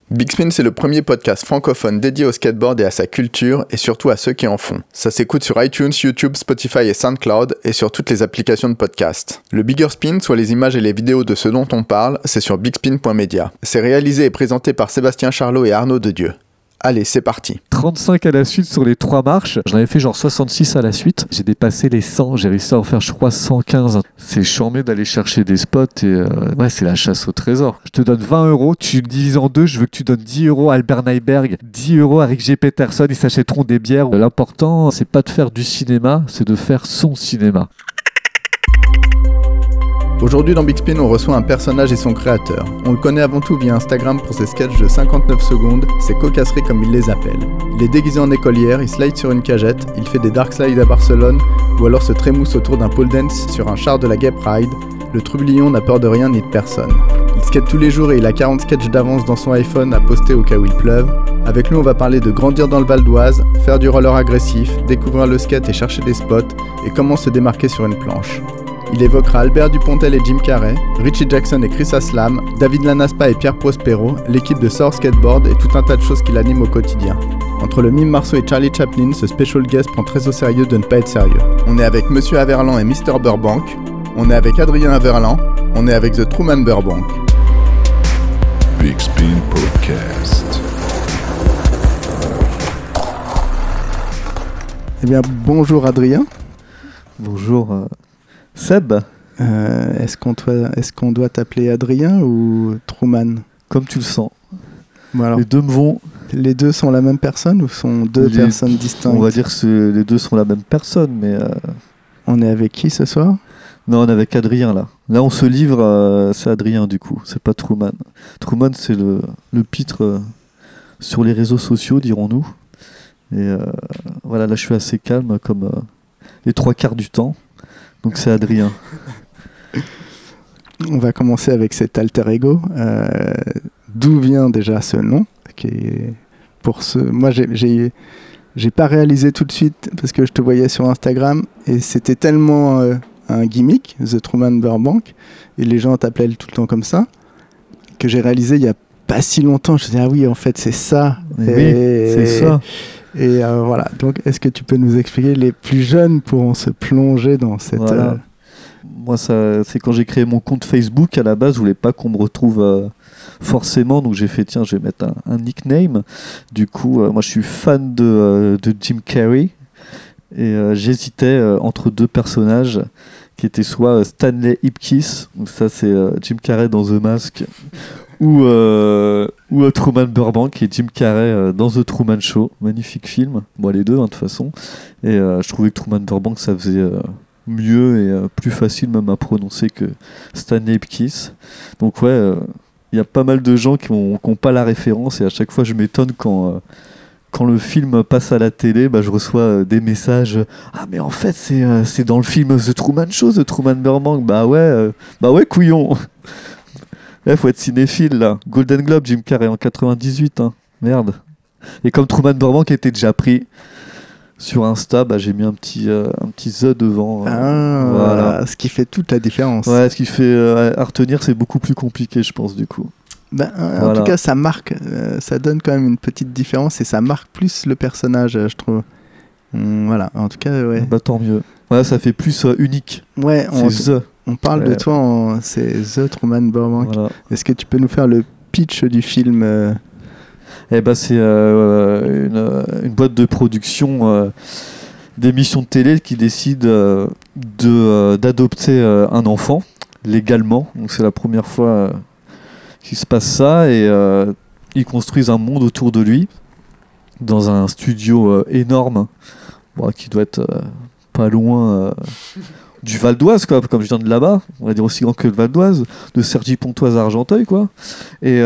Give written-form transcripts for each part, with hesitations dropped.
Big Spin, c'est le premier podcast francophone dédié au skateboard et à sa culture, et surtout à ceux qui en font. Ça s'écoute sur iTunes, YouTube, Spotify et SoundCloud, et sur toutes les applications de podcast. Le Bigger Spin, soit les images et les vidéos de ce dont on parle, c'est sur bigspin.media. C'est réalisé et présenté par Sébastien Charlot et Arnaud Dedieu. Allez, c'est parti. 35 à la suite sur les 3 marches. J'en avais fait genre 66 à la suite. J'ai dépassé les 100. J'ai réussi à en faire, je crois, 115. C'est charmé d'aller chercher des spots et ouais, c'est la chasse au trésor. Je te donne 20 €. Tu le divises en deux. Je veux que tu donnes 10 € à Albert Nyberg, 10 € à Rick G. Peterson. Ils s'achèteront des bières. L'important, c'est pas de faire du cinéma, c'est de faire son cinéma. Aujourd'hui dans Big Spin, on reçoit un personnage et son créateur. On le connaît avant tout via Instagram pour ses sketchs de 59 secondes, ses cocasseries comme il les appelle. Il est déguisé en écolière, il slide sur une cagette, il fait des dark slides à Barcelone, ou alors se trémousse autour d'un pole dance sur un char de la Gay Pride. Le trublion n'a peur de rien ni de personne. Il skate tous les jours et il a 40 sketchs d'avance dans son iPhone à poster au cas où il pleuve. Avec lui, on va parler de grandir dans le Val d'Oise, faire du roller agressif, découvrir le skate et chercher des spots, et comment se démarquer sur une planche. Il évoquera Albert Dupontel et Jim Carrey, Richie Jackson et Chris Aslam, David Lanaspa et Pierre Prospero, l'équipe de Sour Skateboard et tout un tas de choses qui l'animent au quotidien. Entre le mime Marceau et Charlie Chaplin, ce special guest prend très au sérieux de ne pas être sérieux. On est avec Monsieur Averland et Mr. Burbank, on est avec Adrien Averland, on est avec The Truman Burbank. Big Spin Podcast. Eh bien, bonjour Adrien. Bonjour Seb. Est-ce qu'on doit t'appeler Adrien ou Truman ? Comme tu le sens. Bon, alors, les deux me vont. Les deux sont la même personne ou sont deux personnes distinctes ? On va dire que les deux sont la même personne, mais... On est avec qui ce soir ? Non, on est avec Adrien, là. Là, on se livre, c'est Adrien, du coup. C'est pas Truman. Truman, c'est le pitre sur les réseaux sociaux, dirons-nous. Et voilà, là, je suis assez calme, comme les 3/4 du temps. Donc, c'est Adrien. On va commencer avec cet alter ego. D'où vient déjà ce nom qui est Moi, j'ai pas réalisé tout de suite parce que je te voyais sur Instagram et c'était tellement un gimmick, The Truman Burbank, et les gens t'appelaient tout le temps comme ça, que j'ai réalisé il y a pas si longtemps. Je me disais, ah oui, en fait, c'est ça. Oui, c'est ça. Et voilà, donc est-ce que tu peux nous expliquer, les plus jeunes pourront se plonger dans cette... Voilà. Moi, c'est quand j'ai créé mon compte Facebook, à la base, je voulais pas qu'on me retrouve forcément, donc j'ai fait, tiens, je vais mettre un nickname. Du coup, moi je suis fan de Jim Carrey, et j'hésitais entre deux personnages qui étaient soit Stanley Ipkiss, donc ça c'est Jim Carrey dans The Mask, ou Truman Burbank et Jim Carrey dans The Truman Show, magnifique film, moi les deux de toute façon, et je trouvais que Truman Burbank ça faisait mieux et plus facile même à prononcer que Stanley Ipkiss. Donc ouais, il y a pas mal de gens qui ont pas la référence, et à chaque fois je m'étonne quand le film passe à la télé, je reçois des messages. Ah mais en fait c'est dans le film The Truman Show, The Truman Burbank. Bah ouais couillon. Faut être cinéphile là. Golden Globe, Jim Carrey en 98, hein. Merde. Et comme Truman Burbank était déjà pris sur Insta, j'ai mis un petit The devant. Voilà. Ce qui fait toute la différence. Ouais, ce qui fait à retenir, c'est beaucoup plus compliqué, je pense, du coup. En tout cas, ça marque, ça donne quand même une petite différence et ça marque plus le personnage, je trouve. Voilà, en tout cas, ouais. Tant mieux. Ouais, ça fait plus unique. Ouais, on parle de toi, c'est The Truman Burbank. Voilà. Est-ce que tu peux nous faire le pitch du film c'est une boîte de production d'émissions de télé qui décide d'adopter un enfant légalement. Donc c'est la première fois qu'il se passe ça, et ils construisent un monde autour de lui dans un studio énorme, qui doit être pas loin du Val d'Oise, quoi, comme je viens de là-bas, on va dire aussi grand que le Val d'Oise, de Cergy-Pontoise à Argenteuil, quoi. Et,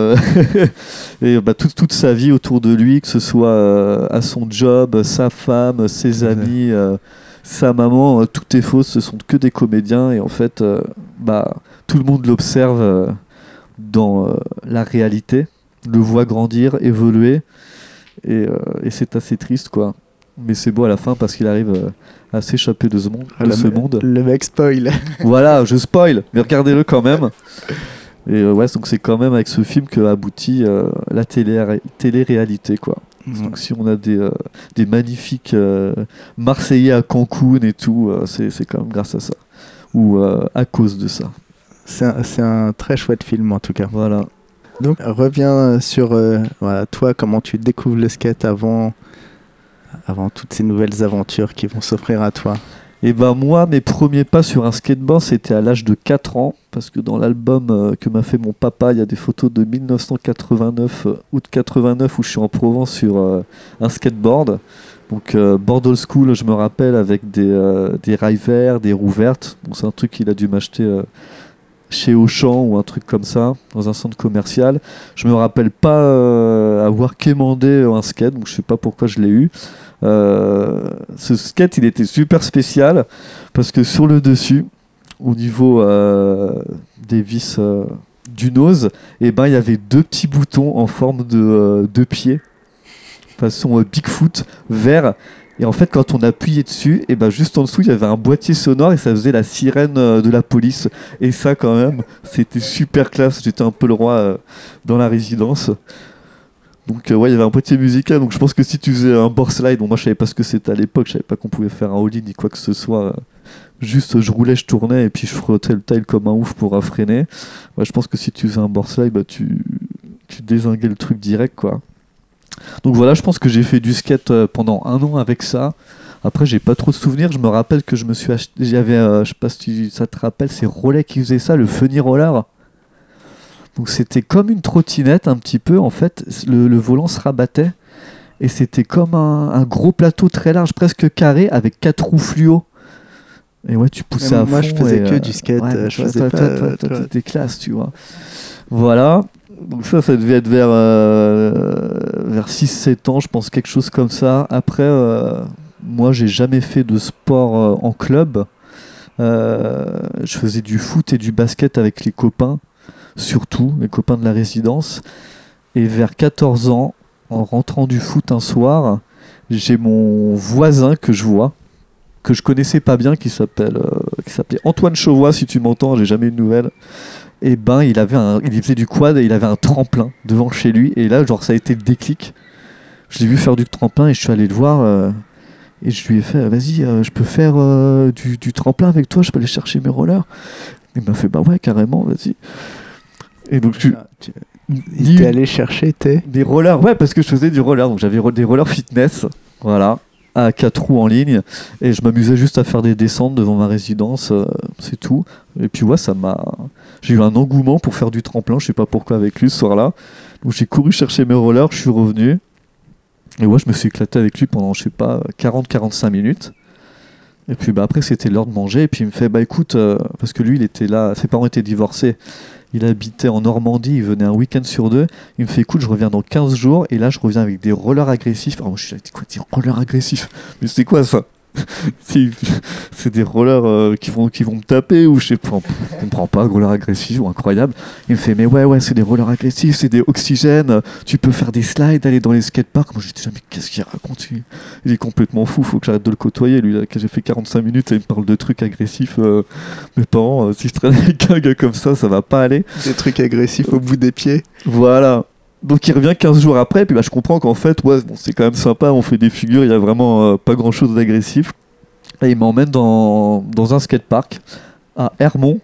et toute sa vie autour de lui, que ce soit à son job, sa femme, ses amis, sa maman, tout est faux, ce sont que des comédiens, et en fait, tout le monde l'observe dans la réalité, le voit grandir, évoluer, et c'est assez triste, quoi. Mais c'est beau à la fin parce qu'il arrive à s'échapper de ce monde. Le mec spoil. Voilà, je spoil, mais regardez-le quand même. Et ouais, donc c'est quand même avec ce film que aboutit la télé-réalité, quoi. Donc si on a des magnifiques Marseillais à Cancun et tout, c'est quand même grâce à ça. Ou à cause de ça. C'est un très chouette film en tout cas. Voilà. Donc reviens sur voilà, toi, comment tu découvres le skate avant toutes ces nouvelles aventures qui vont s'offrir à toi. Et ben moi, mes premiers pas sur un skateboard, c'était à l'âge de 4 ans, parce que dans l'album que m'a fait mon papa, il y a des photos de 1989, août 89, où je suis en Provence sur un skateboard. Donc board old school, je me rappelle, avec des rails verts, des roues vertes. Bon, c'est un truc qu'il a dû m'acheter chez Auchan ou un truc comme ça, dans un centre commercial. Je me rappelle pas avoir quémandé un skate, donc je sais pas pourquoi je l'ai eu. Ce skate, il était super spécial parce que sur le dessus, au niveau des vis du nose, et ben il y avait 2 petits boutons en forme de pied, façon Bigfoot, vert. Et en fait, quand on appuyait dessus, et ben juste en dessous, il y avait un boîtier sonore et ça faisait la sirène de la police. Et ça, quand même, c'était super classe. J'étais un peu le roi dans la résidence. Donc ouais, il y avait un boîtier musical, donc je pense que si tu faisais un board slide, bon moi je savais pas ce que c'était à l'époque, je savais pas qu'on pouvait faire un all-in ni quoi que ce soit, juste je roulais, je tournais et puis je frottais le tail comme un ouf pour freiner. Ouais, je pense que si tu faisais un board slide, bah tu dézinguais le truc direct, quoi. Donc voilà, je pense que j'ai fait du skate pendant 1 an avec ça. Après j'ai pas trop de souvenirs, je me rappelle que je me suis acheté, j'avais, je sais pas si ça te rappelle, c'est Rollet qui faisait ça, le Funny Roller. Donc c'était comme une trottinette un petit peu, en fait, le volant se rabattait et c'était comme un gros plateau très large, presque carré, avec 4 roues fluo. Et ouais, tu poussais à fond. Moi je faisais que du skate, ouais, je faisais pas... Toi, t'étais classe, tu vois. Voilà, donc ça devait être vers 6-7 ans, je pense, quelque chose comme ça. Après, moi j'ai jamais fait de sport en club. Je faisais du foot et du basket avec les copains. Surtout mes copains de la résidence. Et vers 14 ans, en rentrant du foot un soir, j'ai mon voisin que je vois, que je connaissais pas bien, qui s'appelait Antoine Chauvois, si tu m'entends, j'ai jamais eu de nouvelles. Et ben il faisait du quad et il avait un tremplin devant chez lui. Et là, genre ça a été le déclic. Je l'ai vu faire du tremplin et je suis allé le voir. Et je lui ai fait, vas-y, je peux faire du tremplin avec toi, je peux aller chercher mes rollers. Il m'a fait, bah ouais, carrément, vas-y. Et donc il t'est allé chercher des rollers, ouais, parce que je faisais du roller, donc j'avais des rollers fitness, voilà, à 4 roues en ligne, et je m'amusais juste à faire des descentes devant ma résidence, c'est tout. Et puis ouais, j'ai eu un engouement pour faire du tremplin, je sais pas pourquoi avec lui ce soir-là. Donc j'ai couru chercher mes rollers, je suis revenu, et ouais, je me suis éclaté avec lui pendant, je sais pas, 40-45 minutes. Et puis bah, après c'était l'heure de manger, et puis il me fait, bah écoute, parce que lui il était là, ses parents étaient divorcés. Il habitait en Normandie, il venait un week-end sur 2. Il me fait, écoute, je reviens dans 15 jours. Et là, je reviens avec des rollers agressifs. Alors, moi, je suis dit, quoi, des rollers agressifs? Mais c'est quoi ça? C'est des rollers qui vont me taper ou je sais pas, je comprends pas, rollers agressifs ou incroyable. Il me fait, mais ouais, c'est des rollers agressifs, c'est des oxygènes, tu peux faire des slides, aller dans les skateparks. Moi, j'étais jamais, qu'est-ce qu'il raconte? Il est complètement fou, faut que j'arrête de le côtoyer, lui, là, que j'ai fait 45 minutes et il me parle de trucs agressifs. Mes parents, si je traîne avec un gars comme ça va pas aller. Des trucs agressifs au bout des pieds. Voilà. Donc il revient 15 jours après, et puis bah, je comprends qu'en fait, ouais, bon, c'est quand même sympa, on fait des figures, il y a vraiment pas grand chose d'agressif. Et il m'emmène dans un skatepark à Hermont.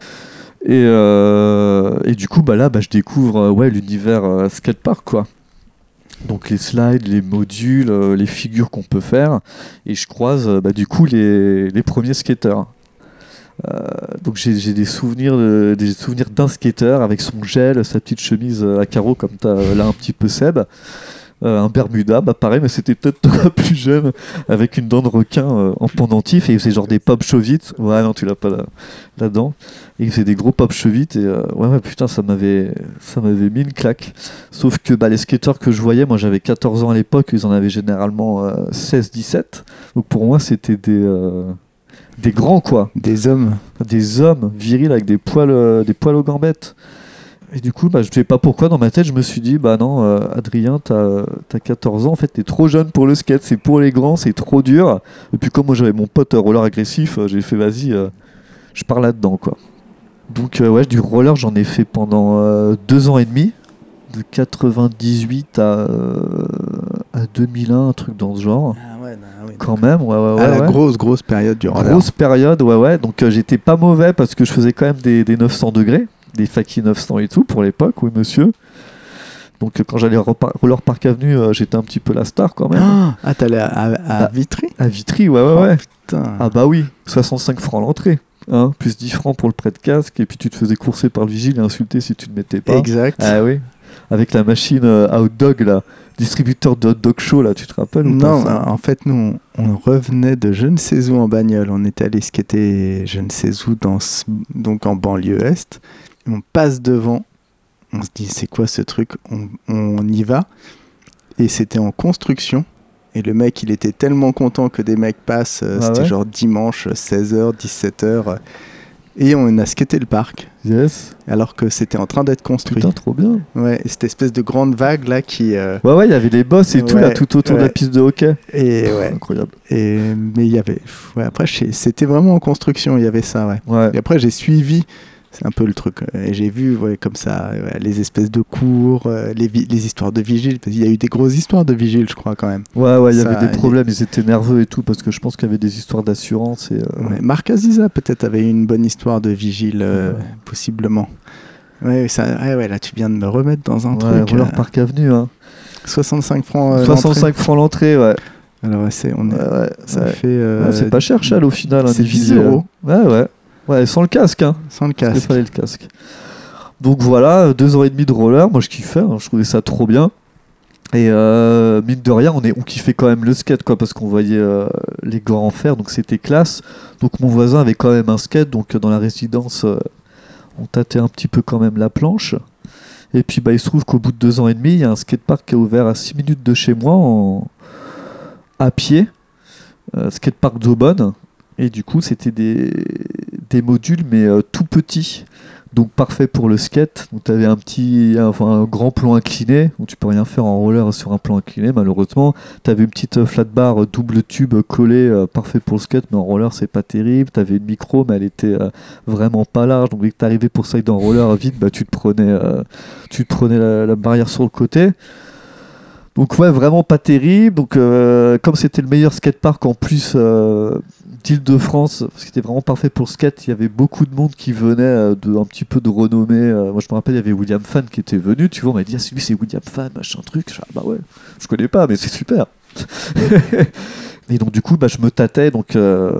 Et du coup, bah, là, je découvre l'univers skatepark, quoi. Donc les slides, les modules, les figures qu'on peut faire. Et je croise du coup les premiers skateurs. Donc j'ai des souvenirs d'un skater avec son gel, sa petite chemise à carreaux comme t'as là un petit peu Seb, un Bermuda, pareil, mais c'était peut-être toi plus jeune, avec une dent de requin en pendentif, et il faisait genre des pop chevites. Ouais, non, tu l'as pas là-dedans. Et il faisait des gros pop chevites, et ouais, putain, ça m'avait mis une claque. Sauf que les skateurs que je voyais, moi j'avais 14 ans à l'époque, ils en avaient généralement 16-17, donc pour moi c'était des grands, quoi. Des hommes virils avec des poils aux gambettes. Et du coup, je sais pas pourquoi, dans ma tête, je me suis dit, non, Adrien, t'as 14 ans, en fait, t'es trop jeune pour le skate, c'est pour les grands, c'est trop dur. Et puis, comme moi, j'avais mon pote roller agressif, j'ai fait, vas-y, je pars là-dedans, quoi. Donc ouais, du roller, j'en ai fait pendant 2 ans et demi, de 98 à 2001, un truc dans ce genre. Ah ouais, Quand même, ouais. la grosse période du roller. Grosse période, ouais. Donc j'étais pas mauvais parce que je faisais quand même des 900 degrés, des Faki 900 et tout pour l'époque, oui monsieur. Donc quand j'allais au Roller Park Avenue, j'étais un petit peu la star quand même. Ah, t'allais à Vitry? À Vitry, ouais. Putain. Ah bah oui, 65 francs l'entrée. Hein, plus 10 francs pour le prêt de casque, et puis tu te faisais courser par le vigile et insulter si tu ne mettais pas. Exact. Ah oui. Avec la machine à hot dog là, distributeur de hot dog chaud là, tu te rappelles ou Non, pas, en fait, nous, on revenait de je ne sais où en bagnole. On était allé skater je ne sais où, donc en banlieue est. On passe devant, on se dit c'est quoi ce truc, on y va. Et c'était en construction. Et le mec, il était tellement content que des mecs passent. C'était genre dimanche, 16h, 17h. Et on a skaté le parc. Yes. Alors que c'était en train d'être construit. Putain, trop bien. Ouais, et cette espèce de grande vague là qui. Ouais, il y avait les bosses et tout là, tout autour de la piste de hockey. Et ouais. Incroyable. Mais il y avait. Ouais, après, c'était vraiment en construction, il y avait ça, ouais. Et après, j'ai suivi. C'est un peu le truc. Et j'ai vu, comme ça, les espèces de cours, les histoires de vigiles. Parce qu'il y a eu des grosses histoires de vigiles, je crois, quand même. Ouais, il y avait des problèmes. Ils étaient nerveux et tout, parce que je pense qu'il y avait des histoires d'assurance. Marc Aziza, peut-être, avait eu une bonne histoire de vigile, possiblement. Ouais, là, tu viens de me remettre dans un truc. Roller Park Avenue, hein. 65 francs 65 francs l'entrée, ouais. Alors, ça fait... c'est pas cher, Chal, au final. C'est 10 €. Ouais, sans le casque, hein. Sans le casque. Il fallait le casque. Donc voilà, 2 ans et demi de roller, moi je kiffais, hein, je trouvais ça trop bien. Et mine de rien, on kiffait quand même le skate, quoi, parce qu'on voyait les gars en faire, donc c'était classe. Donc mon voisin avait quand même un skate, donc dans la résidence, on tâtait un petit peu quand même la planche. Et puis il se trouve qu'au bout de 2 ans et demi, il y a un skatepark qui a ouvert à 6 minutes de chez moi, à pied, skatepark d'Aubonne. Et du coup, c'était des modules, mais tout petits. Donc parfait pour le skate. Donc tu avais un grand plan incliné, où tu peux rien faire en roller sur un plan incliné, malheureusement. Tu avais une petite flat bar double tube collée, parfait pour le skate, mais en roller, c'est pas terrible. Tu avais une micro, mais elle était vraiment pas large. Donc dès que tu arrivais pour ça dans roller vite, tu te prenais la barrière sur le côté. Donc ouais, vraiment pas terrible. Donc comme c'était le meilleur skatepark en plus d'Île-de-France, parce que c'était vraiment parfait pour le skate, il y avait beaucoup de monde qui venait un petit peu de renommée. Moi je me rappelle, il y avait William Fan qui était venu, tu vois, on m'a dit lui c'est William Fan, machin truc. Bah ouais, je connais pas, mais c'est super. Et donc du coup je me tâtais, donc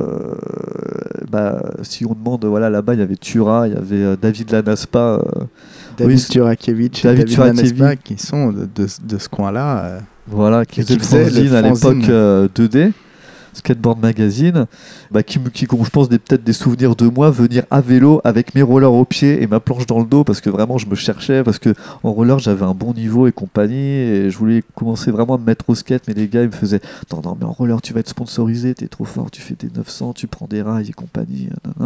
si on demande, là-bas il y avait Tura, il y avait David Lanaspa, David Turakiewicz et David Lanaspa qui sont de ce coin-là. Qui faisaient le fanzine à l'époque 2D. Skateboard Magazine, qui je pense, peut-être des souvenirs de moi, venir à vélo avec mes rollers au pied et ma planche dans le dos, parce que vraiment je me cherchais, parce que en roller j'avais un bon niveau et compagnie, et je voulais commencer vraiment à me mettre au skate, mais les gars ils me faisaient non mais en roller tu vas être sponsorisé, t'es trop fort, tu fais des 900, tu prends des rails et compagnie.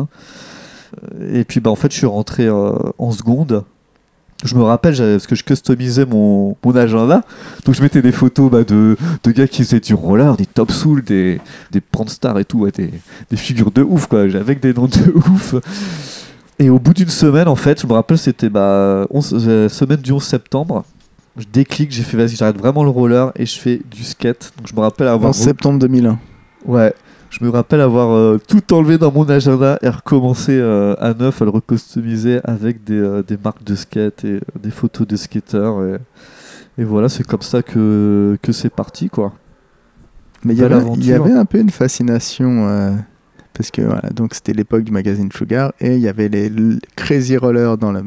Et puis en fait je suis rentré en seconde. Je me rappelle, parce que je customisais mon agenda, donc je mettais des photos de gars qui faisaient du roller, des top soul, des stars et tout, des figures de ouf, quoi, avec des noms de ouf. Et au bout d'une semaine, en fait, je me rappelle, c'était semaine du 11 septembre, je déclique, j'ai fait vas-y, j'arrête vraiment le roller et je fais du skate. Donc je me rappelle avoir... 11 septembre 2001. Ouais. Je me rappelle avoir tout enlevé dans mon agenda et recommencé à neuf à le recustomiser avec des marques de skate et des photos de skateurs. Et voilà, c'est comme ça que c'est parti, quoi. Mais il y avait un peu une fascination, parce que donc c'était l'époque du magazine Sugar, et il y avait les Crazy Rollers dans les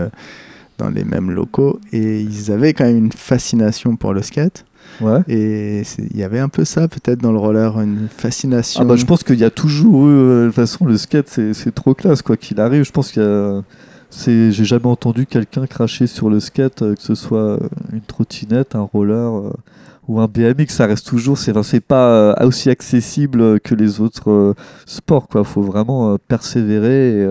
mêmes locaux, et ils avaient quand même une fascination pour le skate. Ouais. Et il y avait un peu ça peut-être dans le roller, une fascination. Je pense qu'il y a toujours eu, de toute façon le skate c'est trop classe quoi qu'il arrive. Je pense j'ai jamais entendu quelqu'un cracher sur le skate, que ce soit une trottinette, un roller ou un BMX. Ça reste toujours, c'est pas aussi accessible que les autres sports, quoi. Faut vraiment persévérer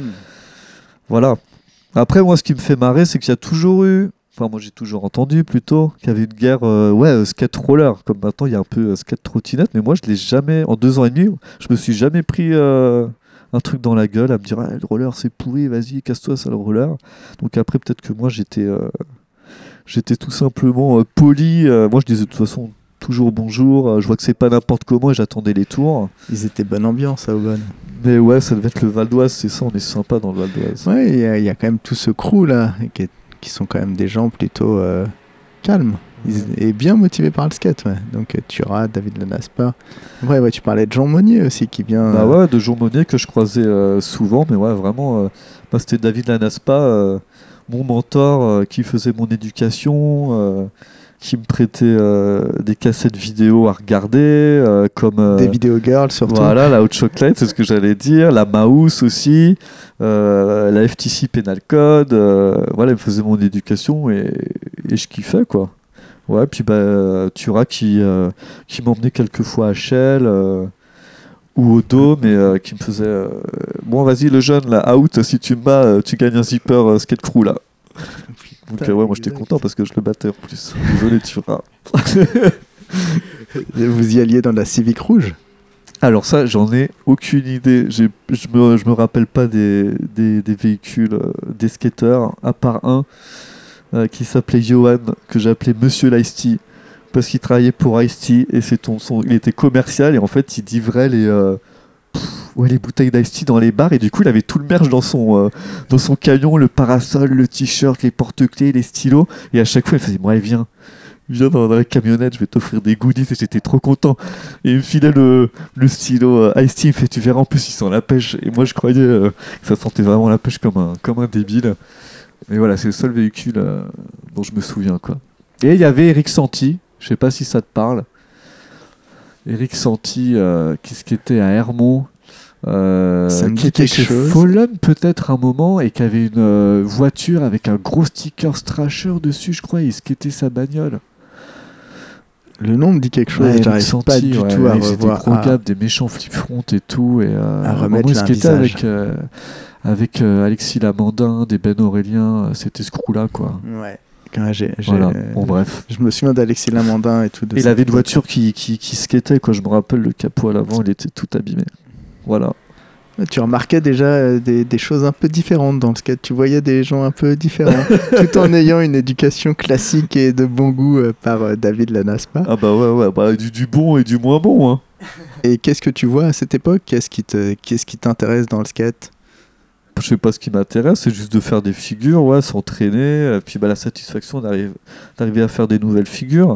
voilà. Après moi ce qui me fait marrer, c'est qu'il y a toujours eu, moi j'ai toujours entendu plutôt qu'il y avait une guerre skate roller, comme maintenant il y a un peu skate trottinette, mais moi je l'ai jamais, en 2 ans et demi, je me suis jamais pris un truc dans la gueule, à me dire ah, le roller c'est pourri, vas-y, casse-toi, ça le roller. Donc après, peut-être que moi j'étais tout simplement poli. Moi je disais de toute façon toujours bonjour, je vois que c'est pas n'importe comment et j'attendais les tours. Ils étaient bonne ambiance à Aubonne. Mais ouais, ça devait être le Val d'Oise, c'est ça, on est sympa dans le Val d'Oise. Ouais, il y a quand même tout ce crew là, qui sont quand même des gens plutôt calmes. Et bien motivés par le skate, ouais. Donc Thurat, David Lanaspa. Ouais, tu parlais de Jean Monnier aussi qui vient. Bah ouais, de Jean Monnier que je croisais souvent, mais ouais, vraiment, bah, c'était David Lanaspa, mon mentor, qui faisait mon éducation, qui me prêtait des cassettes vidéo à regarder, comme des vidéo girls surtout. Voilà, la Hot Chocolate, c'est ce que j'allais dire, la Maus aussi, la FTC Penal Code, voilà, il me faisait mon éducation et je kiffais quoi. Ouais, puis bah, Thurat qui m'emmenait quelques fois à Shell ou au dos, mais qui me faisait bon, vas-y, le jeune, là, out, si tu me bats, tu gagnes un zipper skate crew là. Donc, ouais, moi j'étais content parce que je le battais en plus. Désolé, Thurat. Vous y alliez dans la Civic rouge? Alors, ça, j'en ai aucune idée. Je me rappelle pas des véhicules des skateurs, à part un. Qui s'appelait Johan, que j'appelais Monsieur l'Ice-T, parce qu'il travaillait pour Ice-T, et il était commercial, et en fait, il livrait les bouteilles d'Ice-T dans les bars, et du coup, il avait tout le merch dans son camion, le parasol, le t-shirt, les porte-clés, les stylos, et à chaque fois, il faisait « Ouais, viens dans la camionnette, je vais t'offrir des goodies », et j'étais trop content. Et il me filait le stylo Ice-T, il me fait « Tu verras, en plus, il sent la pêche », et moi, je croyais que ça sentait vraiment la pêche comme un débile. Mais voilà, c'est le seul véhicule dont je me souviens, quoi. Et il y avait Eric Santi, je sais pas si ça te parle. Eric Santi, qui était à Hermont, qui était chez Folum peut-être un moment, et qui avait une voiture avec un gros sticker Strasher dessus, je crois, et il skatait sa bagnole. Le nom me dit quelque chose, ouais, j'arrive pas du tout à revoir. Des pro-gaps, des méchants flip-front et tout, et à remettre il skatait visage. avec Alexis Lamandin, des Ben Aurélien, c'était ce crew-là, quoi. Ouais. Voilà. Bon, bref. Je me souviens d'Alexis Lamandin et tout. Il avait une voiture qui skatait, quoi. Je me rappelle, le capot à l'avant, il était tout abîmé. Voilà. Tu remarquais déjà des choses un peu différentes dans le skate. Tu voyais des gens un peu différents, tout en ayant une éducation classique et de bon goût par David Lanaspa. Ah bah ouais, bah, du bon et du moins bon, hein. Et qu'est-ce que tu vois à cette époque ? Qu'est-ce qui t'intéresse dans le skate ? Je sais pas ce qui m'intéresse, c'est juste de faire des figures, ouais, s'entraîner, puis bah, la satisfaction d'arriver à faire des nouvelles figures.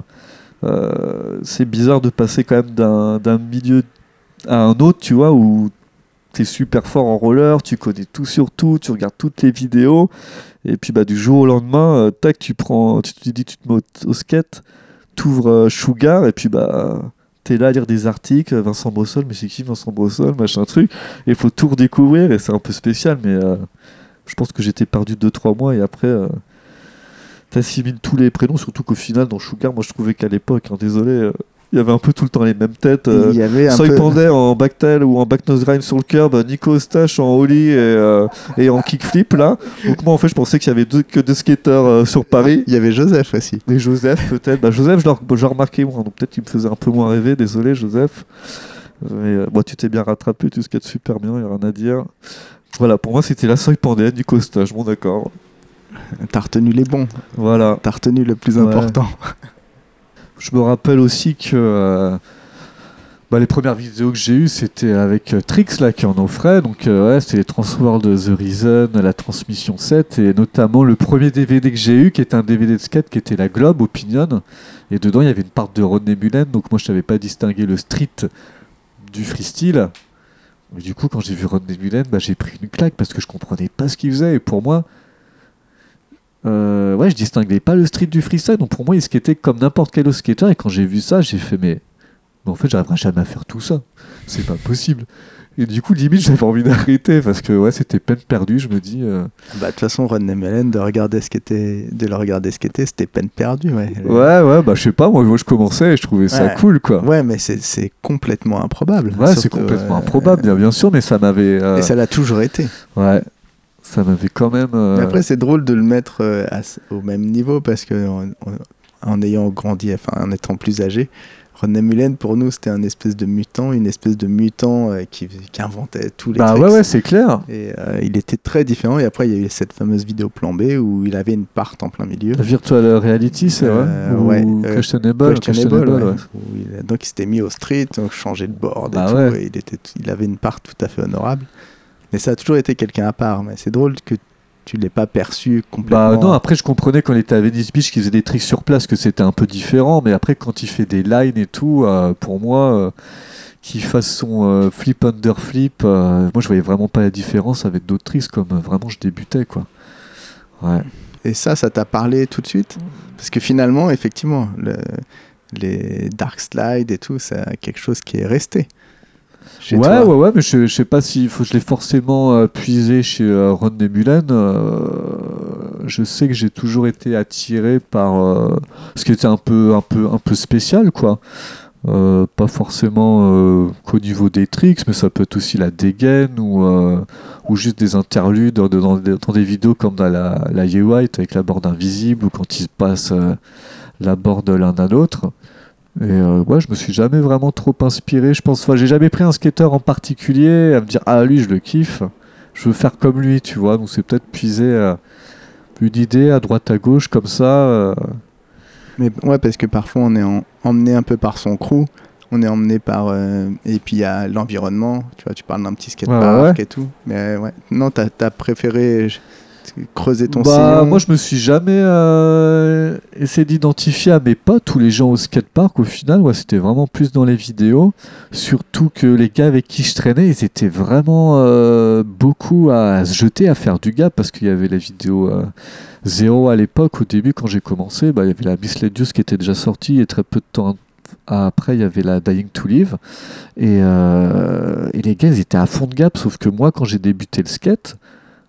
C'est bizarre de passer quand même d'un milieu à un autre, tu vois, où t'es super fort en roller, tu connais tout sur tout, tu regardes toutes les vidéos, et puis bah, du jour au lendemain, tac, tu te dis, tu te mets au skate, t'ouvres Sugar, et puis bah... t'es là à lire des articles, Vincent Brossol, mais c'est qui Vincent Brossol, machin truc, et il faut tout redécouvrir, et c'est un peu spécial, mais je pense que j'étais perdu 2-3 mois, et après, t'assimiles tous les prénoms, surtout qu'au final, dans Sugar, moi je trouvais qu'à l'époque, désolé, il y avait un peu tout le temps les mêmes têtes, Soy Pandey en backtail ou en back nose grind sur le curb, Nico Eustache en ollie et en kickflip, là. Donc moi, en fait, je pensais qu'il y avait que deux skateurs sur Paris. Il y avait Joseph aussi. Et Joseph, peut-être. Bah, Joseph, je l'ai remarqué, moi. Donc peut-être qu'il me faisait un peu moins rêver. Désolé, Joseph. Mais bon, tu t'es bien rattrapé, tu skates super bien, il n'y a rien à dire. Voilà, pour moi, c'était la Soy Pandey, Nico Eustache, bon d'accord. T'as retenu les bons. Voilà. T'as retenu le plus important. Je me rappelle aussi que les premières vidéos que j'ai eues, c'était avec Trix là, qui en offrait. Donc ouais, c'était les Transworld The Reason, la Transmission 7, et notamment le premier DVD que j'ai eu, qui était un DVD de skate, qui était la Globe Opinion. Et dedans, il y avait une part de Rodney Mullen. Donc moi, je savais pas distinguer le street du freestyle. Mais du coup, quand j'ai vu Rodney Mullen, j'ai pris une claque parce que je comprenais pas ce qu'il faisait. Et pour moi... je distinguais pas le street du freestyle, donc pour moi il skatait comme n'importe quel autre skater, et quand j'ai vu ça j'ai fait mais en fait j'arriverai jamais à faire tout ça, c'est pas possible. Et du coup limite j'avais envie d'arrêter parce que ouais, c'était peine perdue, je me dis de toute façon Rodney Mullen, de le regarder skater, c'était peine perdue, ouais. Je sais pas, moi je commençais et je trouvais ça cool, quoi. Ouais, mais c'est complètement improbable. Ouais, c'est complètement improbable, bien sûr, mais ça m'avait et ça l'a toujours été. Ouais, ça m'avait quand même... Après, c'est drôle de le mettre au même niveau parce que en ayant grandi, enfin en étant plus âgé, Rodney Mullen pour nous c'était une espèce de mutant qui inventait tous les tricks. Ouais, c'est clair. Et il était très différent. Et après il y a eu cette fameuse vidéo plan B où il avait une part en plein milieu. Virtual Reality, c'est vrai. Questionable. Ouais. Donc il s'était mis au street, donc changer de board et tout. Ouais. Et il avait une part tout à fait honorable. Mais ça a toujours été quelqu'un à part. Mais c'est drôle que tu l'aies pas perçu complètement. Non, après je comprenais quand il était à Venice Beach qu'il faisait des tricks sur place que c'était un peu différent, mais après quand il fait des lines et tout, pour moi, qu'il fasse son flip under flip, moi je voyais vraiment pas la différence avec d'autres tricks comme vraiment je débutais quoi. Ouais. Et ça t'a parlé tout de suite? Parce que finalement, effectivement, les dark slides et tout, c'est quelque chose qui est resté. Ouais, mais je sais pas si je l'ai forcément puisé chez Rodney Mullen. Je sais que j'ai toujours été attiré par ce qui était un peu spécial, quoi. Pas forcément qu'au niveau des tricks, mais ça peut être aussi la dégaine ou juste des interludes dans des vidéos comme dans la Ye White avec la board invisible ou quand ils se passent la board l'un à l'autre. Et je me suis jamais vraiment trop inspiré, je pense. J'ai jamais pris un skater en particulier à me dire lui je le kiffe, je veux faire comme lui, tu vois. Donc c'est peut-être puiser une idée à droite à gauche comme ça. Mais ouais, parce que parfois on est emmené un peu par son crew, on est emmené par et puis il y a l'environnement. Tu vois, tu parles d'un petit skatepark et tout. Mais ouais, non, t'as préféré creuser ton sillon. Moi je me suis jamais essayé d'identifier à mes potes ou les gens au skatepark. Au final c'était vraiment plus dans les vidéos, surtout que les gars avec qui je traînais ils étaient vraiment beaucoup à se jeter à faire du gap parce qu'il y avait les vidéos zéro à l'époque. Au début quand j'ai commencé, il y avait la Miscellaneous qui était déjà sortie et très peu de temps après il y avait la Dying to Live et les gars ils étaient à fond de gap, sauf que moi quand j'ai débuté le skate,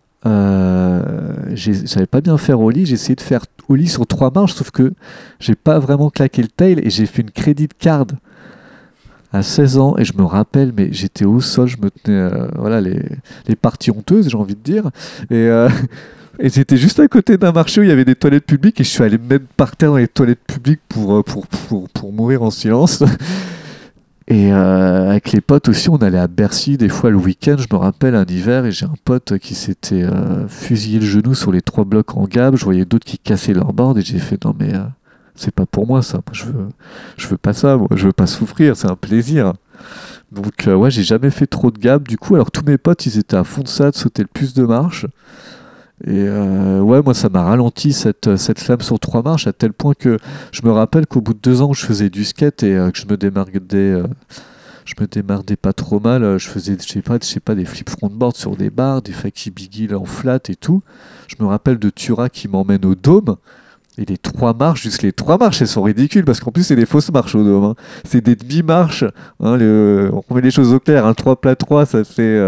j'avais pas bien faire ollie, j'ai essayé de faire ollie sur 3 marches, sauf que j'ai pas vraiment claqué le tail et j'ai fait une credit card à 16 ans et je me rappelle, mais j'étais au sol, je me tenais les parties honteuses, j'ai envie de dire, et j'étais juste à côté d'un marché où il y avait des toilettes publiques et je suis allé me mettre par terre dans les toilettes publiques pour mourir en silence. Et avec les potes aussi, on allait à Bercy des fois le week-end. Je me rappelle un hiver et j'ai un pote qui s'était fusillé le genou sur les 3 blocs en gab. Je voyais d'autres qui cassaient leur board et j'ai fait non mais c'est pas pour moi ça. Moi, je veux pas ça. Moi, je veux pas souffrir. C'est un plaisir. Donc j'ai jamais fait trop de gab. Du coup, alors tous mes potes ils étaient à fond de ça, de sauter le plus de marches. Et moi ça m'a ralenti cette flamme sur 3 marches à tel point que je me rappelle qu'au bout de 2 ans je faisais du skate et que je me démerdais pas trop mal, je faisais je sais pas des flip frontboard sur des barres, des fakie biggie en flat et tout. Je me rappelle de Tura qui m'emmène au dôme et les 3 marches, juste les 3 marches elles sont ridicules parce qu'en plus c'est des fausses marches au dôme, hein. C'est des demi-marches, hein, on met les choses au clair, 3 plat 3 ça fait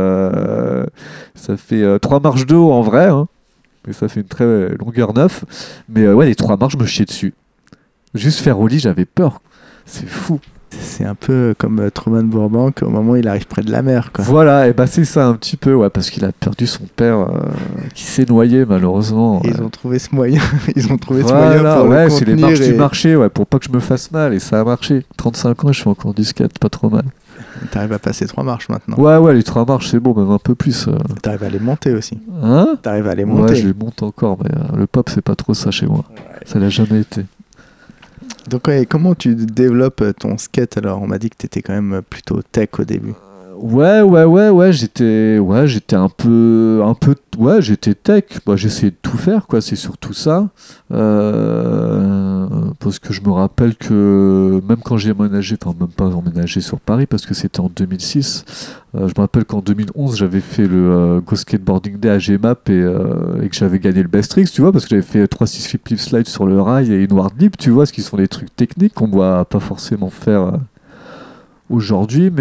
3 marches de haut en vrai, hein. Mais ça fait une très longueur 9. Mais les 3 marches, je me chiais dessus. Juste faire ollie, j'avais peur. C'est fou. C'est un peu comme Truman Burbank au moment où il arrive près de la mer, quoi. Voilà, et c'est ça un petit peu, parce qu'il a perdu son père qui s'est noyé malheureusement. Ils ont trouvé ce moyen. Pour c'est les marches du marché, pour pas que je me fasse mal, et ça a marché. 35 ans, je fais encore du skate, pas trop mal. T'arrives à passer 3 marches maintenant. Ouais, les 3 marches, c'est bon, même un peu plus. T'arrives à les monter aussi. Hein ? T'arrives à les monter. Ouais, je les monte encore, mais le pop, c'est pas trop ça chez moi. Ouais. Ça l'a jamais été. Donc, comment tu développes ton skate alors ? On m'a dit que t'étais quand même plutôt tech au début. J'étais un peu, j'étais tech. J'essayais de tout faire, quoi. C'est surtout ça. Parce que je me rappelle que même quand j'ai emménagé, enfin même pas emménagé sur Paris parce que c'était en 2006. Je me rappelle qu'en 2011 j'avais fait le Go Skateboarding Day à Gmap et que j'avais gagné le Best Tricks, tu vois, parce que j'avais fait 3-6 flip slide sur le rail et une ward lip, tu vois, ce qui sont des trucs techniques qu'on doit pas forcément faire aujourd'hui,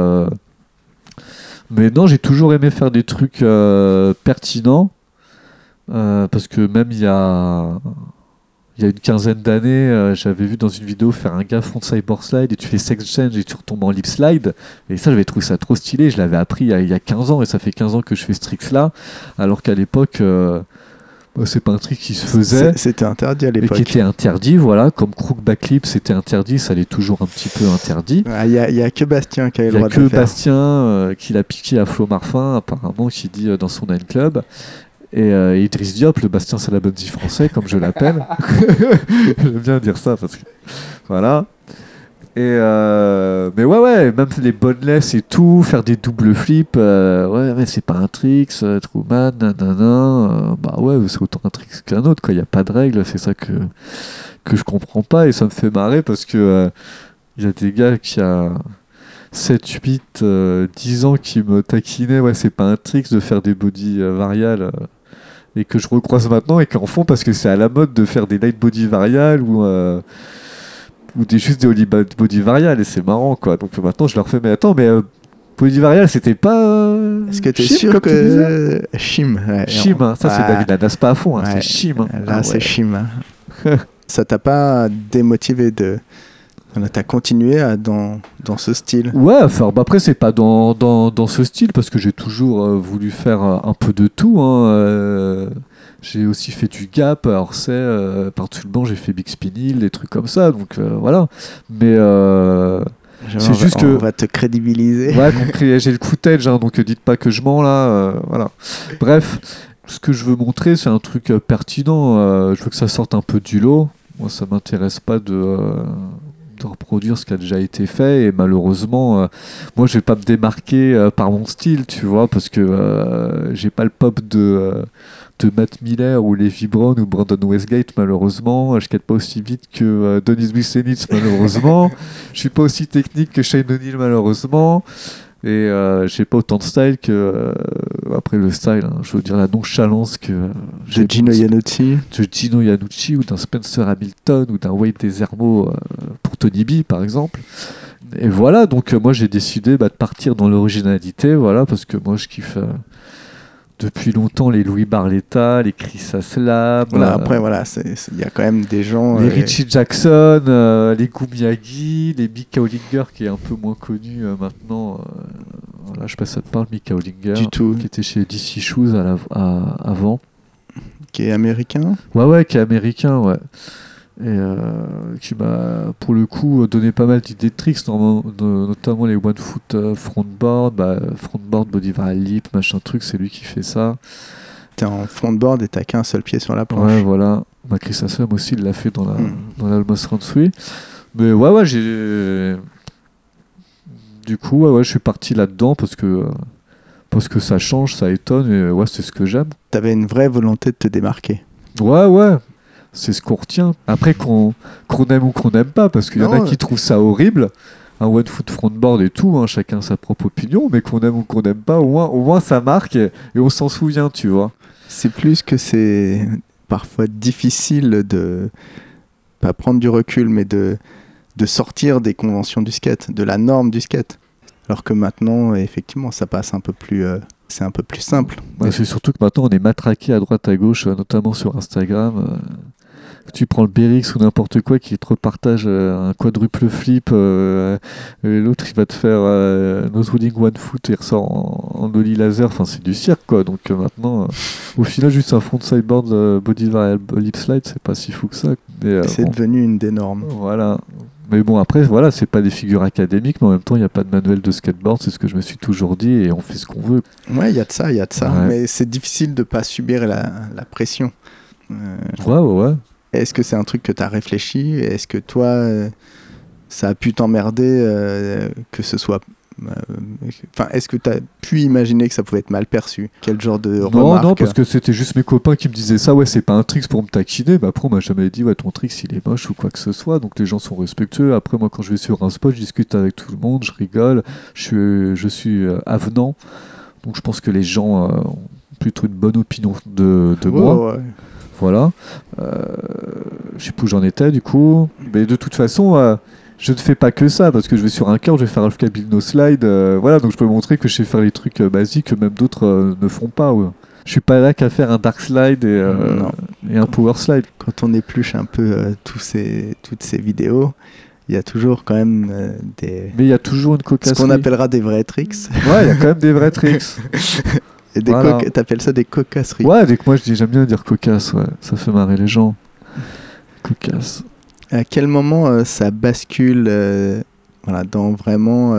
mais non, j'ai toujours aimé faire des trucs pertinents parce que même il y a une quinzaine d'années, j'avais vu dans une vidéo faire un gars frontside board slide et tu fais sex change et tu retombes en lip slide, et ça j'avais trouvé ça trop stylé. Je l'avais appris il y a 15 ans et ça fait 15 ans que je fais ce trick là, alors qu'à l'époque c'est pas un trick qui se faisait. C'était interdit à Et l'époque. qui était interdit, voilà, comme crook backflip c'était interdit, ça l'est toujours un petit peu interdit. Il y a que Bastien qui avait Il le n'y a droit de le que faire. Bastien qui l'a piqué à Flo Marfin, apparemment, qui dit dans son Nine Club. Et Idriss Diop, le Bastien Salabanzi français, comme je l'appelle. J'aime bien dire ça parce que. Voilà. Mais ouais, même les boneless et tout, faire des doubles flips, ouais, mais c'est pas un tricks, Truman, nanana. Bah ouais, c'est autant un tricks qu'un autre, quoi. Il n'y a pas de règle, c'est ça que je comprends pas et ça me fait marrer parce que il y a des gars qui a 7, 8, 10 ans qui me taquinaient, ouais, c'est pas un tricks de faire des body variales. Et que je recroise maintenant et qui en font parce que c'est à la mode de faire des light body variales ou juste des body variales et c'est marrant, quoi. Donc maintenant je leur fais, mais attends, mais body varial c'était pas. Est-ce que tu es Chim, sûr comme tu disais que. Chim. Ouais, Chim, hein, ça c'est David Ladas pas à fond, hein, ouais. c'est Chim. Hein. Là, c'est Chim. Ça t'a pas démotivé de. T'as continué dans ce style. Ouais, enfin, bah après c'est pas dans ce style parce que j'ai toujours voulu faire un peu de tout. Hein, j'ai aussi fait du gap, alors par-dessus le banc j'ai fait big spin hill, des trucs comme ça, donc voilà. Mais c'est juste que on va te crédibiliser. ouais, j'ai le footage, hein, donc dites pas que je mens là. Voilà. Bref, ce que je veux montrer c'est un truc pertinent. Je veux que ça sorte un peu du lot. Moi ça m'intéresse pas de reproduire ce qui a déjà été fait et malheureusement moi je vais pas me démarquer par mon style, tu vois, parce que j'ai pas le pop de Matt Miller ou Levi Brown ou Brandon Westgate, malheureusement. Je quête pas aussi vite que Denis Busenitz, malheureusement. Je suis pas aussi technique que Shane O'Neill, malheureusement. Et j'ai pas autant de style que après le style, hein, je veux dire la nonchalance que de Gino Iannucci, ou d'un Spencer Hamilton ou d'un Wade Desermo pour Tony B par exemple. Et voilà, donc moi j'ai décidé de partir dans l'originalité, voilà, parce que moi je kiffe depuis longtemps les Louis Barletta, les Chris Aslam. Voilà, après voilà, il y a quand même des gens. Les Richie Jackson, les Gumiyagi, les Mika Hollinger qui est un peu moins connu maintenant. Voilà, je sais pas si ça te parle, Mika Hollinger. Du tout. Qui était chez DC Shoes avant. Qui est américain. Ouais, qui est américain, ouais. Et qui m'a pour le coup donné pas mal d'idées de tricks, notamment les one foot frontboard, frontboard body varial lip, machin truc, c'est lui qui fait ça. T'es en frontboard et t'as qu'un seul pied sur la planche. Ouais, voilà. Chris Aslam aussi il l'a fait dans l'Almost Ransui. Mais ouais, j'ai du coup je suis parti là-dedans parce que ça change, ça étonne et ouais, c'est ce que j'aime. T'avais une vraie volonté de te démarquer. Ouais. C'est ce qu'on retient. Après, qu'on aime ou qu'on n'aime pas, parce qu'il y en a qui trouvent ça horrible, un one foot frontboard et tout, hein, chacun sa propre opinion, mais qu'on aime ou qu'on n'aime pas, au moins ça marque et on s'en souvient, tu vois. C'est plus que c'est parfois difficile de pas prendre du recul, mais de sortir des conventions du skate, de la norme du skate. Alors que maintenant, effectivement, ça passe un peu plus... c'est un peu plus simple. C'est surtout que maintenant on est matraqué à droite à gauche, notamment sur Instagram. Tu prends le BRX ou n'importe quoi qui te repartage un quadruple flip, et l'autre il va te faire nose rolling one foot et il ressort en ollie laser. Enfin c'est du cirque quoi. Donc maintenant, au final juste un front sideboard body variable lip slide, c'est pas si fou que ça. Mais, c'est devenu une des normes. Voilà. Mais bon, après, voilà, c'est pas des figures académiques, mais en même temps, il n'y a pas de manuel de skateboard, c'est ce que je me suis toujours dit, et on fait ce qu'on veut. Ouais, il y a de ça. Ouais. Mais c'est difficile de pas subir la pression. Ouais. Est-ce que c'est un truc que tu as réfléchi ? Est-ce que toi, ça a pu t'emmerder que ce soit... est-ce que tu as pu imaginer que ça pouvait être mal perçu ? Quel genre de remarque ? Non, parce que c'était juste mes copains qui me disaient ça, ouais, c'est pas un tricks pour me taquiner. Mais après, on m'a jamais dit, ouais, ton tricks, il est moche ou quoi que ce soit. Donc les gens sont respectueux. Après, moi, quand je vais sur un spot, je discute avec tout le monde, je rigole, je suis avenant. Donc je pense que les gens ont plutôt une bonne opinion de moi. Ouais. Voilà. Je sais plus où j'en étais, du coup. Mais de toute façon... je ne fais pas que ça, parce que je vais sur un curl, je vais faire un Cabil no slide, voilà, donc je peux montrer que je sais faire les trucs basiques que même d'autres ne font pas. Ouais. Je suis pas là qu'à faire un dark slide et un power slide. Quand on épluche un peu toutes ces vidéos, il y a toujours quand même des... Mais il y a toujours une cocasserie. Ce qu'on appellera des vrais tricks. Ouais, il y a quand même des vrais tricks. Et Voilà. t'appelles ça des cocasseries. Ouais, moi j'aime bien dire cocasse, ouais. Ça fait marrer les gens. Cocasse. À quel moment ça bascule voilà, dans vraiment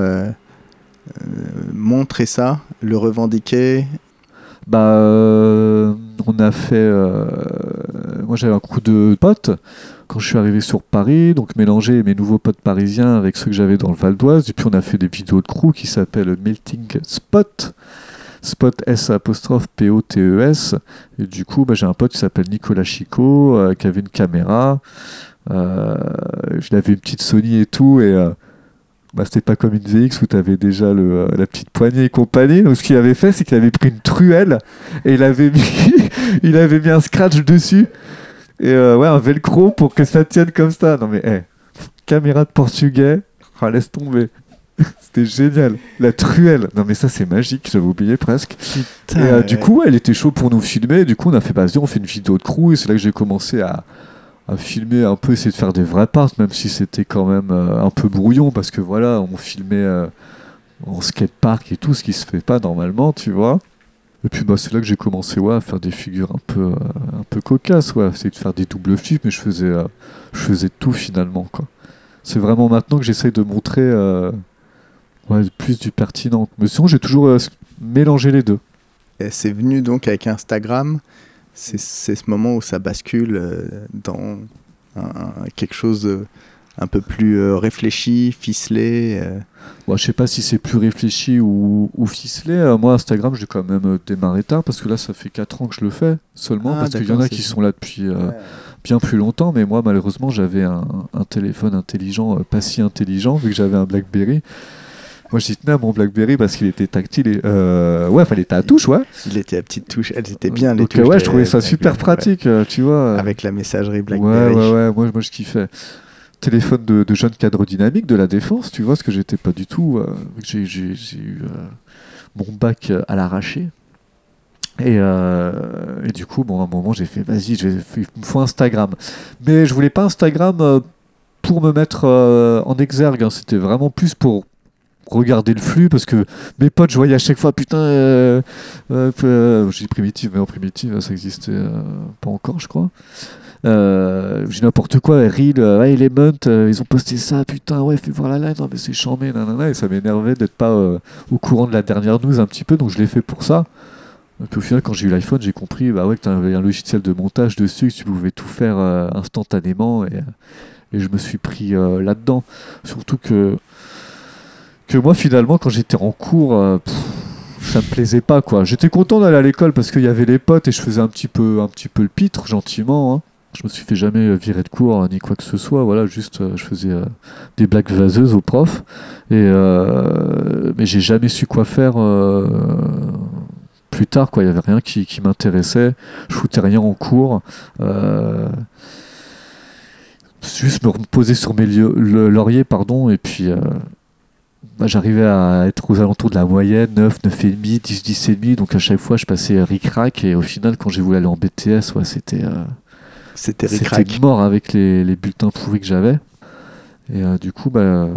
montrer ça, le revendiquer? Bah, on a fait. Moi, j'avais un crew de potes quand je suis arrivé sur Paris, donc mélanger mes nouveaux potes parisiens avec ceux que j'avais dans le Val d'Oise. Et puis, on a fait des vidéos de crew qui s'appellent Melting Spot. Spot S''P-O-T-E-S. Et du coup, j'ai un pote qui s'appelle Nicolas Chico, qui avait une caméra. Je l'avais une petite Sony et tout. Et. C'était pas comme une VX où tu avais déjà la petite poignée et compagnie. Donc ce qu'il avait fait, c'est qu'il avait pris une truelle et il avait mis un scratch dessus et un velcro pour que ça tienne comme ça. Non mais caméra de portugais, laisse tomber. C'était génial. La truelle. Non mais ça c'est magique, j'avais oublié presque. Putain, Et du coup, elle était chaud pour nous filmer. Du coup, on a fait, vas-y, on fait une vidéo de crew et c'est là que j'ai commencé à filmer un peu, essayer de faire des vrais parts, même si c'était quand même un peu brouillon, parce que voilà, on filmait en skatepark et tout, ce qui se fait pas normalement, tu vois. Et puis c'est là que j'ai commencé à faire des figures un peu cocasses, essayer de faire des doubles flips, mais je faisais tout finalement, quoi. C'est vraiment maintenant que j'essaye de montrer plus du pertinent. Mais sinon, j'ai toujours mélangé les deux. Et c'est venu donc avec Instagram. C'est ce moment où ça bascule dans quelque chose un peu plus réfléchi, ficelé. Je sais pas si c'est plus réfléchi ou ficelé. Moi, Instagram, j'ai quand même démarré tard parce que là, ça fait 4 ans que je le fais seulement. Parce qu'il y en a qui sont là depuis bien plus longtemps. Mais moi, malheureusement, j'avais un téléphone intelligent, pas si intelligent, vu que j'avais un BlackBerry. Moi, j'y tenais à mon BlackBerry parce qu'il était tactile et il était à touche, Il était à petite touche, elles étaient bien les donc, touches. je trouvais ça super pratique, tu vois. Avec la messagerie BlackBerry. Moi je kiffais. Téléphone de jeune cadre dynamique de la défense, tu vois, ce que j'étais pas du tout. J'ai eu mon bac à l'arraché. Et du coup, à un moment, j'ai fait, vas-y, il me faut Instagram. Mais je voulais pas Instagram pour me mettre en exergue, hein. C'était vraiment plus pour regarder le flux, parce que mes potes, je voyais à chaque fois, putain, je dis primitive, mais en primitive, ça existait pas encore, je crois. J'ai n'importe quoi, Reel, Element, ils ont posté ça, putain, fais voir la live, non mais c'est chambé, nanana, et ça m'énervait d'être pas au courant de la dernière news un petit peu, donc je l'ai fait pour ça. Et puis au final, quand j'ai eu l'iPhone, j'ai compris que tu avais un logiciel de montage dessus, que tu pouvais tout faire instantanément, et je me suis pris là-dedans. Surtout que moi, finalement, quand j'étais en cours, ça me plaisait pas, quoi. J'étais content d'aller à l'école parce qu'il y avait les potes et je faisais un petit peu le pitre, gentiment, hein. Je me suis fait jamais virer de cours ni quoi que ce soit. Voilà, juste je faisais des blagues vaseuses aux profs. Mais j'ai jamais su quoi faire plus tard, quoi. Il y avait rien qui m'intéressait. Je foutais rien en cours. Juste me reposer sur mes lauriers, pardon, et puis j'arrivais à être aux alentours de la moyenne, 9, 9,5, 10, 10,5, donc à chaque fois je passais ric-rac, et au final quand j'ai voulu aller en BTS, c'était ric-rac. Mort avec les bulletins pourris que j'avais. Et du coup,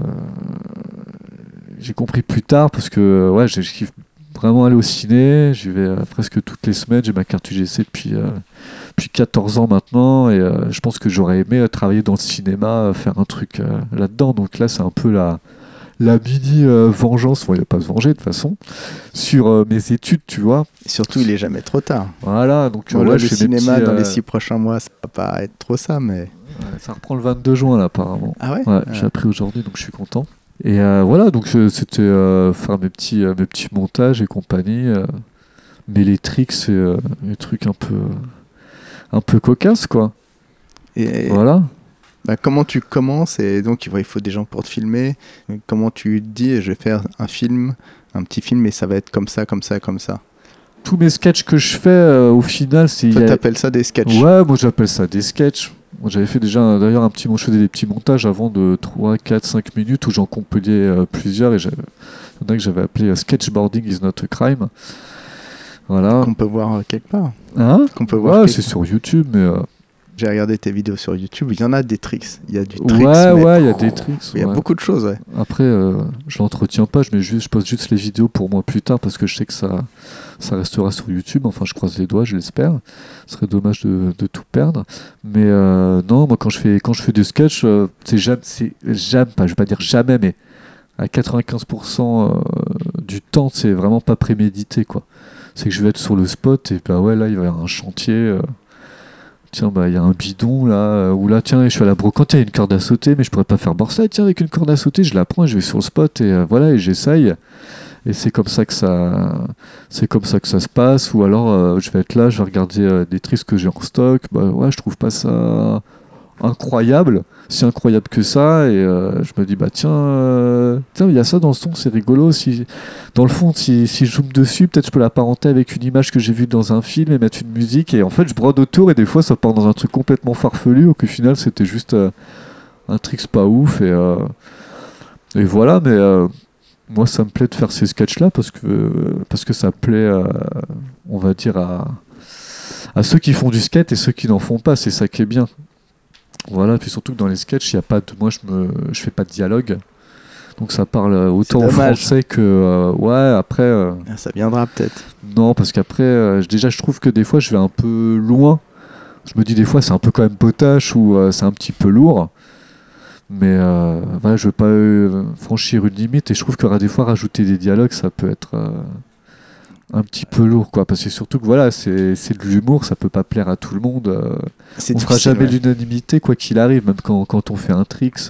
j'ai compris plus tard, parce que je kiffe vraiment aller au ciné, j'y vais presque toutes les semaines, j'ai ma carte UGC depuis 14 ans maintenant, et je pense que j'aurais aimé travailler dans le cinéma, faire un truc là-dedans, donc là c'est un peu la mini vengeance, il n'y a pas à se venger de toute façon, sur mes études, tu vois. Et surtout, il est jamais trop tard. Voilà, donc le cinéma dans les 6 prochains mois, ça va pas être trop ça, mais... ça reprend le 22 juin là, apparemment. Ah ouais, j'ai appris aujourd'hui, donc je suis content. Et donc c'était faire mes petits montages et compagnie, mais les tricks et les trucs un peu cocasses, quoi. Et voilà. Comment tu commences, et donc il faut des gens pour te filmer. Comment tu te dis, je vais faire un petit film, et ça va être comme ça, comme ça, comme ça. Tous mes sketchs que je fais, au final, c'est... Toi, t'appelles ça des sketchs? Ouais, moi j'appelle ça des sketchs. Moi, j'avais fait déjà d'ailleurs je faisais des petits montages avant de 3, 4, 5 minutes où j'en compilais plusieurs, et il y en a que j'avais appelé Sketchboarding is not a crime. Voilà. Qu'on peut voir quelque part. Hein? Qu'on peut voir c'est sur YouTube, mais J'ai regardé tes vidéos sur YouTube, il y en a des tricks. Il y a du tricks. Ouais, il y a des tricks. Il y a beaucoup de choses, ouais. Après, je l'entretiens pas, je poste juste les vidéos pour moi plus tard parce que je sais que ça restera sur YouTube. Enfin, je croise les doigts, je l'espère. Ce serait dommage de tout perdre. Mais non, moi, quand je fais des sketchs, c'est jamais, pas, je vais pas dire jamais, mais à 95% du temps, c'est vraiment pas prémédité, quoi. C'est que je vais être sur le spot et bah ouais, là, il va y avoir un chantier. Tiens, bah il y a un bidon là, ou là, tiens, je suis à la brocante, il y a une corde à sauter, mais je pourrais pas faire borsa. Tiens, avec une corde à sauter, je la prends et je vais sur le spot et voilà, et j'essaye. Et c'est comme ça que ça se passe. Ou alors, je vais être là, je vais regarder des tristes que j'ai en stock. Bah ouais, je trouve pas ça incroyable, si incroyable que ça, et je me dis bah tiens, il y a ça dans le son, c'est rigolo. Si dans le fond, si je zoome dessus, peut-être je peux l'apparenter avec une image que j'ai vue dans un film et mettre une musique, et en fait je brode autour et des fois ça part dans un truc complètement farfelu ou qu'au final c'était juste un tricks pas ouf, et voilà. Mais moi ça me plaît de faire ces sketchs là parce que ça plaît on va dire à ceux qui font du skate et ceux qui n'en font pas, c'est ça qui est bien. Voilà, puis surtout que dans les sketchs, il y a pas de, moi je fais pas de dialogue, donc ça parle autant en français que ouais. Après, ça viendra peut-être. Non, parce qu'après, déjà je trouve que des fois je vais un peu loin. Je me dis des fois c'est un peu quand même potache ou c'est un petit peu lourd. Mais voilà, je veux pas franchir une limite, et je trouve que des fois rajouter des dialogues, ça peut être un petit peu lourd, quoi, parce que surtout que voilà, c'est de l'humour, ça peut pas plaire à tout le monde. On fera jamais l'unanimité quoi qu'il arrive, même quand on fait un tricks.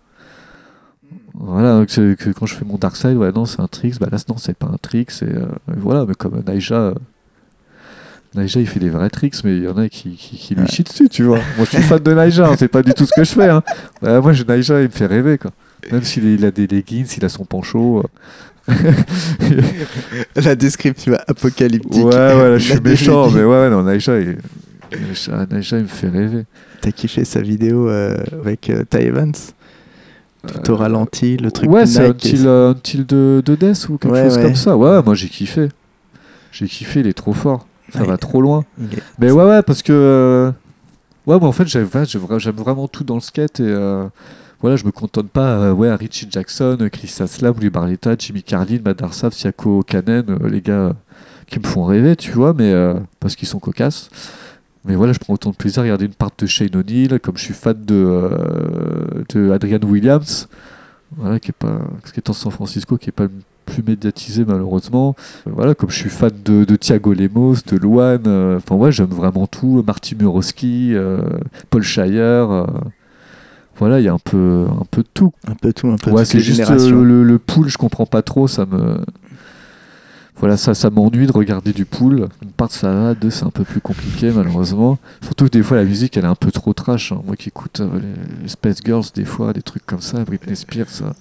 Voilà, que quand je fais mon Darkside, ouais, non, c'est un tricks, bah là non, c'est pas un tricks, et voilà. Mais comme Naija, il fait des vrais tricks, mais il y en a qui lui chient dessus, tu vois. Moi je suis fan de Naija, hein, c'est pas du tout ce que je fais, hein. Moi Naija, il me fait rêver, quoi. Même s'il a des leggings, il a son pancho. La description apocalyptique. Ouais, là, je suis méchant, mais ouais, non, Naija, il me fait rêver. T'as kiffé sa vidéo avec Ty Evans, tout au ralenti, le truc. Ouais, c'est un style de Death ou quelque chose comme ça. Ouais, moi j'ai kiffé. Il est trop fort. Ça va trop loin. Mais ouais, parce que ouais, moi en fait j'aime vraiment tout dans le skate, et voilà, je me contente pas à Richie Jackson, Chris Aslam, Louis Barletta, Jimmy Carlin, Madar Sav, Siako Kanen, les gars qui me font rêver, tu vois, mais parce qu'ils sont cocasses. Mais voilà, je prends autant de plaisir à regarder une part de Shane O'Neill, comme je suis fan de Adrian Williams, voilà, qui est en San Francisco, qui est pas le plus médiatisé malheureusement. Voilà, comme je suis fan de Thiago Lemos, de Luan, enfin ouais, j'aime vraiment tout. Marty Muroski, Paul Shire. Voilà, il y a un peu de tout. Un peu ouais, c'est juste le pool, je comprends pas trop, ça m'ennuie de regarder du pool. Une part ça va, deux c'est un peu plus compliqué malheureusement. Surtout que des fois la musique elle est un peu trop trash, hein. Moi qui écoute les Space Girls des fois, des trucs comme ça, Britney Spears, ça.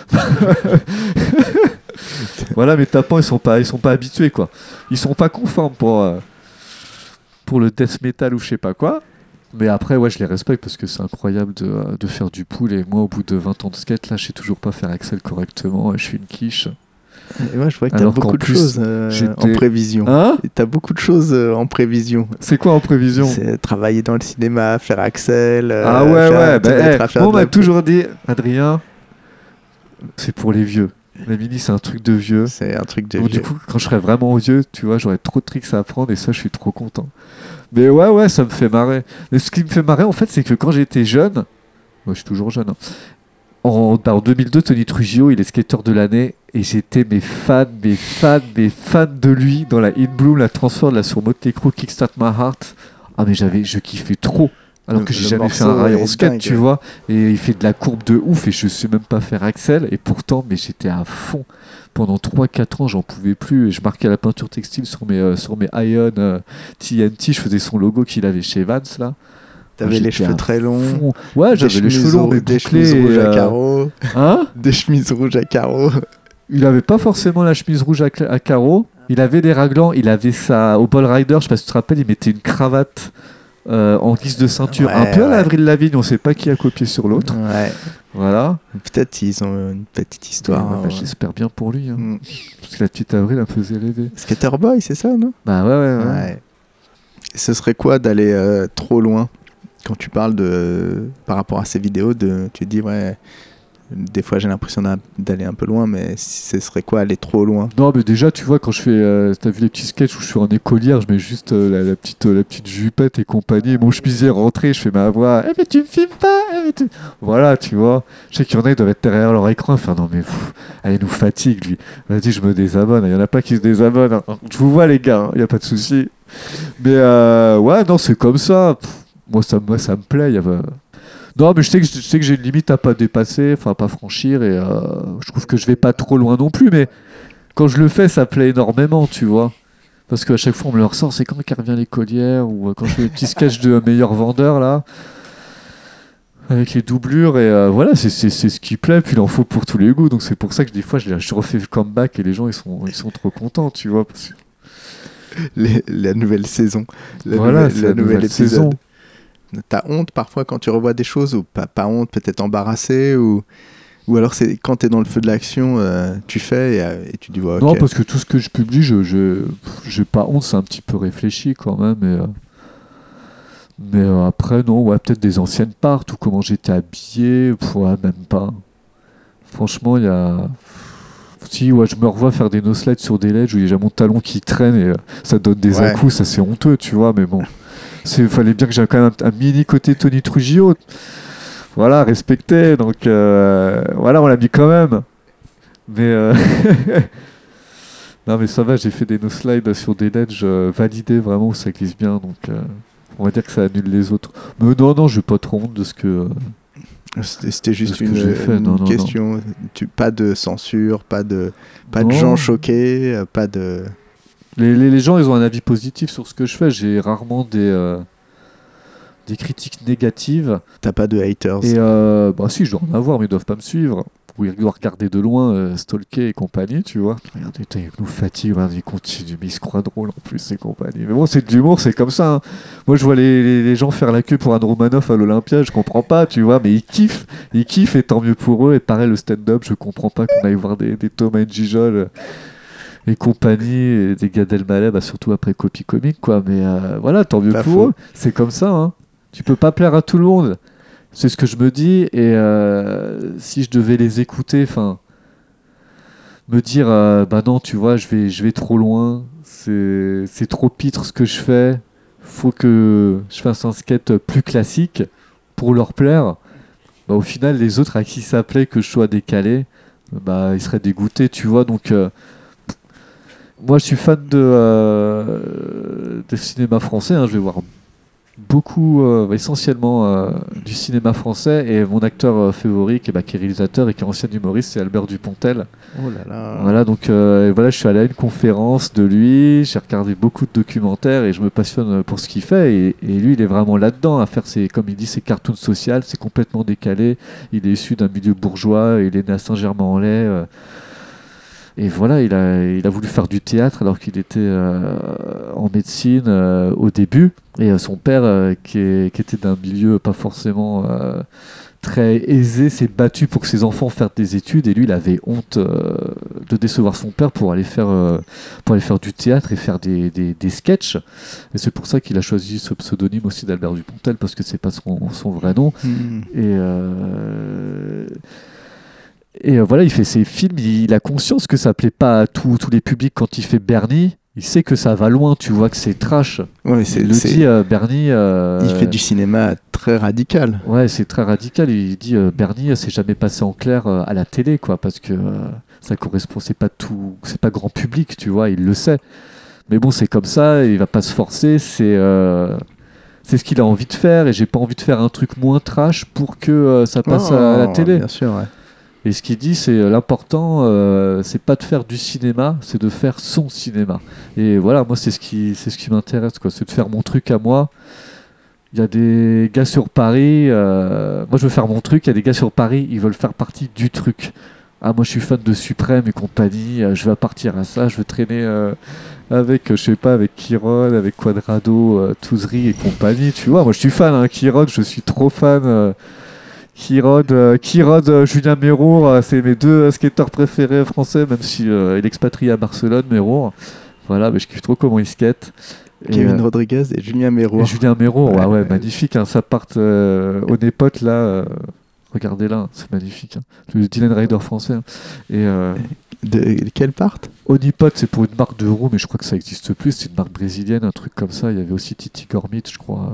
Voilà, mes tapants ils sont pas habitués, quoi. Ils sont pas conformes pour le death metal ou je sais pas quoi. Mais après, ouais, je les respecte parce que c'est incroyable de faire du pool. Et moi, au bout de 20 ans de skate, là, je sais toujours pas faire Axel correctement. Je suis une quiche. Et moi, je vois que t'as beaucoup de choses en prévision. Hein ? T'as beaucoup de choses en prévision. C'est quoi en prévision ? C'est travailler dans le cinéma, faire Axel. Ah ouais. On m'a toujours dit, Adrien, c'est pour les vieux. La mini, c'est un truc de vieux. C'est un truc de vieux. Du coup, quand je serai vraiment vieux, tu vois, j'aurai trop de tricks à apprendre et ça, je suis trop content. Mais ouais, ça me fait marrer. Mais ce qui me fait marrer, en fait, c'est que quand j'étais jeune, moi, je suis toujours jeune, hein. En 2002, Tony Trujillo, il est skateur de l'année et j'étais fan de lui dans la In Bloom, la transfert là sur Motley Crue, Kickstart My Heart. Ah mais je kiffais trop. Alors que j'ai jamais fait un rail en skate, dingue, tu vois. Et il fait de la courbe de ouf et je sais même pas faire Axel. Et pourtant, mais j'étais à fond. Pendant 3-4 ans, j'en pouvais plus. Et je marquais la peinture textile sur mes Ion TNT. Je faisais son logo qu'il avait chez Vans, là. T'avais les cheveux très longs. Ouais, j'avais les cheveux longs, mais des chemises rouges à carreaux. Hein ? Des chemises rouges à carreaux. Il avait pas forcément la chemise rouge à carreaux. Il avait des raglans. Il avait ça au Ball Rider. Je sais pas si tu te rappelles, il mettait une cravate en guise de ceinture. Ouais, un peu à l'Avril Lavigne. On sait pas qui a copié sur l'autre. Ouais. Voilà. Peut-être ils ont une petite histoire. Ouais, j'espère bien pour lui. Hein. Parce que la petite Avril elle me faisait rêver. Skater Boy, c'est ça, non ? Bah ouais. Et ce serait quoi d'aller trop loin ? quand tu parles par rapport à ces vidéos, tu te dis, ouais, des fois j'ai l'impression d'aller un peu loin, mais ce serait quoi aller trop loin? Non, mais déjà, tu vois, quand je fais. T'as vu les petits sketchs où je suis en écolière, je mets juste la petite jupette et compagnie, mon chemisier rentré, je fais ma voix. Eh, mais tu me filmes pas Voilà, tu vois. Je sais qu'il y en a, ils doivent être derrière leur écran et faire non, mais elle nous fatigue, lui. Vas-y, je me désabonne. Il y en a pas qui se désabonnent. Hein. Je vous vois, les gars, il n'y a pas de souci. Mais ouais, non, c'est comme ça. Moi, ça me plaît. Non, mais je sais que j'ai une limite à pas dépasser, enfin, pas franchir, et je trouve que je vais pas trop loin non plus, mais quand je le fais, ça plaît énormément, tu vois. Parce qu'à chaque fois, on me le ressort, c'est quand qu'elle revient l'écolière, ou quand je fais les petits sketchs de meilleur vendeur, là, avec les doublures, et voilà, c'est ce qui plaît, puis il en faut pour tous les goûts, donc c'est pour ça que des fois, je refais le comeback, et les gens, ils sont trop contents, tu vois. Parce que... La nouvelle saison. Voilà, c'est la nouvelle saison. T'as honte parfois quand tu revois des choses, ou pas honte, peut-être embarrassé, ou alors c'est quand t'es dans le feu de l'action, tu fais et tu dis ouais, non, ok. parce que tout ce que je publie, j'ai pas honte, c'est un petit peu réfléchi quand même. Mais après, non, ouais, peut-être des anciennes parts, ou comment j'étais habillé, ouais, même pas. Franchement, il y a... Si, ouais, je me revois faire des no-slides sur des ledges où il y a déjà mon talon qui traîne et ça donne des à-coups, ça c'est honteux, tu vois, mais bon. Il fallait bien que j'aie quand même un mini côté Tony Trujillo. Voilà, respecté, donc voilà, on l'a mis quand même. Mais non, mais ça va, j'ai fait des no-slides sur des ledges validés vraiment où ça glisse bien, donc on va dire que ça annule les autres. Mais non, j'ai pas trop honte de ce que... C'était juste une question. Pas de censure, pas de gens choqués, pas de... Les gens, ils ont un avis positif sur ce que je fais. J'ai rarement des critiques négatives. T'as pas de haters? Et bah si, je dois en avoir, mais ils doivent pas me suivre. Ou ils doivent regarder de loin, stalker et compagnie, tu vois. Regardez, il nous fatigue, il continue, mais il se croit drôle en plus et compagnie. Mais bon, c'est de l'humour, c'est comme ça. Hein. Moi, je vois les gens faire la queue pour un Romanoff à l'Olympia, je comprends pas, tu vois, mais ils kiffent et tant mieux pour eux. Et pareil, le stand-up, je comprends pas qu'on aille voir des Thomas Gijol et compagnie, et des Gad Elmaleh, bah, surtout après Copy Comique, quoi. Mais voilà, tant mieux pas pour faux. eux. C'est comme ça, hein. Tu peux pas plaire à tout le monde. C'est ce que je me dis, et si je devais les écouter, enfin, me dire, bah non, tu vois, je vais trop loin, c'est trop pitre ce que je fais, faut que je fasse un skate plus classique pour leur plaire. Bah, au final, les autres à qui ça plaît que je sois décalé, bah ils seraient dégoûtés, tu vois. Donc, moi, je suis fan de cinéma français, hein, je vais voir beaucoup, essentiellement du cinéma français, et mon acteur favori qui est réalisateur et qui est ancien humoriste, c'est Albert Dupontel. Oh là là. Voilà, donc voilà, je suis allé à une conférence de lui, j'ai regardé beaucoup de documentaires et je me passionne pour ce qu'il fait, et lui il est vraiment là-dedans à faire comme il dit, ses cartoons sociales, c'est complètement décalé, il est issu d'un milieu bourgeois, il est né à Saint-Germain-en-Laye, et voilà, il a voulu faire du théâtre alors qu'il était en médecine au début. Et son père, qui était d'un milieu pas forcément très aisé, s'est battu pour que ses enfants fassent des études. Et lui, il avait honte de décevoir son père pour aller faire du théâtre et faire des sketchs. Et c'est pour ça qu'il a choisi ce pseudonyme aussi d'Albert Dupontel, parce que c'est pas son vrai nom. Et voilà, il fait ses films, il a conscience que ça plaît pas à tous les publics. Quand il fait Bernie, il sait que ça va loin, tu vois, que c'est trash. Ouais, il le dit, Bernie... il fait du cinéma très radical. Ouais, c'est très radical. Il dit, Bernie, c'est jamais passé en clair à la télé, quoi, parce que ça correspond, c'est pas grand public, tu vois, il le sait. Mais bon, c'est comme ça, il va pas se forcer, c'est ce qu'il a envie de faire, et j'ai pas envie de faire un truc moins trash pour que ça passe à la télé. Bien sûr, ouais. Et ce qu'il dit, c'est l'important, c'est pas de faire du cinéma, c'est de faire son cinéma. Et voilà, moi, c'est ce qui m'intéresse, quoi. C'est de faire mon truc à moi. Il y a des gars sur Paris, moi je veux faire mon truc, il y a des gars sur Paris, ils veulent faire partie du truc. Ah, moi je suis fan de Suprême et compagnie, je veux partir à ça, je veux traîner avec, je sais pas, avec Kiron, avec Quadrado, Touzerie et compagnie, tu vois. Moi je suis fan, hein, Kiron, je suis trop fan. Kirod, Julien Mérour, c'est mes deux skateurs préférés français, même si il est expatrié à Barcelone, Mérour. Voilà, mais je kiffe trop comment il skate. Kevin Rodriguez et Julien Mero. Et Julien Mero, ouais, magnifique. Hein, ça part au Népot, là. Regardez là, c'est magnifique. Hein. Le Dylan Rider français. Hein. Et, de quelle part? Onipot, c'est pour une marque de roues, mais je crois que ça n'existe plus. C'est une marque brésilienne, un truc comme ça. Il y avait aussi Titi Gormit, je crois.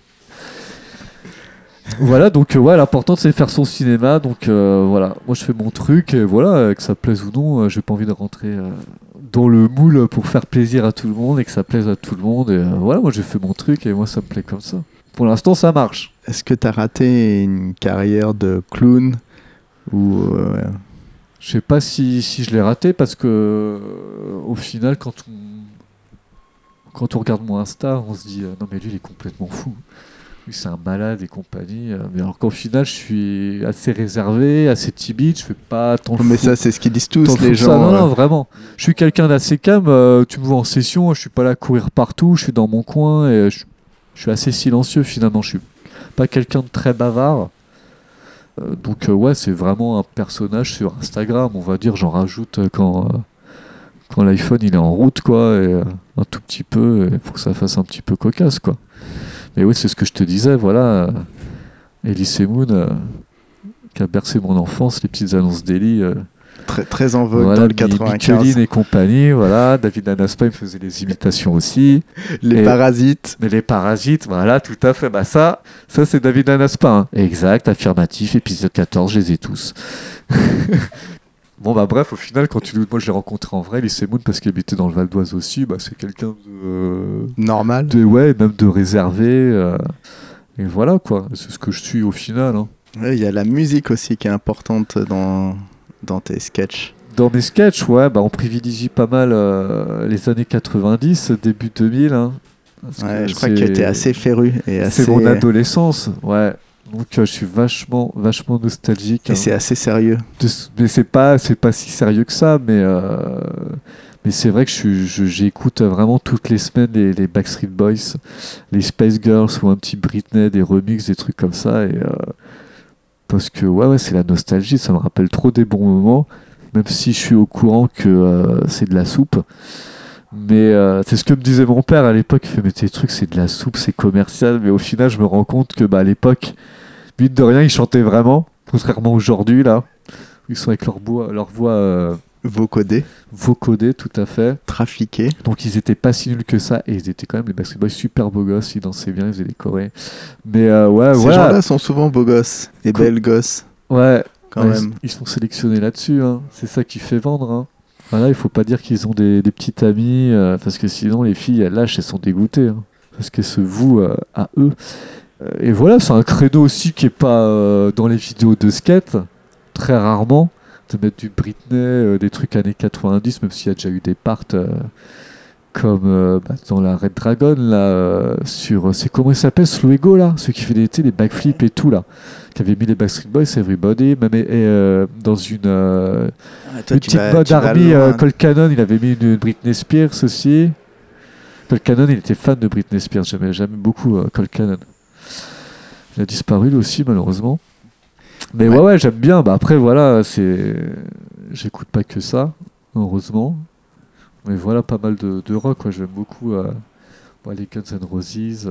Voilà, donc l'important c'est de faire son cinéma. Donc voilà, moi je fais mon truc et voilà, que ça plaise ou non, j'ai pas envie de rentrer dans le moule pour faire plaisir à tout le monde et que ça plaise à tout le monde. Et voilà, moi j'ai fait mon truc et moi ça me plaît comme ça. Pour l'instant, ça marche. Est-ce que t'as raté une carrière de clown ou Je sais pas si je l'ai raté parce que au final, quand on regarde mon Insta, on se dit non mais lui il est complètement fou. Lui c'est un malade et compagnie. Mais alors qu'au final, je suis assez réservé, assez timide. Je fais pas tant le Mais fou. ça, c'est ce qu'ils disent tous Tant les le fou que ça. gens. Non, vraiment. Je suis quelqu'un d'assez calme. Tu me vois en session, je suis pas là à courir partout. Je suis dans mon coin et je suis assez silencieux finalement. Je suis pas quelqu'un de très bavard. Donc ouais, c'est vraiment un personnage sur Instagram, on va dire. J'en rajoute quand l'iPhone il est en route, quoi, et un tout petit peu, pour que ça fasse un petit peu cocasse, quoi. Mais oui, c'est ce que je te disais, voilà. Elise Moon, qui a bercé mon enfance, les petites annonces d'Eli. Très, très en vogue Voilà, dans le 95. Michelin et compagnie, voilà. David Anaspa, il faisait des imitations aussi. Les Parasites. Mais les Parasites, voilà, tout à fait. Bah ça c'est David Anaspa. Hein. Exact, affirmatif, épisode 14, je les ai tous. Bon, bah bref, au final, moi je l'ai rencontré en vrai, Elise Moon, parce qu'il habitait dans le Val d'Oise aussi, bah c'est quelqu'un de... Normal. Ouais, même de réservé. Et voilà, quoi. C'est ce que je suis au final. Hein. Il y a la musique aussi qui est importante dans tes sketchs. Dans mes sketchs, ouais, bah on privilégie pas mal les années 90, début 2000. Hein, ouais, je crois que tu étais assez féru. C'est mon adolescence, ouais. Donc je suis vachement nostalgique. Et c'est assez sérieux. Mais c'est pas si sérieux que ça, mais c'est vrai que j'écoute vraiment toutes les semaines les Backstreet Boys, les Spice Girls ou un petit Britney, des remixes, des trucs comme ça. Et, parce que ouais, c'est la nostalgie, ça me rappelle trop des bons moments, même si je suis au courant que c'est de la soupe. Mais c'est ce que me disait mon père à l'époque, il fait mais tes trucs c'est de la soupe, c'est commercial, mais au final je me rends compte que à l'époque, mine de rien, ils chantaient vraiment, contrairement aujourd'hui là, ils sont avec leur voix vocodée, tout à fait. Trafiqués. Donc ils étaient pas si nuls que ça, et ils étaient quand même les Backstreet Boys super beaux gosses, ils dansaient bien, ils faisaient des chorés. Mais ouais, ces voilà. gens-là sont souvent beaux gosses et belles gosses. Ouais, quand même. Ils sont sélectionnés là-dessus, hein. C'est ça qui fait vendre. Hein. Voilà, il faut pas dire qu'ils ont des petites amies, parce que sinon les filles elles lâchent, elles sont dégoûtées, hein, parce qu'elles se vouent à eux. Et voilà, c'est un créneau aussi qui est pas dans les vidéos de skate, très rarement. De mettre du Britney, des trucs années 90, même s'il y a déjà eu des parts comme dans la Red Dragon, là, sur... c'est comment il s'appelle, Sloego, là, ceux qui fait des backflips et tout, là, qui avait mis les Backstreet Boys, Everybody, même dans une petite mode Army, Cole Cannon, il avait mis une Britney Spears aussi. Cole Cannon, il était fan de Britney Spears, j'aimais beaucoup Cole Cannon. Il a disparu lui aussi, malheureusement. Mais ouais, j'aime bien. Bah après, voilà, j'écoute pas que ça, heureusement. Mais voilà, pas mal de rock, quoi. J'aime beaucoup les Guns N' Roses,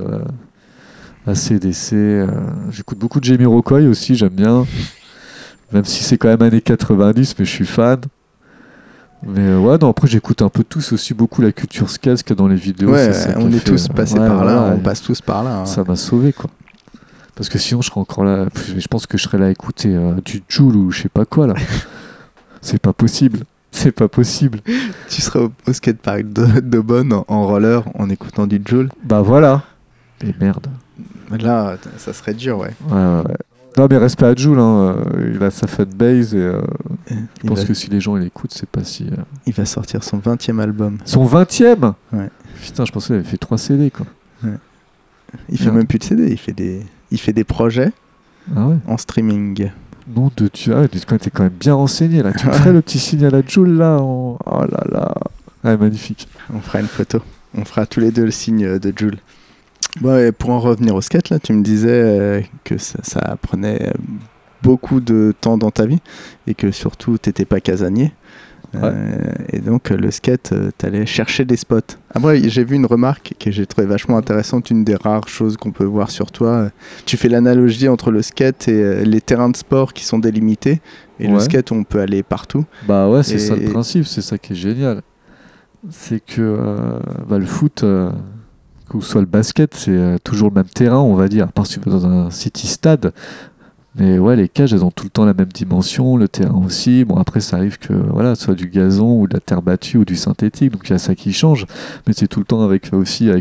AC/DC. J'écoute beaucoup de Jamiroquai aussi, j'aime bien. Même si c'est quand même années 90, mais je suis fan. Mais ouais, non, après j'écoute un peu tous aussi beaucoup la culture skate qu'il y a dans les vidéos. Ouais, on est tous passés par là, on passe tous par là. Hein. Ça m'a sauvé, quoi. Parce que sinon, je serais encore là. Je pense que je serais là à écouter du Jul ou je sais pas quoi, là. C'est pas possible. C'est pas possible. Tu serais au skatepark de Bonn en roller en écoutant du Jul. Bah voilà. Et merde. Là, ça serait dur, ouais. Ouais. Non, mais respect à Jul. Hein. Il a sa fanbase et je pense que si les gens l'écoutent, c'est pas si... Il va sortir son 20e album. Son 20e ? Ouais. Putain, je pensais qu'il avait fait 3 CD, quoi. Ouais. Il fait même plus de CD, il fait des projets en streaming. Nom de Dieu, t'es quand même bien renseigné là. Tu me ferais le petit signe à la Jul là. Oh là là. Ouais, magnifique. On fera une photo. On fera tous les deux le signe de Jul. Bon, et pour en revenir au skate, là, tu me disais que ça prenait beaucoup de temps dans ta vie et que surtout t'étais pas casanier. Et donc le skate, t'allais chercher des spots. Après, j'ai vu une remarque que j'ai trouvé vachement intéressante, une des rares choses qu'on peut voir sur toi. Tu fais l'analogie entre le skate et les terrains de sport qui sont délimités. Et le skate, on peut aller partout. Bah ouais, c'est ça le principe, c'est ça qui est génial. C'est que le foot, ou soit le basket, c'est toujours le même terrain, on va dire, à part si tu vas dans un city stade. Mais ouais, les cages, elles ont tout le temps la même dimension, le terrain aussi. Bon, après, ça arrive que voilà, soit du gazon ou de la terre battue ou du synthétique, donc il y a ça qui change. Mais c'est tout le temps avec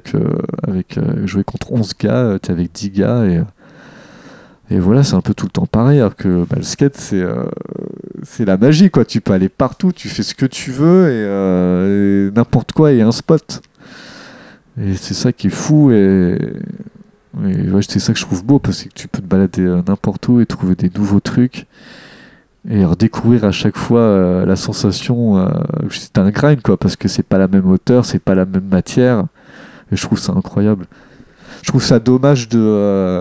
jouer contre 11 gars, t'es avec 10 gars et voilà, c'est un peu tout le temps pareil. Alors que le skate, c'est la magie, quoi. Tu peux aller partout, tu fais ce que tu veux et n'importe quoi, il y a un spot. Et c'est ça qui est fou et ouais, c'est ça que je trouve beau, parce que tu peux te balader n'importe où et trouver des nouveaux trucs et redécouvrir à chaque fois la sensation c'est un grind, quoi, parce que c'est pas la même hauteur, c'est pas la même matière, et je trouve ça incroyable. Je trouve ça dommage de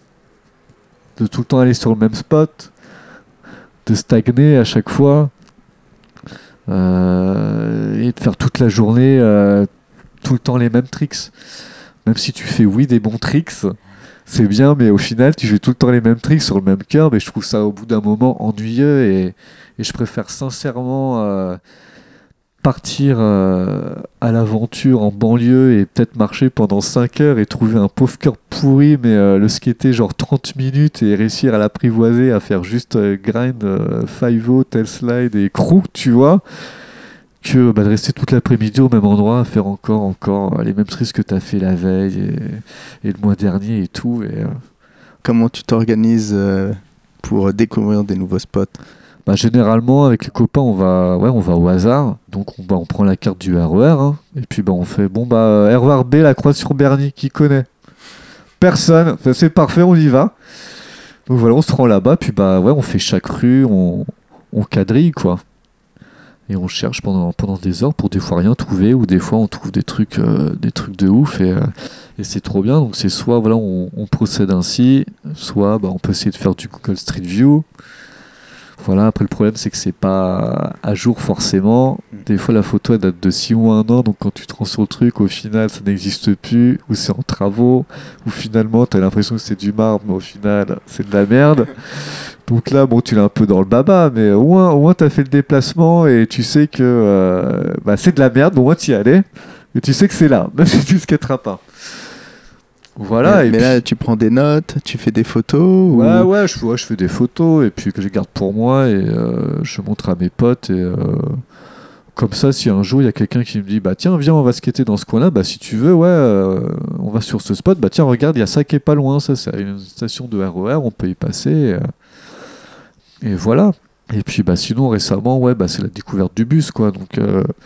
tout le temps aller sur le même spot, de stagner à chaque fois et de faire toute la journée tout le temps les mêmes tricks. Même si tu fais des bons tricks, c'est bien, mais au final tu fais tout le temps les mêmes tricks sur le même curve, et je trouve ça au bout d'un moment ennuyeux, et je préfère sincèrement partir à l'aventure en banlieue et peut-être marcher pendant 5 heures et trouver un pauvre curve pourri, mais le skater genre 30 minutes et réussir à l'apprivoiser, à faire juste grind, 5-0, tail slide et crook, tu vois, que de rester toute l'après-midi au même endroit à faire encore les mêmes tricks que tu as fait la veille et le mois dernier et tout. Comment tu t'organises pour découvrir des nouveaux spots? Généralement, avec les copains, on va au hasard. Donc on prend la carte du RER, hein, et puis on fait RER B, la Croix-sur-Berny, qui connaît? Personne. C'est parfait, on y va. Donc voilà, on se rend là-bas, puis on fait chaque rue, on quadrille, quoi. Et on cherche pendant des heures pour des fois rien trouver, ou des fois on trouve des trucs de ouf, et c'est trop bien. Donc c'est soit on procède ainsi, soit on peut essayer de faire du Google Street View. Voilà, après le problème c'est que c'est pas à jour forcément. Des fois la photo elle date de 6 ou 1 an, donc quand tu te rends sur le truc, au final ça n'existe plus, ou c'est en travaux, ou finalement t'as l'impression que c'est du marbre, mais au final c'est de la merde. Donc là, tu l'as un peu dans le baba, mais au moins t'as fait le déplacement et tu sais que c'est de la merde, au moins t'y allais, et tu sais que c'est là, même si tu ne skateras pas. Voilà. Mais là, tu prends des notes, tu fais des photos je fais des photos et puis que je garde pour moi, et je montre à mes potes, et comme ça, si un jour il y a quelqu'un qui me dit tiens, viens, on va skater dans ce coin-là, si tu veux, on va sur ce spot, tiens, regarde, il y a ça qui est pas loin, ça c'est une station de RER, on peut y passer, et voilà. Et puis sinon récemment, c'est la découverte du bus, quoi, donc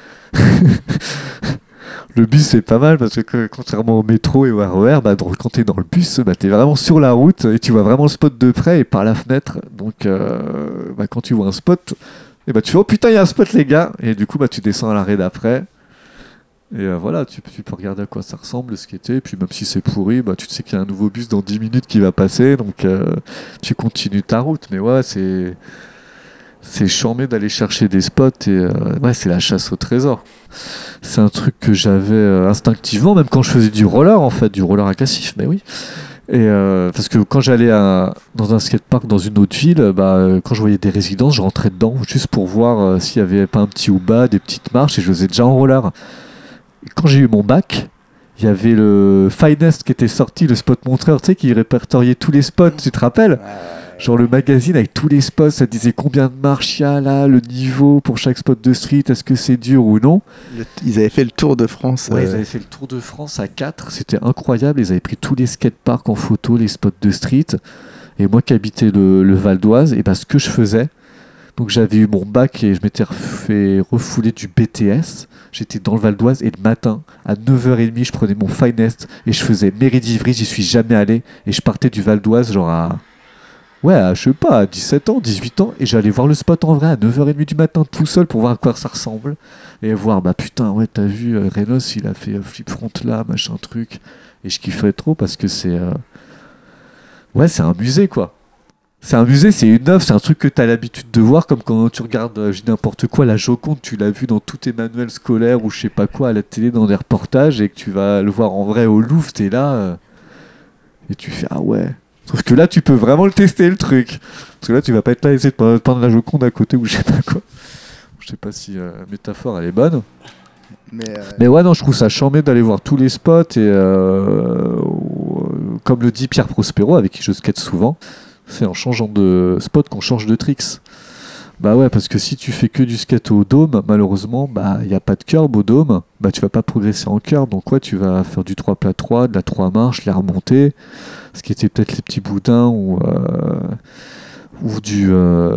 le bus c'est pas mal, parce que contrairement au métro et au RER, quand t'es dans le bus, t'es vraiment sur la route et tu vois vraiment le spot de près et par la fenêtre. Donc quand tu vois un spot, tu fais oh putain, il y a un spot, les gars, et du coup tu descends à l'arrêt d'après, et voilà, tu peux regarder à quoi ça ressemble, ce qui était, et puis même si c'est pourri, tu sais qu'il y a un nouveau bus dans 10 minutes qui va passer, donc tu continues ta route. Mais c'est charmé d'aller chercher des spots, et c'est la chasse au trésor. C'est un truc que j'avais instinctivement, même quand je faisais du roller, en fait, du roller à cassif, mais oui. Et parce que quand j'allais dans un skatepark dans une autre ville, quand je voyais des résidences, je rentrais dedans juste pour voir s'il n'y avait pas un petit ou-bas, des petites marches, et je faisais déjà en roller. Et quand j'ai eu mon bac, il y avait le Finest qui était sorti, le spot montreur, tu sais, qui répertoriait tous les spots, tu te rappelles ? Genre le magazine avec tous les spots, ça disait combien de marches il y a là, le niveau pour chaque spot de street, est-ce que c'est dur ou non. Ils avaient fait le Tour de France. Ouais, ils avaient fait le Tour de France à 4, c'était incroyable. Ils avaient pris tous les skateparks en photo, les spots de street. Et moi qui habitais le Val d'Oise, et ce que je faisais, donc j'avais eu mon bac et je m'étais fait refouler du BTS. J'étais dans le Val d'Oise, et le matin, à 9h30, je prenais mon Finest et je faisais Mairie-d'Ivry, j'y suis jamais allé. Et je partais du Val d'Oise genre à 17 ans, 18 ans, et j'allais voir le spot en vrai à 9h30 du matin tout seul pour voir à quoi ça ressemble, et voir, putain, ouais, t'as vu, Renos, il a fait flip front là, machin truc, et je kifferais trop parce que c'est un musée, quoi. C'est un musée, c'est une œuvre, c'est un truc que tu as l'habitude de voir, comme quand tu regardes, je dis n'importe quoi, la Joconde, tu l'as vu dans tous tes manuels scolaires ou je sais pas quoi à la télé dans des reportages et que tu vas le voir en vrai au Louvre, t'es là et tu fais ah ouais. Sauf que là, tu peux vraiment le tester le truc. Parce que là, tu vas pas être là et essayer de peindre la Joconde à côté ou je sais pas quoi. Je sais pas si la métaphore elle est bonne. Mais ouais, non, je trouve ça charmé d'aller voir tous les spots et comme le dit Pierre Prospero, avec qui je skate souvent, c'est en changeant de spot qu'on change de tricks. Bah ouais, parce que si tu fais que du skate au dôme, malheureusement, bah il n'y a pas de curb au dôme, bah tu vas pas progresser en curb, donc ouais, tu vas faire du 3 plat 3, de la 3 marches, les remonter, ce qui était peut-être les petits boudins ou du...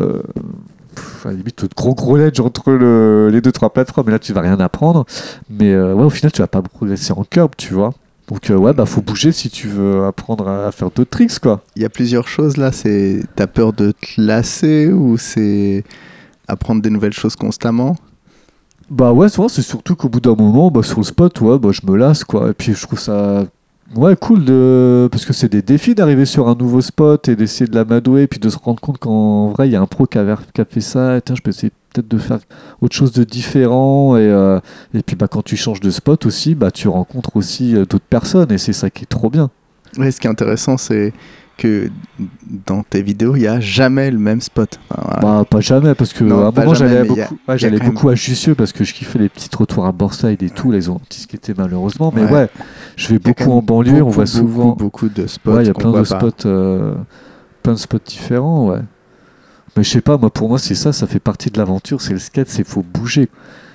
à la limite, le gros ledge entre les 2-3 plats 3, mais là tu vas rien apprendre. Mais ouais, au final, tu vas pas progresser en curb, tu vois. Donc ouais, bah faut bouger si tu veux apprendre à faire d'autres tricks, quoi. Il y a plusieurs choses là, t'as peur de te lasser ou c'est apprendre des nouvelles choses constamment? Bah ouais, souvent c'est surtout qu'au bout d'un moment, bah, sur le spot, ouais, bah, je me lasse, quoi. Et puis je trouve ça ouais, cool parce que c'est des défis d'arriver sur un nouveau spot et d'essayer de l'amadouer, puis de se rendre compte qu'en vrai il y a un pro qui a fait ça, et tiens, je peux essayer peut-être de faire autre chose de différent, et puis bah, quand tu changes de spot aussi, bah, tu rencontres aussi d'autres personnes, et c'est ça qui est trop bien. Ouais, ce qui est intéressant, c'est que dans tes vidéos, il n'y a jamais le même spot. Enfin, voilà. Bah, pas jamais, parce que Non, à un pas moment jamais, j'allais quand même- beaucoup à Jussieu parce que je kiffais les petits trottoirs à Borside et tout, là ils ont anti-skaté malheureusement, mais Ouais. ouais, je vais Il y a quand beaucoup même en banlieue, on voit beaucoup, souvent. beaucoup de spots. Ouais, il y a qu'on plein de voit pas. spots, plein de spots différents, ouais. Mais je sais pas, moi pour moi c'est ça fait partie de l'aventure, c'est le skate, c'est faut bouger,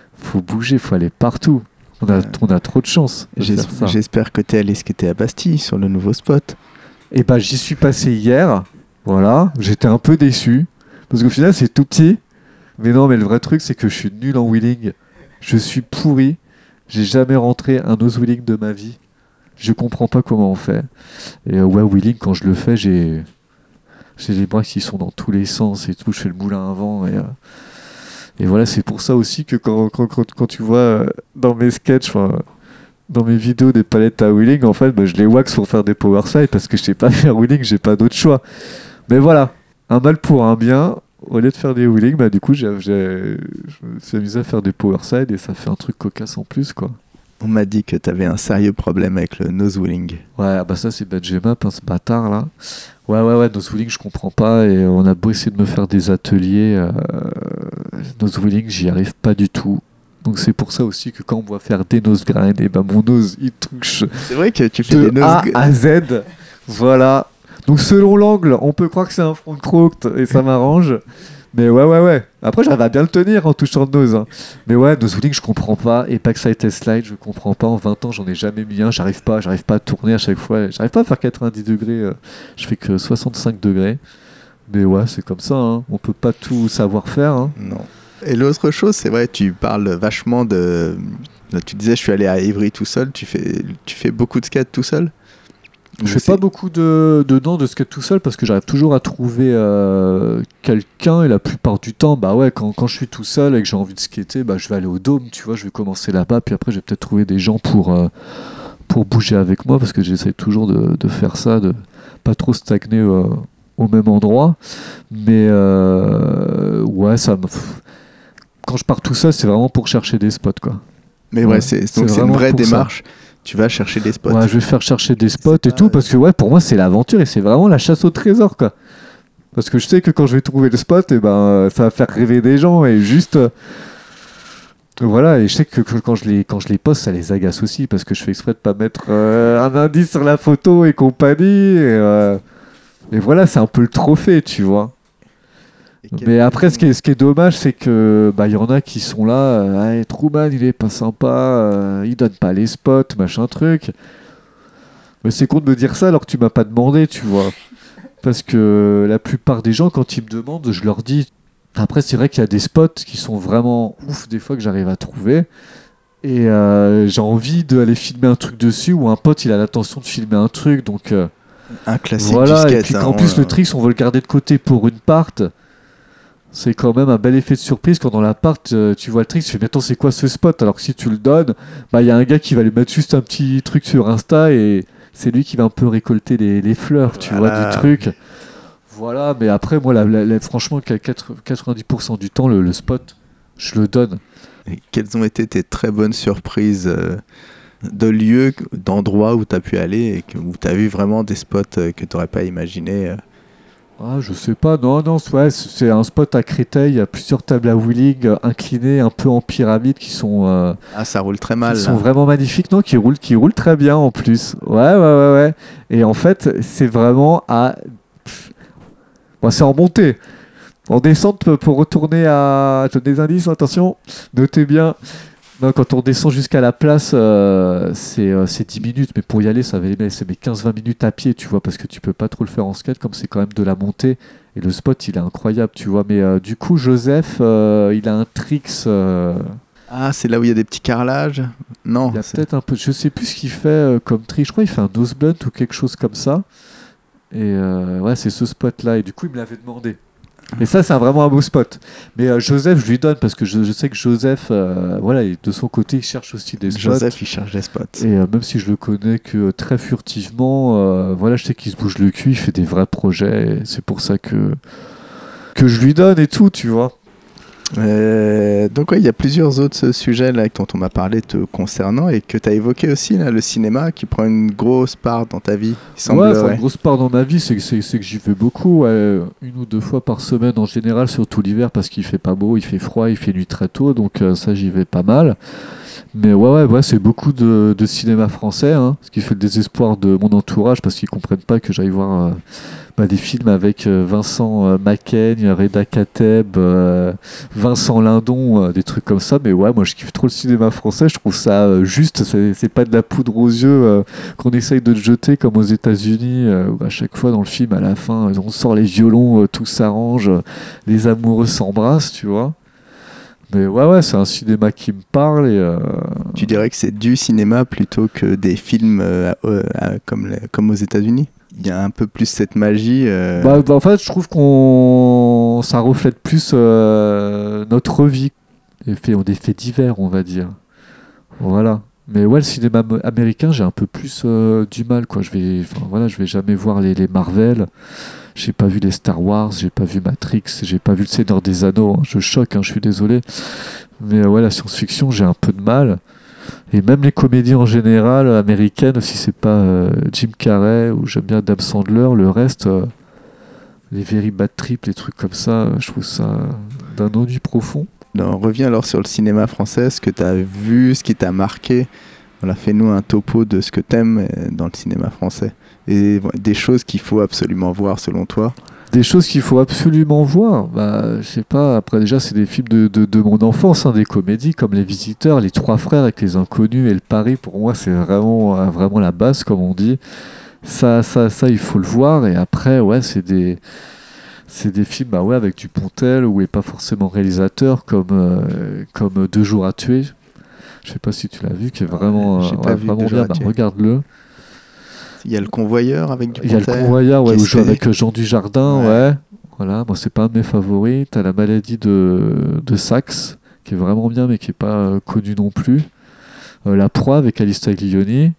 faut aller partout. On a trop de chance de faire ça. J'espère que t'es allé skater à Bastille sur le nouveau spot. Et bah j'y suis passé hier, voilà, j'étais un peu déçu, parce qu'au final c'est tout petit, mais non, mais le vrai truc c'est que je suis nul en wheeling, je suis pourri, j'ai jamais rentré un nose wheeling de ma vie, je comprends pas comment on fait. Et ouais, wheeling quand je le fais, j'ai les bras qui sont dans tous les sens et tout, je fais le moulin à vent et voilà, c'est pour ça aussi que quand tu vois dans mes sketchs, dans mes vidéos des palettes à wheeling, en fait, bah, je les wax pour faire des power slide parce que je sais pas faire wheeling, j'ai pas d'autre choix. Mais voilà, un mal pour un bien, au lieu de faire des wheeling, bah du coup, je me suis amusé à faire des power slide et ça fait un truc cocasse en plus, quoi. On m'a dit que t'avais un sérieux problème avec le nose wheeling. Ouais, bah ça c'est Benjamap, hein, ce bâtard là. Ouais, nose wheeling je comprends pas et on a beau essayer de me faire des ateliers, nose wheeling j'y arrive pas du tout. Donc c'est pour ça aussi que quand on va faire des nose grind, et ben mon nose il touche C'est vrai que tu fais de des nose A à Z. Voilà. Donc selon l'angle, on peut croire que c'est un front crooked et ça m'arrange. Mais ouais. Après, j'arrive à bien le tenir en touchant le nose. Hein. Mais ouais, nose wheeling, je comprends pas. Et backside test slide, je comprends pas. En 20 ans, j'en ai jamais mis un. J'arrive pas à tourner à chaque fois. J'arrive pas à faire 90 degrés. Je fais que 65 degrés. Mais ouais, c'est comme ça. Hein. On peut pas tout savoir faire. Hein. Non. Et l'autre chose, c'est vrai, tu parles vachement de... Tu disais, je suis allé à Ivry tout seul. Tu fais beaucoup de skate tout seul? Je fais pas beaucoup de skate tout seul parce que j'arrive toujours à trouver quelqu'un et la plupart du temps, bah ouais, quand je suis tout seul et que j'ai envie de skater, bah je vais aller au dôme, tu vois, je vais commencer là-bas, puis après je vais peut-être trouver des gens pour bouger avec moi parce que j'essaie toujours de faire ça, de pas trop stagner au même endroit. Mais ouais, quand je pars tout seul, c'est vraiment pour chercher des spots, quoi. Mais ouais, c'est une vraiment vraie pour ça. démarche. Tu vas chercher des spots. Ouais, je vais faire chercher des spots C'est et pas- tout parce que ouais, pour moi c'est l'aventure et c'est vraiment la chasse au trésor, quoi. Parce que je sais que quand je vais trouver le spot, et ben ça va faire rêver des gens et juste voilà, et je sais que quand je les poste, ça les agace aussi parce que je fais exprès de pas mettre un indice sur la photo et compagnie et voilà, c'est un peu le trophée, tu vois. Mais après, ce qui est dommage, c'est que bah y en a qui sont là, hey, Truman, il est pas sympa, il donne pas les spots, machin truc. Mais c'est con de me dire ça alors que tu m'as pas demandé, tu vois. Parce que la plupart des gens, quand ils me demandent, je leur dis. Après, c'est vrai qu'il y a des spots qui sont vraiment ouf des fois que j'arrive à trouver. Et j'ai envie d'aller filmer un truc dessus ou un pote, il a l'intention de filmer un truc, donc Un classique voilà. du skate. Et puis hein, qu'en plus le tricks, on veut le garder de côté pour une part. C'est quand même un bel effet de surprise quand dans l'appart tu vois le trick, tu fais mais attends c'est quoi ce spot, alors que si tu le donnes, bah il y a un gars qui va lui mettre juste un petit truc sur Insta et c'est lui qui va un peu récolter les fleurs, tu vois, Voilà. du truc. Voilà, mais après, moi, franchement, 90% du temps, le spot, je le donne. Et quelles ont été tes très bonnes surprises de lieux, d'endroits où tu as pu aller et où tu as vu vraiment des spots que tu n'aurais pas imaginé Ah, je sais pas, non, ouais, c'est un spot à Créteil, il y a plusieurs tables à wheeling inclinées, un peu en pyramide, qui sont, ça roule très mal. qui sont vraiment magnifiques, non, qui roulent très bien en plus. Ouais. Et en fait, c'est vraiment bon, c'est en montée. En descente, pour retourner à... Je donne des indices, attention, notez bien. Non, quand on descend jusqu'à la place, c'est 10 minutes, mais pour y aller, c'est mes 15-20 minutes à pied, tu vois, parce que tu peux pas trop le faire en skate, comme c'est quand même de la montée, et le spot, il est incroyable, tu vois. Mais du coup, Joseph, il a un tricks... Ah, c'est là où il y a des petits carrelages? Non. Il y a peut-être un peu... Je sais plus ce qu'il fait comme trick, je crois qu'il fait un nose blunt ou quelque chose comme ça. Et ouais, c'est ce spot-là, et du coup, il me l'avait demandé. Et ça, c'est vraiment un beau spot. Mais Joseph, je lui donne parce que je sais que Joseph, voilà, de son côté, il cherche aussi des spots. Joseph, il cherche des spots. Et même si je le connais que très furtivement, voilà, je sais qu'il se bouge le cul, il fait des vrais projets. Et c'est pour ça que je lui donne et tout, tu vois. Donc ouais, il y a plusieurs autres sujets là, dont on m'a parlé te concernant et que tu as évoqué aussi, là, le cinéma qui prend une grosse part dans ta vie. Une grosse part dans ma vie, c'est que j'y vais beaucoup, une ou deux fois par semaine en général, surtout l'hiver parce qu'il fait pas beau, il fait froid, il fait nuit très tôt, donc ça j'y vais pas mal. Mais ouais, c'est beaucoup de cinéma français, hein, ce qui fait le désespoir de mon entourage parce qu'ils comprennent pas que j'aille voir des films avec Vincent Macaigne, Reda Kateb, Vincent Lindon, des trucs comme ça. Mais ouais, moi je kiffe trop le cinéma français, je trouve ça juste, c'est pas de la poudre aux yeux qu'on essaye de te jeter comme aux États-Unis où à chaque fois dans le film, à la fin, on sort les violons, tout s'arrange, les amoureux s'embrassent, tu vois. Mais ouais, c'est un cinéma qui me parle. Tu dirais que c'est du cinéma plutôt que des films comme aux États-Unis? Il y a un peu plus cette magie. En fait, je trouve ça reflète plus notre vie. Des faits divers, on va dire. Voilà. Mais ouais, le cinéma américain, j'ai un peu plus du mal, quoi. Je vais jamais voir les Marvel. J'ai pas vu les Star Wars, j'ai pas vu Matrix, j'ai pas vu le Seigneur des Anneaux. Hein. Je choque, hein, je suis désolé. Mais ouais, la science-fiction, j'ai un peu de mal. Et même les comédies en général américaines, si c'est pas Jim Carrey ou j'aime bien Adam Sandler, le reste, les Very Bad Trip, les trucs comme ça, je trouve ça d'un ennui profond. On revient alors sur le cinéma français, ce que tu as vu, ce qui t'a marqué. Voilà, fais-nous un topo de ce que t'aimes dans le cinéma français. Et des choses qu'il faut absolument voir selon toi. Des choses qu'il faut absolument voir, je sais pas, après déjà c'est des films de mon enfance, hein, des comédies comme Les Visiteurs, Les Trois Frères avec Les Inconnus et Le Pari, pour moi c'est vraiment la base comme on dit. Ça il faut le voir. Et après ouais, c'est des films avec Dupontel où il n'est pas forcément réalisateur comme 2 jours à tuer. Je sais pas si tu l'as vu, qui est vraiment, vraiment bien, regarde-le. Il y a Le Convoyeur avec Dupontel. Il y a Le Convoyeur, où je joue avec Jean Dujardin, ouais. Voilà, moi c'est pas un de mes favoris. T'as La Maladie de Saxe, qui est vraiment bien, mais qui est pas connu non plus. La Proie avec Alice Taglioni.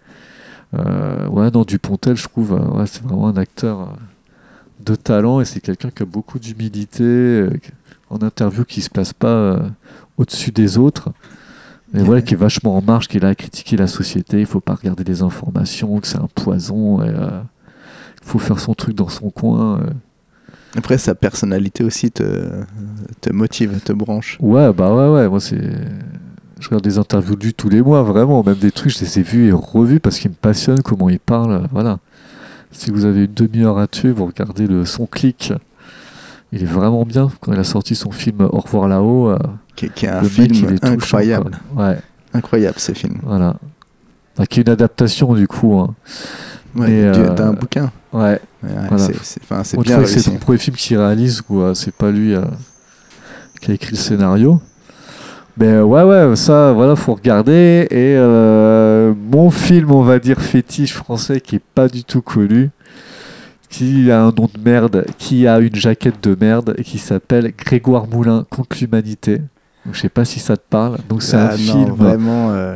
Dupontel, je trouve, c'est vraiment un acteur de talent et c'est quelqu'un qui a beaucoup d'humilité, en interview qui se place pas au-dessus des autres. Mais voilà, qui est vachement en marge, qui est là à critiquer la société, il faut pas regarder les informations, que c'est un poison, il faut faire son truc dans son coin. Après, sa personnalité aussi te motive, te branche. Ouais, moi je regarde des interviews de lui tous les mois, vraiment, même des trucs, je les ai vus et revus parce qu'il me passionne, comment il parle, voilà. Si vous avez une demi-heure à tuer, vous regardez son clic. Il est vraiment bien. Quand il a sorti son film Au revoir là-haut, qui est un film incroyable. Ouais. Incroyable ce film. Voilà. Qui est une adaptation du coup. Hein. Ouais, d'un bouquin. Ouais. Voilà. C'est bien réussi. C'est le premier film qu'il réalise où c'est pas lui qui a écrit le scénario. Mais ça, voilà, faut regarder. Et mon film, on va dire fétiche français, qui est pas du tout connu, qui a un nom de merde, qui a une jaquette de merde, et qui s'appelle Grégoire Moulin contre l'humanité. Donc, je sais pas si ça te parle. Donc c'est un film vraiment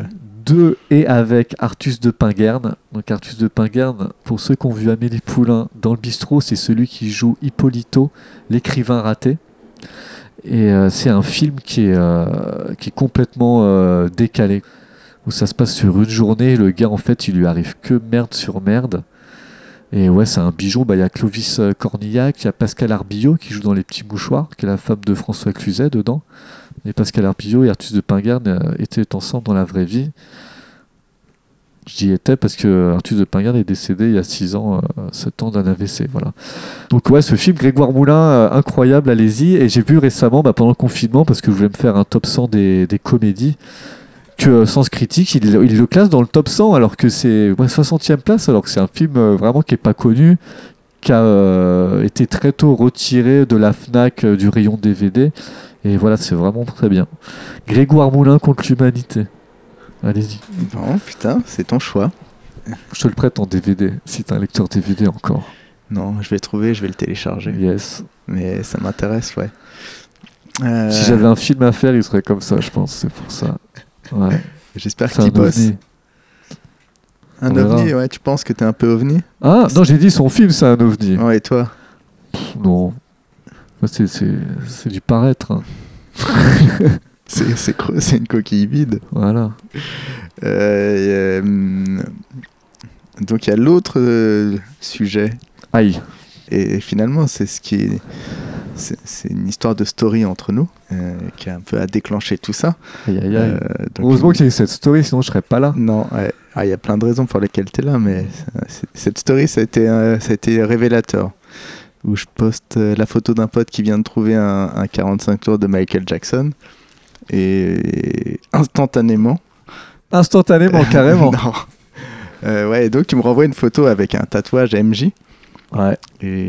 de et avec Artus de Pinguerne. Donc Artus de Pinguerne, pour ceux qui ont vu Amélie Poulain dans le bistrot, c'est celui qui joue Hippolito, l'écrivain raté. Et c'est un film qui est complètement décalé, où ça se passe sur une journée. Le gars, en fait, il lui arrive que merde sur merde. Et ouais, c'est un bijou. Il y a Clovis Cornillac, il y a Pascal Arbillot qui joue dans Les Petits Mouchoirs, qui est la femme de François Cluzet dedans. Et Pascal Arbillot et Artus de Pinguerne étaient ensemble dans la vraie vie. J'y étais parce que Artus de Pinguerne est décédé il y a 6 ans, 7 ans d'un AVC. Voilà. Donc ouais, ce film, Grégoire Moulin, incroyable, allez-y. Et j'ai vu récemment, pendant le confinement, parce que je voulais me faire un top 100 des comédies, que Sens Critique, il le classe dans le top 100 alors que c'est 60e place, alors que c'est un film vraiment qui n'est pas connu, qui a été très tôt retiré de la FNAC, du rayon DVD. Et voilà, c'est vraiment très bien. Grégoire Moulin contre l'humanité. Allez-y. Bon, putain, c'est ton choix. Je te le prête en DVD, si t'as un lecteur DVD encore. Non, je vais le trouver, je vais le télécharger. Yes. Mais ça m'intéresse, ouais. Si j'avais un film à faire, il serait comme ça, je pense. C'est pour ça. Ouais. J'espère qu'il bosse. OVNI. Un ovni, ouais, tu penses que t'es un peu ovni? Ah, non, j'ai dit son film, c'est un ovni. Ouais, et toi? Non. C'est du paraître. Hein. C'est une coquille vide. Voilà. Donc il y a l'autre sujet. Aïe. Et finalement, c'est ce qui est... C'est une histoire de story entre nous qui a un peu à déclencher tout ça. Aïe, aïe, aïe. Heureusement qu'il y a eu cette story, sinon je serais pas là. Non, ouais. Il y a plein de raisons pour lesquelles tu es là, mais cette story, ça a été révélateur. Où je poste la photo d'un pote qui vient de trouver un 45 tours de Michael Jackson. Et instantanément, carrément. Non. Ouais, donc tu me renvoies une photo avec un tatouage MJ. Ouais.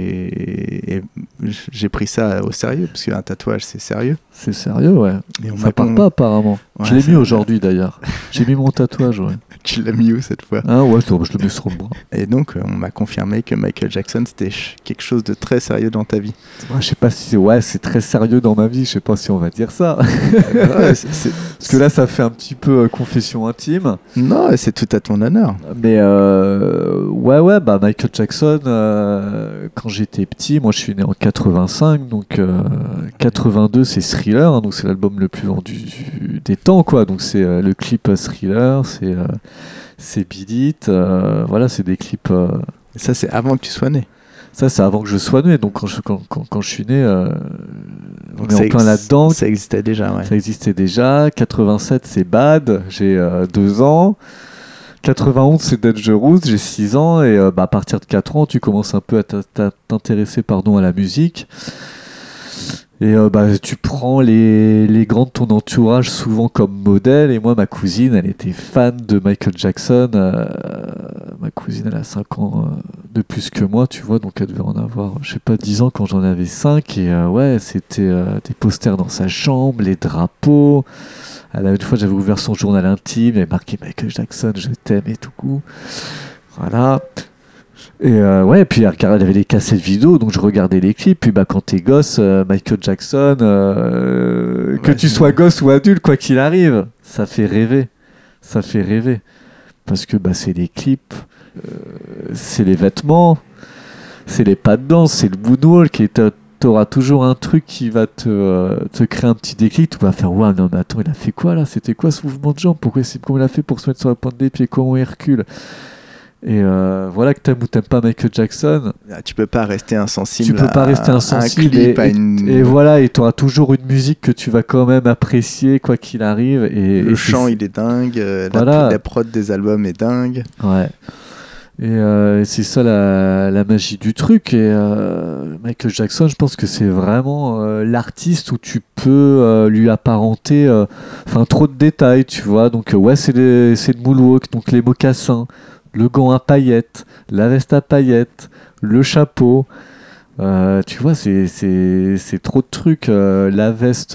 Et j'ai pris ça au sérieux, parce qu'un tatouage, c'est sérieux. C'est sérieux, ouais. Et ça part pas, apparemment. Ouais, je l'ai mis aujourd'hui, d'ailleurs. J'ai mis mon tatouage, ouais. Tu l'as mis où, cette fois? Ah ouais, je le mets sur le bras. Et donc, on m'a confirmé que Michael Jackson, c'était quelque chose de très sérieux dans ta vie. Ouais, je sais pas si... Ouais, c'est très sérieux dans ma vie. Je sais pas si on va dire ça. Ouais, parce que là, ça fait un petit peu confession intime. Non, c'est tout à ton honneur. Mais ouais, Michael Jackson, quand j'étais petit, moi je suis né en 85, donc 82 c'est Thriller, hein, donc c'est l'album le plus vendu des temps, quoi. Donc c'est le clip Thriller, c'est Beat It, voilà, c'est des clips. Et ça, c'est avant que tu sois né. Ça, c'est avant que je sois né. Donc quand je suis né, on est en plein là-dedans. Ça existait déjà, ouais. Ça existait déjà. 87, c'est Bad. J'ai 2 ans. 91, c'est Dangerous, j'ai 6 ans. Et à partir de 4 ans, tu commences un peu à t'intéresser à la musique. Et tu prends les grands de ton entourage souvent comme modèle. Et moi, ma cousine, elle était fan de Michael Jackson. Ma cousine, elle a 5 ans de plus que moi, tu vois. Donc elle devait en avoir, 10 ans quand j'en avais 5. Et ouais, c'était des posters dans sa chambre, les drapeaux. Une fois, j'avais ouvert son journal intime. Il y avait marqué Michael Jackson, je t'aime et tout coup. Voilà. Et ouais, puis elle avait les cassettes vidéo, donc je regardais les clips. Puis quand t'es gosse, Michael Jackson, que tu sois gosse ou adulte, quoi qu'il arrive, ça fait rêver. Ça fait rêver. Parce que c'est les clips, c'est les vêtements, c'est les pas de danse, c'est le moonwalk. Et t'auras toujours un truc qui va te créer un petit déclic. Tu vas faire ouais, non, mais attends, il a fait quoi là? C'était quoi ce mouvement de jambe? Comment il a fait pour se mettre sur la pointe des pieds? Comment il recule? Et voilà, que t'aimes ou t'aimes pas Michael Jackson, tu peux pas rester insensible. Tu peux pas rester insensible. Et voilà, et t'auras toujours une musique que tu vas quand même apprécier quoi qu'il arrive. Le chant, il est dingue. Voilà. La prod des albums est dingue. Ouais. Et c'est ça la magie du truc. Et Michael Jackson, je pense que c'est vraiment l'artiste où tu peux lui apparenter trop de détails, tu vois. Donc ouais, c'est le moonwalk, donc les mocassins, le gant à paillettes, la veste à paillettes, le chapeau. Tu vois, c'est trop de trucs. La veste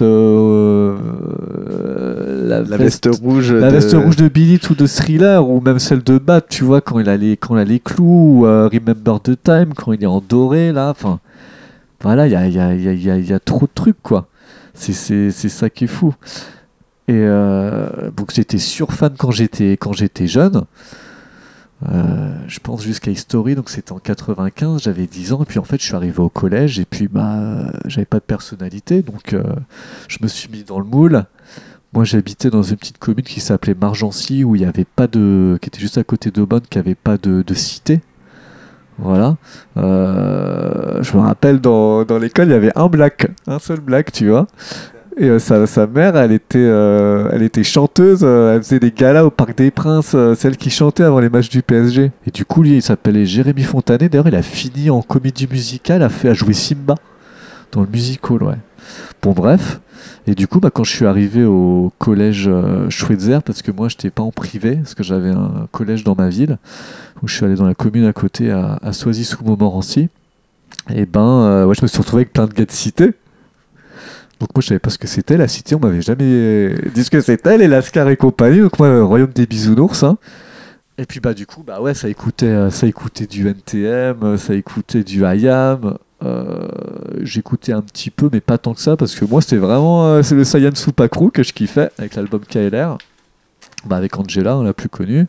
rouge. La veste rouge de Beat It ou de Thriller, ou même celle de Bad, tu vois, quand il a les clous, ou Remember the Time, quand il est en doré, là. Enfin, voilà, il y a trop de trucs, quoi. C'est ça qui est fou. Et donc j'étais surfan quand j'étais jeune. Je pense jusqu'à History, donc c'était en 95, j'avais 10 ans, et puis en fait je suis arrivé au collège, et puis j'avais pas de personnalité, donc je me suis mis dans le moule. Moi j'habitais dans une petite commune qui s'appelait Margency, où il y avait pas de, qui était juste à côté d'Aubonne, qui avait pas de cité. Voilà. Je me rappelle dans l'école, il y avait un seul black, tu vois. Et sa mère, elle était chanteuse, elle faisait des galas au Parc des Princes, celle qui chantait avant les matchs du PSG. Et du coup, lui, il s'appelait Jérémy Fontanet. D'ailleurs, il a fini en comédie musicale, a joué Simba dans le musical, ouais. Bon, bref. Et du coup, quand je suis arrivé au collège Schweitzer, parce que moi, je n'étais pas en privé, parce que j'avais un collège dans ma ville, où je suis allé dans la commune à côté, à Soisy-sous-Montmorency, et ouais, je me suis retrouvé avec plein de gars de cité. Donc moi je savais pas ce que c'était la cité, on m'avait jamais dit ce que c'était, les Lascar et compagnie, donc moi royaume des bisounours, hein. Et puis du coup ouais, ça écoutait du NTM, ça écoutait du IAM, j'écoutais un petit peu mais pas tant que ça, parce que moi c'était vraiment c'est le Saiyan Supakru que je kiffais avec l'album KLR, avec Angela, on l'a plus connu.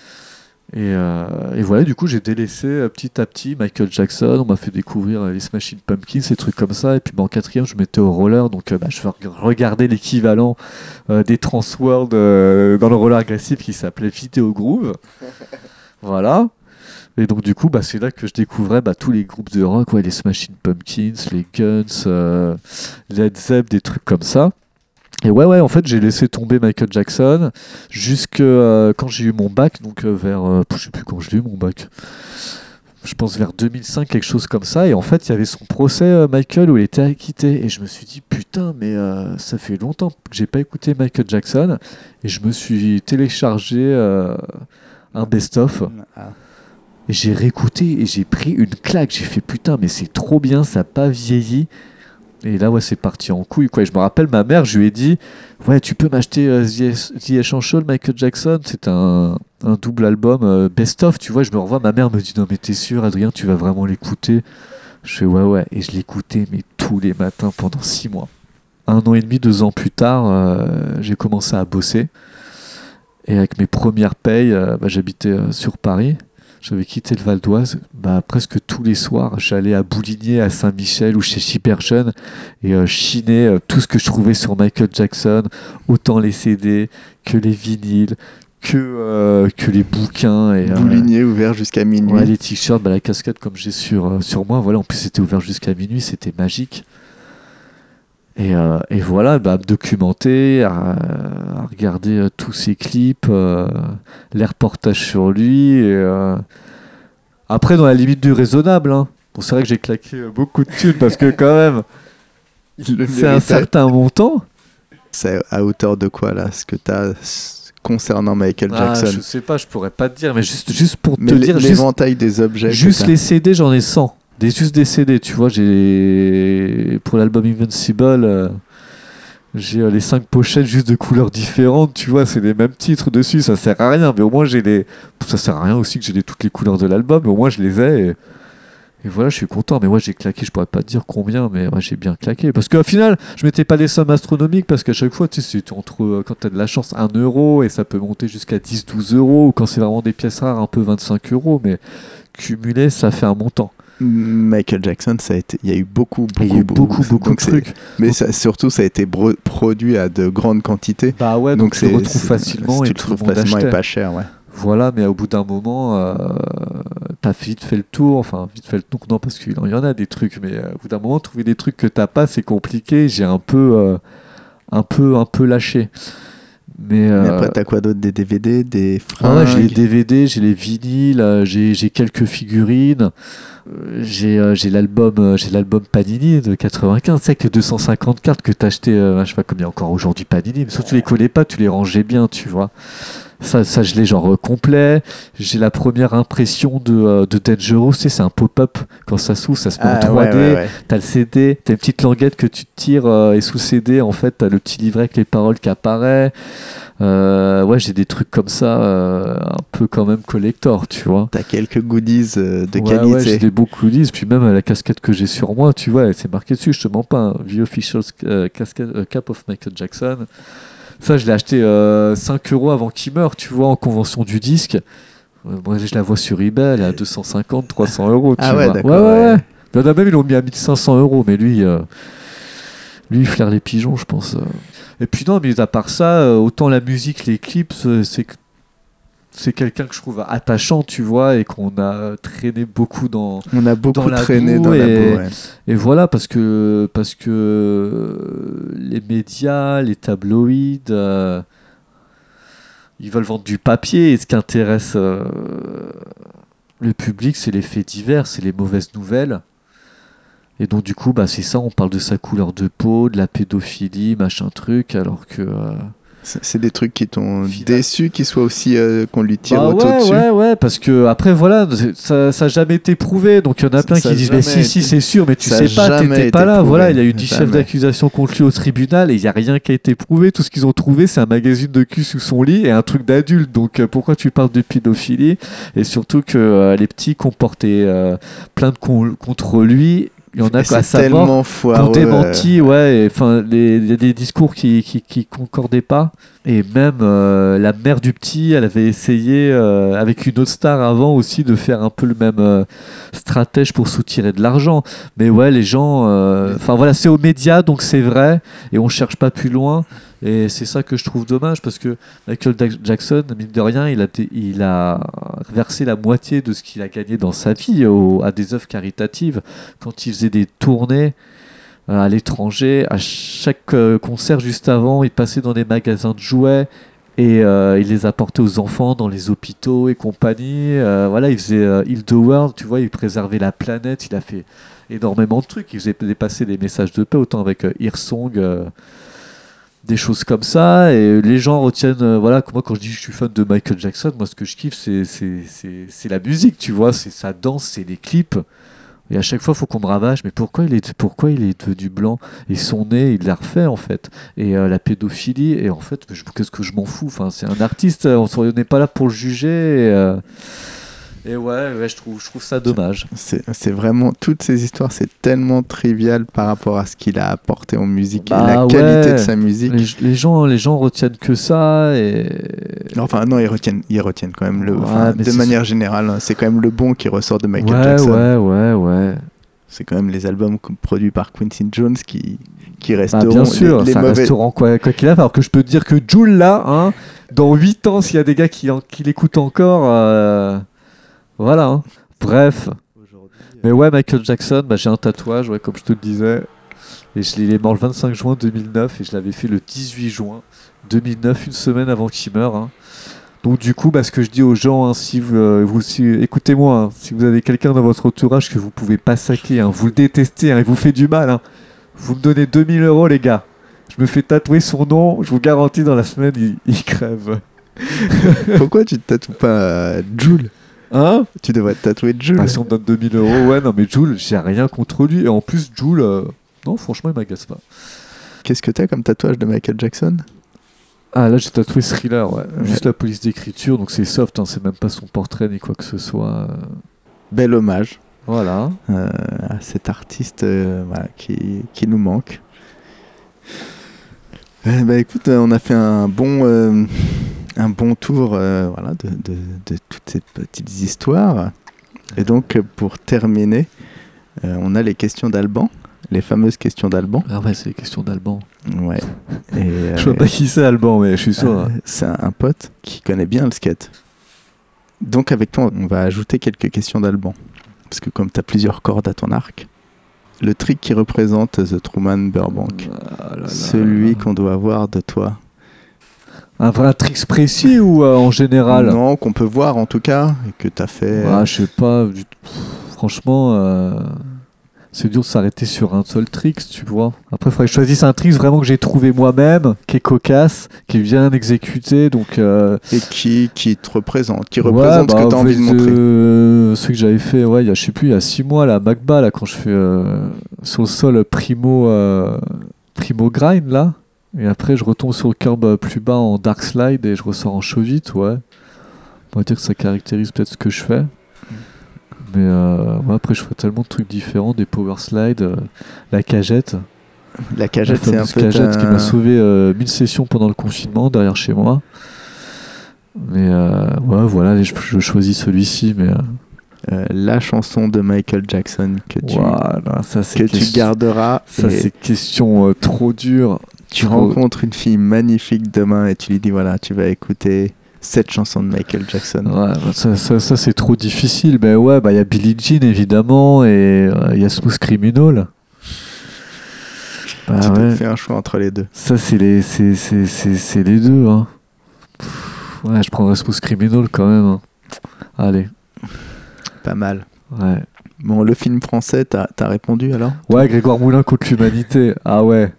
Et voilà, du coup j'ai délaissé petit à petit Michael Jackson, on m'a fait découvrir les Smashing Pumpkins, ces trucs comme ça, et puis en quatrième je me mettais au roller, donc je regardais l'équivalent des Transworld dans le roller agressif qui s'appelait Video Groove. Voilà. Et donc du coup c'est là que je découvrais tous les groupes de rock, ouais, les Smashing Pumpkins, les Guns, Led Zepp, des trucs comme ça. Et ouais, en fait, j'ai laissé tomber Michael Jackson jusque quand j'ai eu mon bac, donc vers, je sais plus quand j'ai eu mon bac, je pense vers 2005, quelque chose comme ça. Et en fait, il y avait son procès, Michael, où il était acquitté. Et je me suis dit, putain, mais ça fait longtemps que j'ai pas écouté Michael Jackson. Et je me suis téléchargé un best-of. Et j'ai réécouté et j'ai pris une claque. J'ai fait, putain, mais c'est trop bien, ça n'a pas vieilli. Et là, ouais, c'est parti en couille, quoi. Et je me rappelle, ma mère, je lui ai dit, ouais, tu peux m'acheter The Essential Michael Jackson, c'est un double album best-of, tu vois. Je me revois, ma mère me dit, non, mais t'es sûr, Adrien, tu vas vraiment l'écouter? Je fais, ouais. Et je l'écoutais, mais tous les matins pendant 6 mois. 1 an et demi, 2 ans plus tard, j'ai commencé à bosser. Et avec mes premières payes, j'habitais sur Paris. J'avais quitté le Val d'Oise, presque tous les soirs, j'allais à Bouligné, à Saint-Michel ou chez Cyberjeune et chinais tout ce que je trouvais sur Michael Jackson, autant les CD que les vinyles, que les bouquins. Et, Bouligné ouvert jusqu'à minuit. Ouais, les t-shirts, la casquette comme j'ai sur moi, voilà, en plus c'était ouvert jusqu'à minuit, c'était magique. Et voilà, me documenter, à regarder tous ses clips, les reportages sur lui. Et, après, dans la limite du raisonnable. Hein. Bon, c'est vrai que j'ai claqué beaucoup de thunes parce que quand même, c'est un certain montant. C'est à hauteur de quoi là, ce que tu as concernant Michael Jackson? Je sais pas, je pourrais pas te dire, mais juste pour te dire... L'éventail des objets. Juste les CD, j'en ai 100. Juste des CD, tu vois, pour l'album Invincible, j'ai les 5 pochettes juste de couleurs différentes, tu vois, c'est les mêmes titres dessus, ça sert à rien, mais au moins ça sert à rien aussi que j'ai toutes les couleurs de l'album, mais au moins je les ai, et voilà, je suis content, mais ouais, j'ai claqué, je pourrais pas te dire combien, mais ouais, j'ai bien claqué, parce qu'au final, je mettais pas des sommes astronomiques, parce qu'à chaque fois, tu sais, c'est entre, quand t'as de la chance, 1 euro, et ça peut monter jusqu'à 10-12 euros, ou quand c'est vraiment des pièces rares, un peu 25 euros, mais cumulé, ça fait un montant. Michael Jackson, il y a eu beaucoup de trucs. Mais surtout, ça a été produit à de grandes quantités. Ouais, donc tu le retrouves facilement et tout le monde achetait. Et pas cher, ouais. Voilà, mais au bout d'un moment, t'as vite fait le tour. Enfin, vite fait le tour, non, parce qu'il y en a des trucs, mais au bout d'un moment, trouver des trucs que t'as pas, c'est compliqué. J'ai un peu lâché. Mais après, t'as quoi d'autre? Des DVD, des fringues? J'ai les DVD, j'ai les vinyles, j'ai quelques figurines. J'ai l'album Panini de 95, c'est avec les 250 cartes que t'achetais, je sais pas combien encore aujourd'hui Panini, mais surtout tu les collais pas, tu les rangeais bien, tu vois. Ça je l'ai genre complet. J'ai la première impression de Dangerous, tu sais, c'est un pop-up, quand ça s'ouvre, ça se met en 3D, ouais. T'as le CD, t'as une petite languette que tu tires et sous CD, en fait, t'as le petit livret avec les paroles qui apparaît. Ouais, j'ai des trucs comme ça, un peu quand même collector, tu vois. T'as quelques goodies de qualité. Ouais, j'ai des beaux goodies, puis même la casquette que j'ai sur moi, tu vois, c'est marqué dessus, je te mens pas, The Official Cap of Michael Jackson. Ça, je l'ai acheté 5 € avant qu'il meure, tu vois, en convention du disque. Moi, je la vois sur eBay, elle est à 250, 300 €. Ah ouais, vois. d'accord. Ouais. Il y en a même, ils l'ont mis à 1500 €, mais lui, il flaire les pigeons, je pense. Et puis non, mais à part ça, autant la musique, les clips, c'est quelqu'un que je trouve attachant, tu vois, et qu'on a traîné beaucoup dans la traîné boue dans la boue, ouais. et voilà, parce que les médias, les tabloïds, ils veulent vendre du papier, et ce qui intéresse le public, c'est les faits divers, c'est les mauvaises nouvelles. Et donc du coup, c'est ça, on parle de sa couleur de peau, de la pédophilie, machin truc, alors que... C'est des trucs qui t'ont déçu, qu'ils soient aussi qu'on lui tire autant dessus. Ouais, parce que après voilà, ça a jamais été prouvé, donc il y en a plein qui disent mais si c'est sûr, mais tu sais pas, t'étais pas là. Prouvé. Voilà, il y a eu 10 chefs d'accusation contre lui au tribunal et il y a rien qui a été prouvé. Tout ce qu'ils ont trouvé, c'est un magazine de cul sous son lit et un truc d'adulte. Donc pourquoi tu parles de pédophilie? Et surtout que les petits comportaient plainte contre lui. Il y en a à sa mort qu'on démentit, ouais. Enfin, il y a des discours qui concordaient pas. Et même la mère du petit, elle avait essayé avec une autre star avant aussi de faire un peu le même stratège pour soutirer de l'argent. Mais ouais, les gens, enfin voilà, c'est aux médias, donc c'est vrai, et on cherche pas plus loin. Et c'est ça que je trouve dommage, parce que Michael Jackson, mine de rien, il a versé la moitié de ce qu'il a gagné dans sa vie à des œuvres caritatives. Quand il faisait des tournées à l'étranger, à chaque concert juste avant, il passait dans des magasins de jouets et il les apportait aux enfants dans les hôpitaux et compagnie. Voilà, il faisait Heal the World, tu vois, il préservait la planète, il a fait énormément de trucs. Il faisait passer des messages de paix, autant avec Hillsong, des choses comme ça, et les gens retiennent, voilà, moi quand je dis que je suis fan de Michael Jackson, moi ce que je kiffe c'est la musique, tu vois, c'est sa danse, c'est les clips, et à chaque fois il faut qu'on me ravage, mais pourquoi il est devenu blanc, et son nez il l'a refait en fait, et la pédophilie, et en fait qu'est-ce que je m'en fous, enfin c'est un artiste, on n'est pas là pour le juger, et ouais, je trouve ça dommage. C'est vraiment, toutes ces histoires, c'est tellement trivial par rapport à ce qu'il a apporté en musique et la qualité de sa musique. Les gens retiennent que ça et... Enfin non, ils retiennent quand même de manière générale, c'est quand même le bon qui ressort de Michael Jackson. Ouais. C'est quand même les albums produits par Quincy Jones qui resteront bien sûr, les ça mauvais... resteront quoi qu'il arrive, alors que je peux te dire que Jul là, hein, dans 8 ans, s'il y a des gars qui l'écoutent encore... Voilà, hein. Bref. Mais ouais, Michael Jackson, j'ai un tatouage, ouais, comme je te le disais. Et il est mort le 25 juin 2009 et je l'avais fait le 18 juin 2009, une semaine avant qu'il meure. Hein. Donc du coup, ce que je dis aux gens, hein, si écoutez-moi, hein, si vous avez quelqu'un dans votre entourage que vous pouvez pas saquer, hein, vous le détestez, hein, il vous fait du mal, hein, vous me donnez 2000 € les gars. Je me fais tatouer son nom, je vous garantis dans la semaine, il crève. Pourquoi tu te tatoues pas Jul ? Hein? Tu devrais te tatouer Jul. Si on me donne 2000 €, ouais, non, mais Jul, j'ai rien contre lui. Et en plus, Jul, non, franchement, il m'agace pas. Qu'est-ce que t'as comme tatouage de Michael Jackson? Ah, là, j'ai tatoué Thriller, ouais. Juste la police d'écriture, donc c'est soft, hein, c'est même pas son portrait ni quoi que ce soit. Bel hommage. Voilà. À cet artiste qui nous manque. Écoute, on a fait un bon tour de toutes ces petites histoires. Et donc, pour terminer, on a les questions d'Alban, les fameuses questions d'Alban. Ah ouais, c'est les questions d'Alban. Ouais. Et, je vois pas qui c'est Alban, mais je suis sûr. C'est un pote qui connaît bien le skate. Donc, avec toi, on va ajouter quelques questions d'Alban. Parce que comme tu as plusieurs cordes à ton arc, le trick qui représente The Truman Burbank, celui qu'on doit avoir de toi. Un vrai trick précis ou en général? Non, qu'on peut voir en tout cas, et que tu as fait... je sais pas, franchement, c'est dur de s'arrêter sur un seul trick, tu vois. Après, il faudrait que je choisisse un trick vraiment que j'ai trouvé moi-même, qui est cocasse, qui est bien exécuté, donc... Et qui te représente, qui représente ce que tu as envie de montrer. Celui que j'avais fait, je sais plus, il y a 6 mois, là, à Magba, là, quand je fais sur le sol primo grind, là. Et après, je retombe sur le curb plus bas en dark slide et je ressors en chauvite, ouais. On va dire que ça caractérise peut-être ce que je fais. Mais après, je ferai tellement de trucs différents, des power slides, la cagette. La cagette, c'est un peu cagette qui m'a sauvé 1000 sessions pendant le confinement derrière chez moi. Mais ouais, voilà, je choisis celui-ci. Mais la chanson de Michael Jackson que voilà, ça, c'est tu garderas. Ça, c'est question trop dure. Tu rencontres une fille magnifique demain et tu lui dis voilà, tu vas écouter cette chanson de Michael Jackson. Ouais, ça c'est trop difficile. Ben ouais, bah il y a Billie Jean évidemment et il y a Smooth Criminal. Bah, tu ouais. fais un choix entre les deux. Ça c'est les deux. Hein. Ouais, je prendrais Smooth Criminal quand même. Hein. Allez. Pas mal. Ouais. Bon, le film français, t'as répondu alors ? Ouais, Grégoire Moulin contre l'humanité. Ah ouais.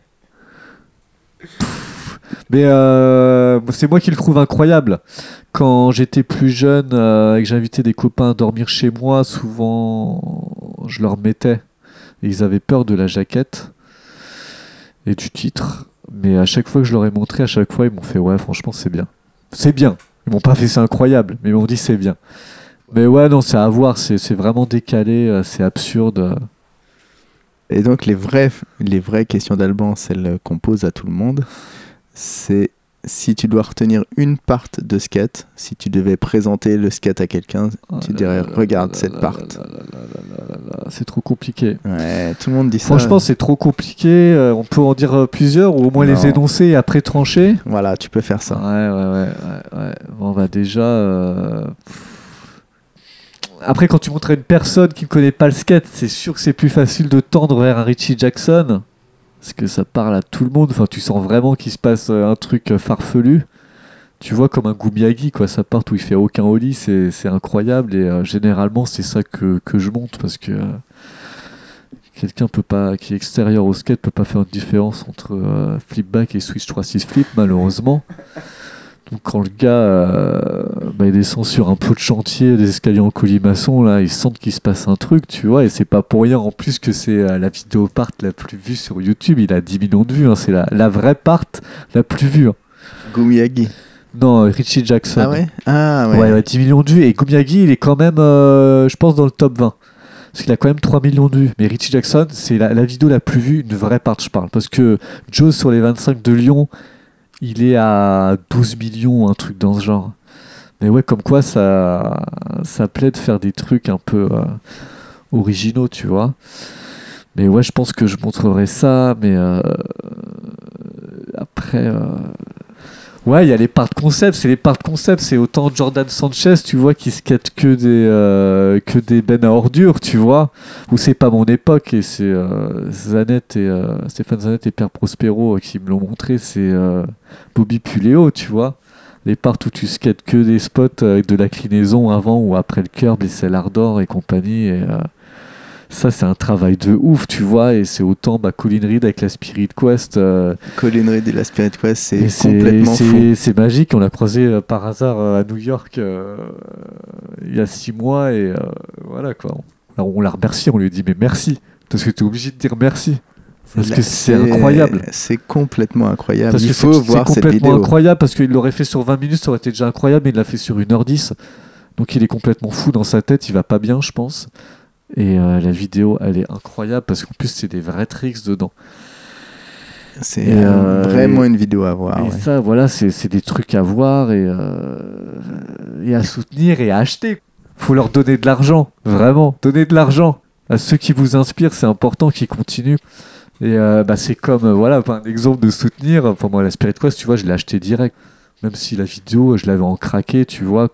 Mais c'est moi qui le trouve incroyable. Quand j'étais plus jeune et que j'invitais des copains à dormir chez moi, souvent je leur mettais. Et ils avaient peur de la jaquette et du titre. Mais à chaque fois que je leur ai montré, à chaque fois ils m'ont fait ouais, franchement c'est bien. C'est bien. Ils m'ont pas fait c'est incroyable, mais ils m'ont dit c'est bien. Mais ouais, non, c'est à voir. C'est vraiment décalé, c'est absurde. Et donc les vraies questions d'Alban, celles qu'on pose à tout le monde, c'est si tu dois retenir une part de skate, si tu devais présenter le skate à quelqu'un, tu dirais regarde cette part. C'est trop compliqué. Ouais, tout le monde dit ça. Franchement, c'est trop compliqué. On peut en dire plusieurs ou au moins les énoncer et après trancher. Voilà, tu peux faire ça. Ouais. Bon, bah déjà. Après, quand tu montres à une personne qui ne connaît pas le skate, c'est sûr que c'est plus facile de tendre vers un Richie Jackson. Parce que ça parle à tout le monde. Enfin, tu sens vraiment qu'il se passe un truc farfelu. Tu vois, comme un Gumiagi, quoi. Ça part où il fait aucun ollie, c'est incroyable. Et généralement, c'est ça que je monte. Parce que quelqu'un qui est extérieur au skate peut pas faire une différence entre flip back et switch 3-6 flip, malheureusement. Donc quand le gars il descend sur un pot de chantier, des escaliers en colimaçon, là, ils sentent qu'il se passe un truc, tu vois, et c'est pas pour rien en plus que c'est la vidéo part la plus vue sur YouTube, il a 10 millions de vues, hein, c'est la vraie part la plus vue. Hein. Gumiagi. Non, Richie Jackson. Ah ouais. Ah ouais. Ouais, 10 millions de vues, et Gumiagi, il est quand même, je pense, dans le top 20. Parce qu'il a quand même 3 millions de vues. Mais Richie Jackson, c'est la vidéo la plus vue, une vraie part, je parle. Parce que Joe, sur les 25 de Lyon, il est à 12 millions, un truc dans ce genre. Mais ouais, comme quoi ça plaît de faire des trucs un peu originaux, tu vois. Mais ouais, je pense que je montrerai ça, mais après... Ouais, il y a les parts concept, c'est autant Jordan Sanchez, tu vois, qui skate que des bennes à ordures, tu vois, où c'est pas mon époque, et c'est Stéphane Zanette et Pierre Prospero qui me l'ont montré, c'est Bobby Puléo, tu vois, les parts où tu skates que des spots avec de l'inclinaison avant ou après le curb, les cellar d'or et compagnie, et ça c'est un travail de ouf, tu vois, et c'est autant Colin Reed avec la Spirit Quest. Colin Reed et la Spirit Quest, c'est complètement fou. C'est magique, on l'a croisé par hasard à New York il y a 6 mois, et voilà quoi. Alors, on l'a remercié, on lui a dit mais merci, parce que tu es obligé de dire merci. Parce que c'est incroyable. C'est complètement incroyable. Parce il que faut voir cette vidéo. C'est complètement incroyable, parce qu'il l'aurait fait sur 20 minutes, ça aurait été déjà incroyable, mais il l'a fait sur 1h10. Donc il est complètement fou dans sa tête, il va pas bien, je pense. Et la vidéo, elle est incroyable parce qu'en plus, c'est des vrais tricks dedans. C'est vraiment une vidéo à voir. Et ça, voilà, c'est des trucs à voir et à soutenir et à acheter. Faut leur donner de l'argent, vraiment. Donner de l'argent à ceux qui vous inspirent, c'est important qu'ils continuent. Et c'est comme, un exemple de soutenir. Enfin, moi, la Spirit Quest, tu vois, je l'ai acheté direct. Même si la vidéo, je l'avais en craqué, tu vois,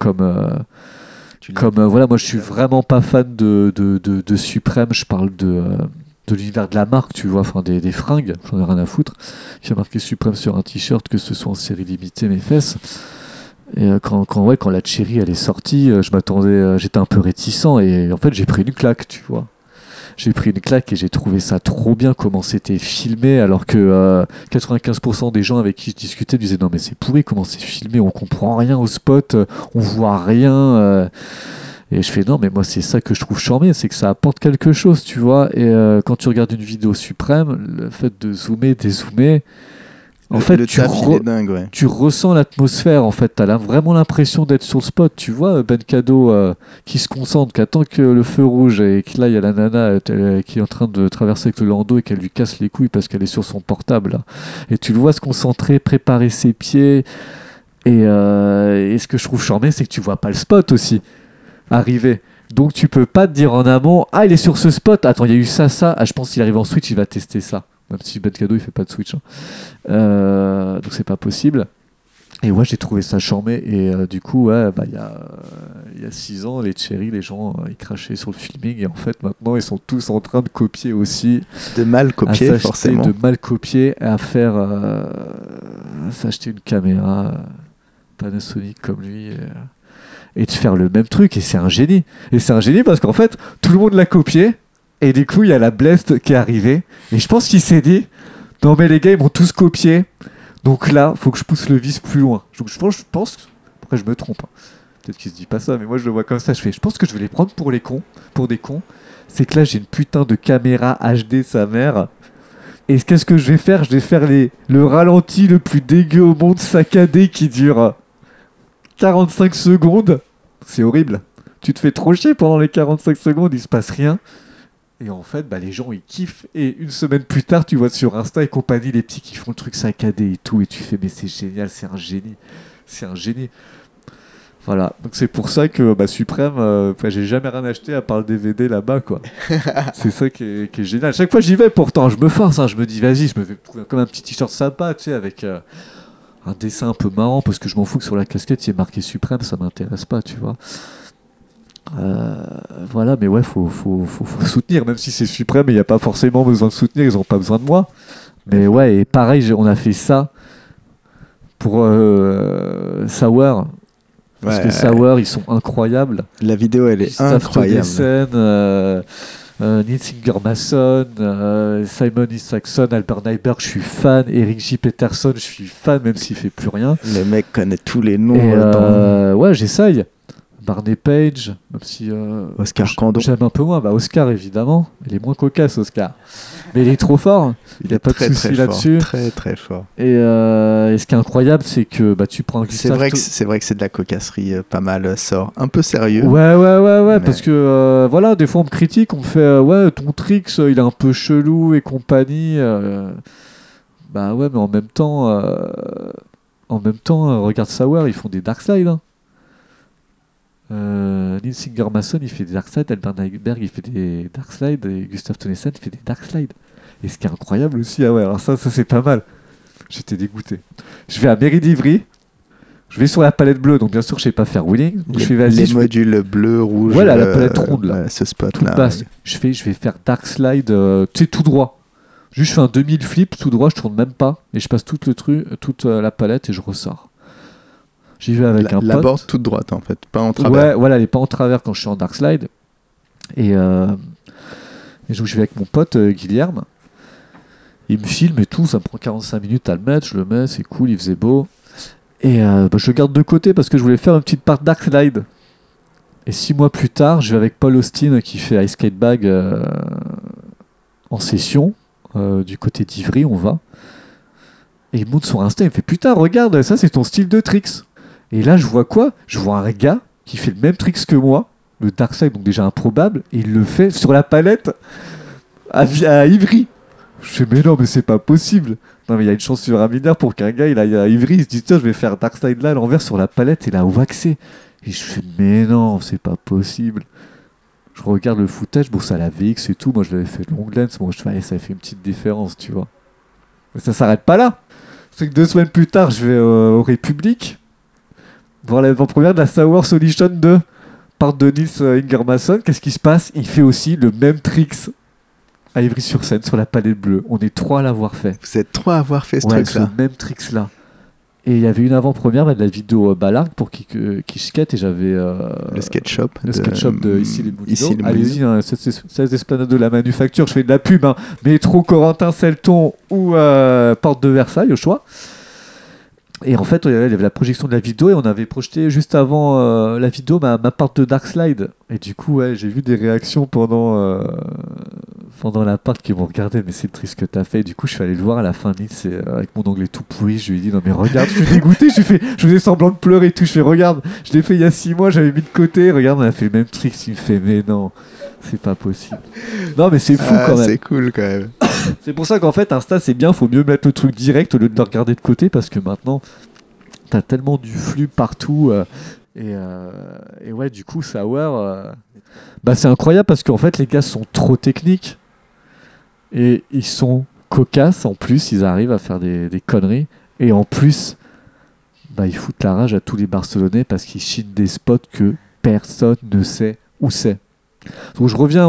moi je suis vraiment pas fan de Suprême, je parle de l'univers de la marque, tu vois, enfin des fringues, j'en ai rien à foutre. J'ai marqué Suprême sur un t-shirt, que ce soit en série limitée, mes fesses. Et quand la Cherry elle est sortie, j'étais un peu réticent et en fait j'ai pris une claque, tu vois. J'ai pris une claque et j'ai trouvé ça trop bien comment c'était filmé, alors que 95% des gens avec qui je discutais me disaient non mais c'est pourri comment c'est filmé, on comprend rien au spot, on voit rien. Et je fais non mais moi c'est ça que je trouve charmé, c'est que ça apporte quelque chose, tu vois. Et quand tu regardes une vidéo Suprême, le fait de zoomer, dézoomer, En fait, le taf, il est dingue, ouais. tu ressens l'atmosphère, en fait. T'as vraiment l'impression d'être sur le spot. Tu vois, Ben Cado qui se concentre, qui attend que le feu rouge et que là, il y a la nana qui est en train de traverser avec le landau et qu'elle lui casse les couilles parce qu'elle est sur son portable. Là. Et tu le vois se concentrer, préparer ses pieds. Et ce que je trouve charmé, c'est que tu vois pas le spot aussi arriver. Donc, tu peux pas te dire en amont, ah, il est sur ce spot. Attends, il y a eu ça. Ah, je pense qu'il arrive en Switch, il va tester ça. Même si Ben Cado il fait pas de Switch, donc c'est pas possible. Et ouais, j'ai trouvé ça charmé. Et du coup, ouais, il y a 6 ans, les Cherry, les gens ils crachaient sur le filming et en fait maintenant ils sont tous en train de copier aussi, De mal copier, à s'acheter, forcément. de mal copier, à faire à s'acheter une caméra Panasonic comme lui. Et de faire le même truc. Et c'est un génie. Et c'est un génie parce qu'en fait, tout le monde l'a copié. Et du coup, il y a la Blest qui est arrivée. Et je pense qu'il s'est dit, non mais les gars, ils m'ont tous copié. Donc là, faut que je pousse le vice plus loin. Donc je pense, après je me trompe. Hein. Peut-être qu'il se dit pas ça, mais moi je le vois comme ça. Je pense que je vais les prendre pour des cons. C'est que là, j'ai une putain de caméra HD, sa mère. Et qu'est-ce que je vais faire ? Je vais faire le ralenti le plus dégueu au monde, saccadé, qui dure 45 secondes. C'est horrible. Tu te fais trop chier pendant les 45 secondes, il se passe rien. Et en fait, les gens, ils kiffent. Et une semaine plus tard, tu vois sur Insta et compagnie, les petits qui font le truc saccadé et tout. Et tu fais, mais c'est génial, c'est un génie. C'est un génie. Voilà. Donc c'est pour ça que Suprême, j'ai jamais rien acheté à part le DVD là-bas, quoi. C'est ça qui est génial. Chaque fois, j'y vais pourtant. Je me force, hein, je me dis, vas-y, je me fais comme un petit t-shirt sympa, tu sais, avec un dessin un peu marrant, parce que je m'en fous que sur la casquette, il y ait marqué Suprême, ça m'intéresse pas, tu vois. Voilà, mais ouais, faut soutenir, même si c'est Suprême, il n'y a pas forcément besoin de soutenir, ils n'ont pas besoin de moi. Mais ouais, et pareil, on a fait ça pour Sour. Parce que Sour, ils sont incroyables. La vidéo, elle est Christophe incroyable. Neil Singer-Mason, Simon E. Saxon, Albert Nyberg, je suis fan. Eric J. Peterson, je suis fan, même s'il fait plus rien. Le mec connaît tous les noms. Et ouais, j'essaye. Barney Page, même si Oscar Candon. j'aime un peu moins. Oscar, évidemment. Il est moins cocasse, Oscar. Mais il est trop fort. Il n'y a pas de souci là-dessus. Très, très fort. Et ce qui est incroyable, c'est que tu prends un C'est vrai que c'est de la cocasserie pas mal sort. Un peu sérieux. Ouais. Mais... Parce que voilà, des fois on me critique, on me fait ouais, ton Trix, il est un peu chelou et compagnie. Ouais, mais en même temps, regarde Sour, ils font des dark slides. Hein. Neil Singer-Mason il fait des dark slides, Albert Nyberg il fait des dark slides et Gustav Tonnesen fait des dark slides. Et ce qui est incroyable aussi, alors ça c'est pas mal. J'étais dégoûté. Je vais à Mairie d'Ivry, je vais sur la palette bleue, donc bien sûr je sais pas faire wheeling. Les modules bleu, rouge. Voilà, la palette ronde là. Ce spot toute là. basse. Ouais. Je vais faire dark slide, tu sais, tout droit. Juste je fais un 2000 flip tout droit, je tourne même pas et je passe tout le truc, toute la palette et je ressors. J'y vais avec un pote. La board toute droite en fait, pas en travers. Ouais, voilà, elle est pas en travers quand je suis en dark slide. Et je vais avec mon pote Guilherme. Il me filme et tout, ça me prend 45 minutes à le mettre, je le mets, c'est cool, il faisait beau. Et je le garde de côté parce que je voulais faire une petite part dark slide. Et 6 mois plus tard, je vais avec Paul Austin qui fait Ice Skate Bag en session, du côté d'Ivry, on va. Et il monte sur Insta, il me fait putain, regarde, ça c'est ton style de tricks. Et là, je vois quoi ? Je vois un gars qui fait le même tricks que moi, le dark side, donc déjà improbable, et il le fait sur la palette à Ivry. Je fais, mais non, mais c'est pas possible. Non, mais il y a une chance sur un mineur pour qu'un gars, il aille à Ivry, il se dit, tiens, je vais faire dark side là, à l'envers sur la palette, et là, waxé. Et je fais, mais non, c'est pas possible. Je regarde le footage, bon, ça la VX et tout, moi je l'avais fait long lens, bon, je fais, allez, ça fait une petite différence, tu vois. Mais ça s'arrête pas là. C'est que 2 semaines plus tard, je vais au République voir l'avant-première de la Sour Solution 2 par Nils Singer-Mason. Qu'est-ce qui se passe ? Il fait aussi le même tricks à Ivry-sur-Seine sur la palette bleue. On est 3 à l'avoir fait. Vous êtes 3 à avoir fait ce ouais, truc-là. Ce même tricks là. Et il y avait une avant-première de la vidéo Ballard pour qui skate et j'avais le skate shop. Le skate shop de Ici les Moulineaux. Allez-y, hein, 16 esplanades de la manufacture. Je fais de la pub. Hein. Métro Corentin Celton ou Porte de Versailles au choix. Et en fait, il y avait la projection de la vidéo et on avait projeté juste avant la vidéo ma part de Dark Slide. Et du coup, ouais, j'ai vu des réactions pendant la part qui m'ont regardé, mais c'est triste ce que t'as fait. Et du coup, je suis allé le voir à la fin de l'île, avec mon anglais tout pourri. Je lui ai dit, non mais regarde, je suis dégoûté. Je faisais semblant de pleurer et tout. Je fais, regarde, je l'ai fait il y a 6 mois, j'avais mis de côté. Regarde, on a fait le même trick. Il me fait, mais non, c'est pas possible. Non, mais c'est fou quand même. C'est cool quand même. C'est pour ça qu'en fait, Insta, c'est bien. Faut mieux mettre le truc direct au lieu de le regarder de côté parce que maintenant, t'as tellement du flux partout. Et ouais, du coup, Sour, c'est incroyable parce qu'en fait, les gars sont trop techniques et ils sont cocasses. En plus, ils arrivent à faire des conneries. Et en plus, ils foutent la rage à tous les Barcelonais parce qu'ils chinent des spots que personne ne sait où c'est. Donc, je reviens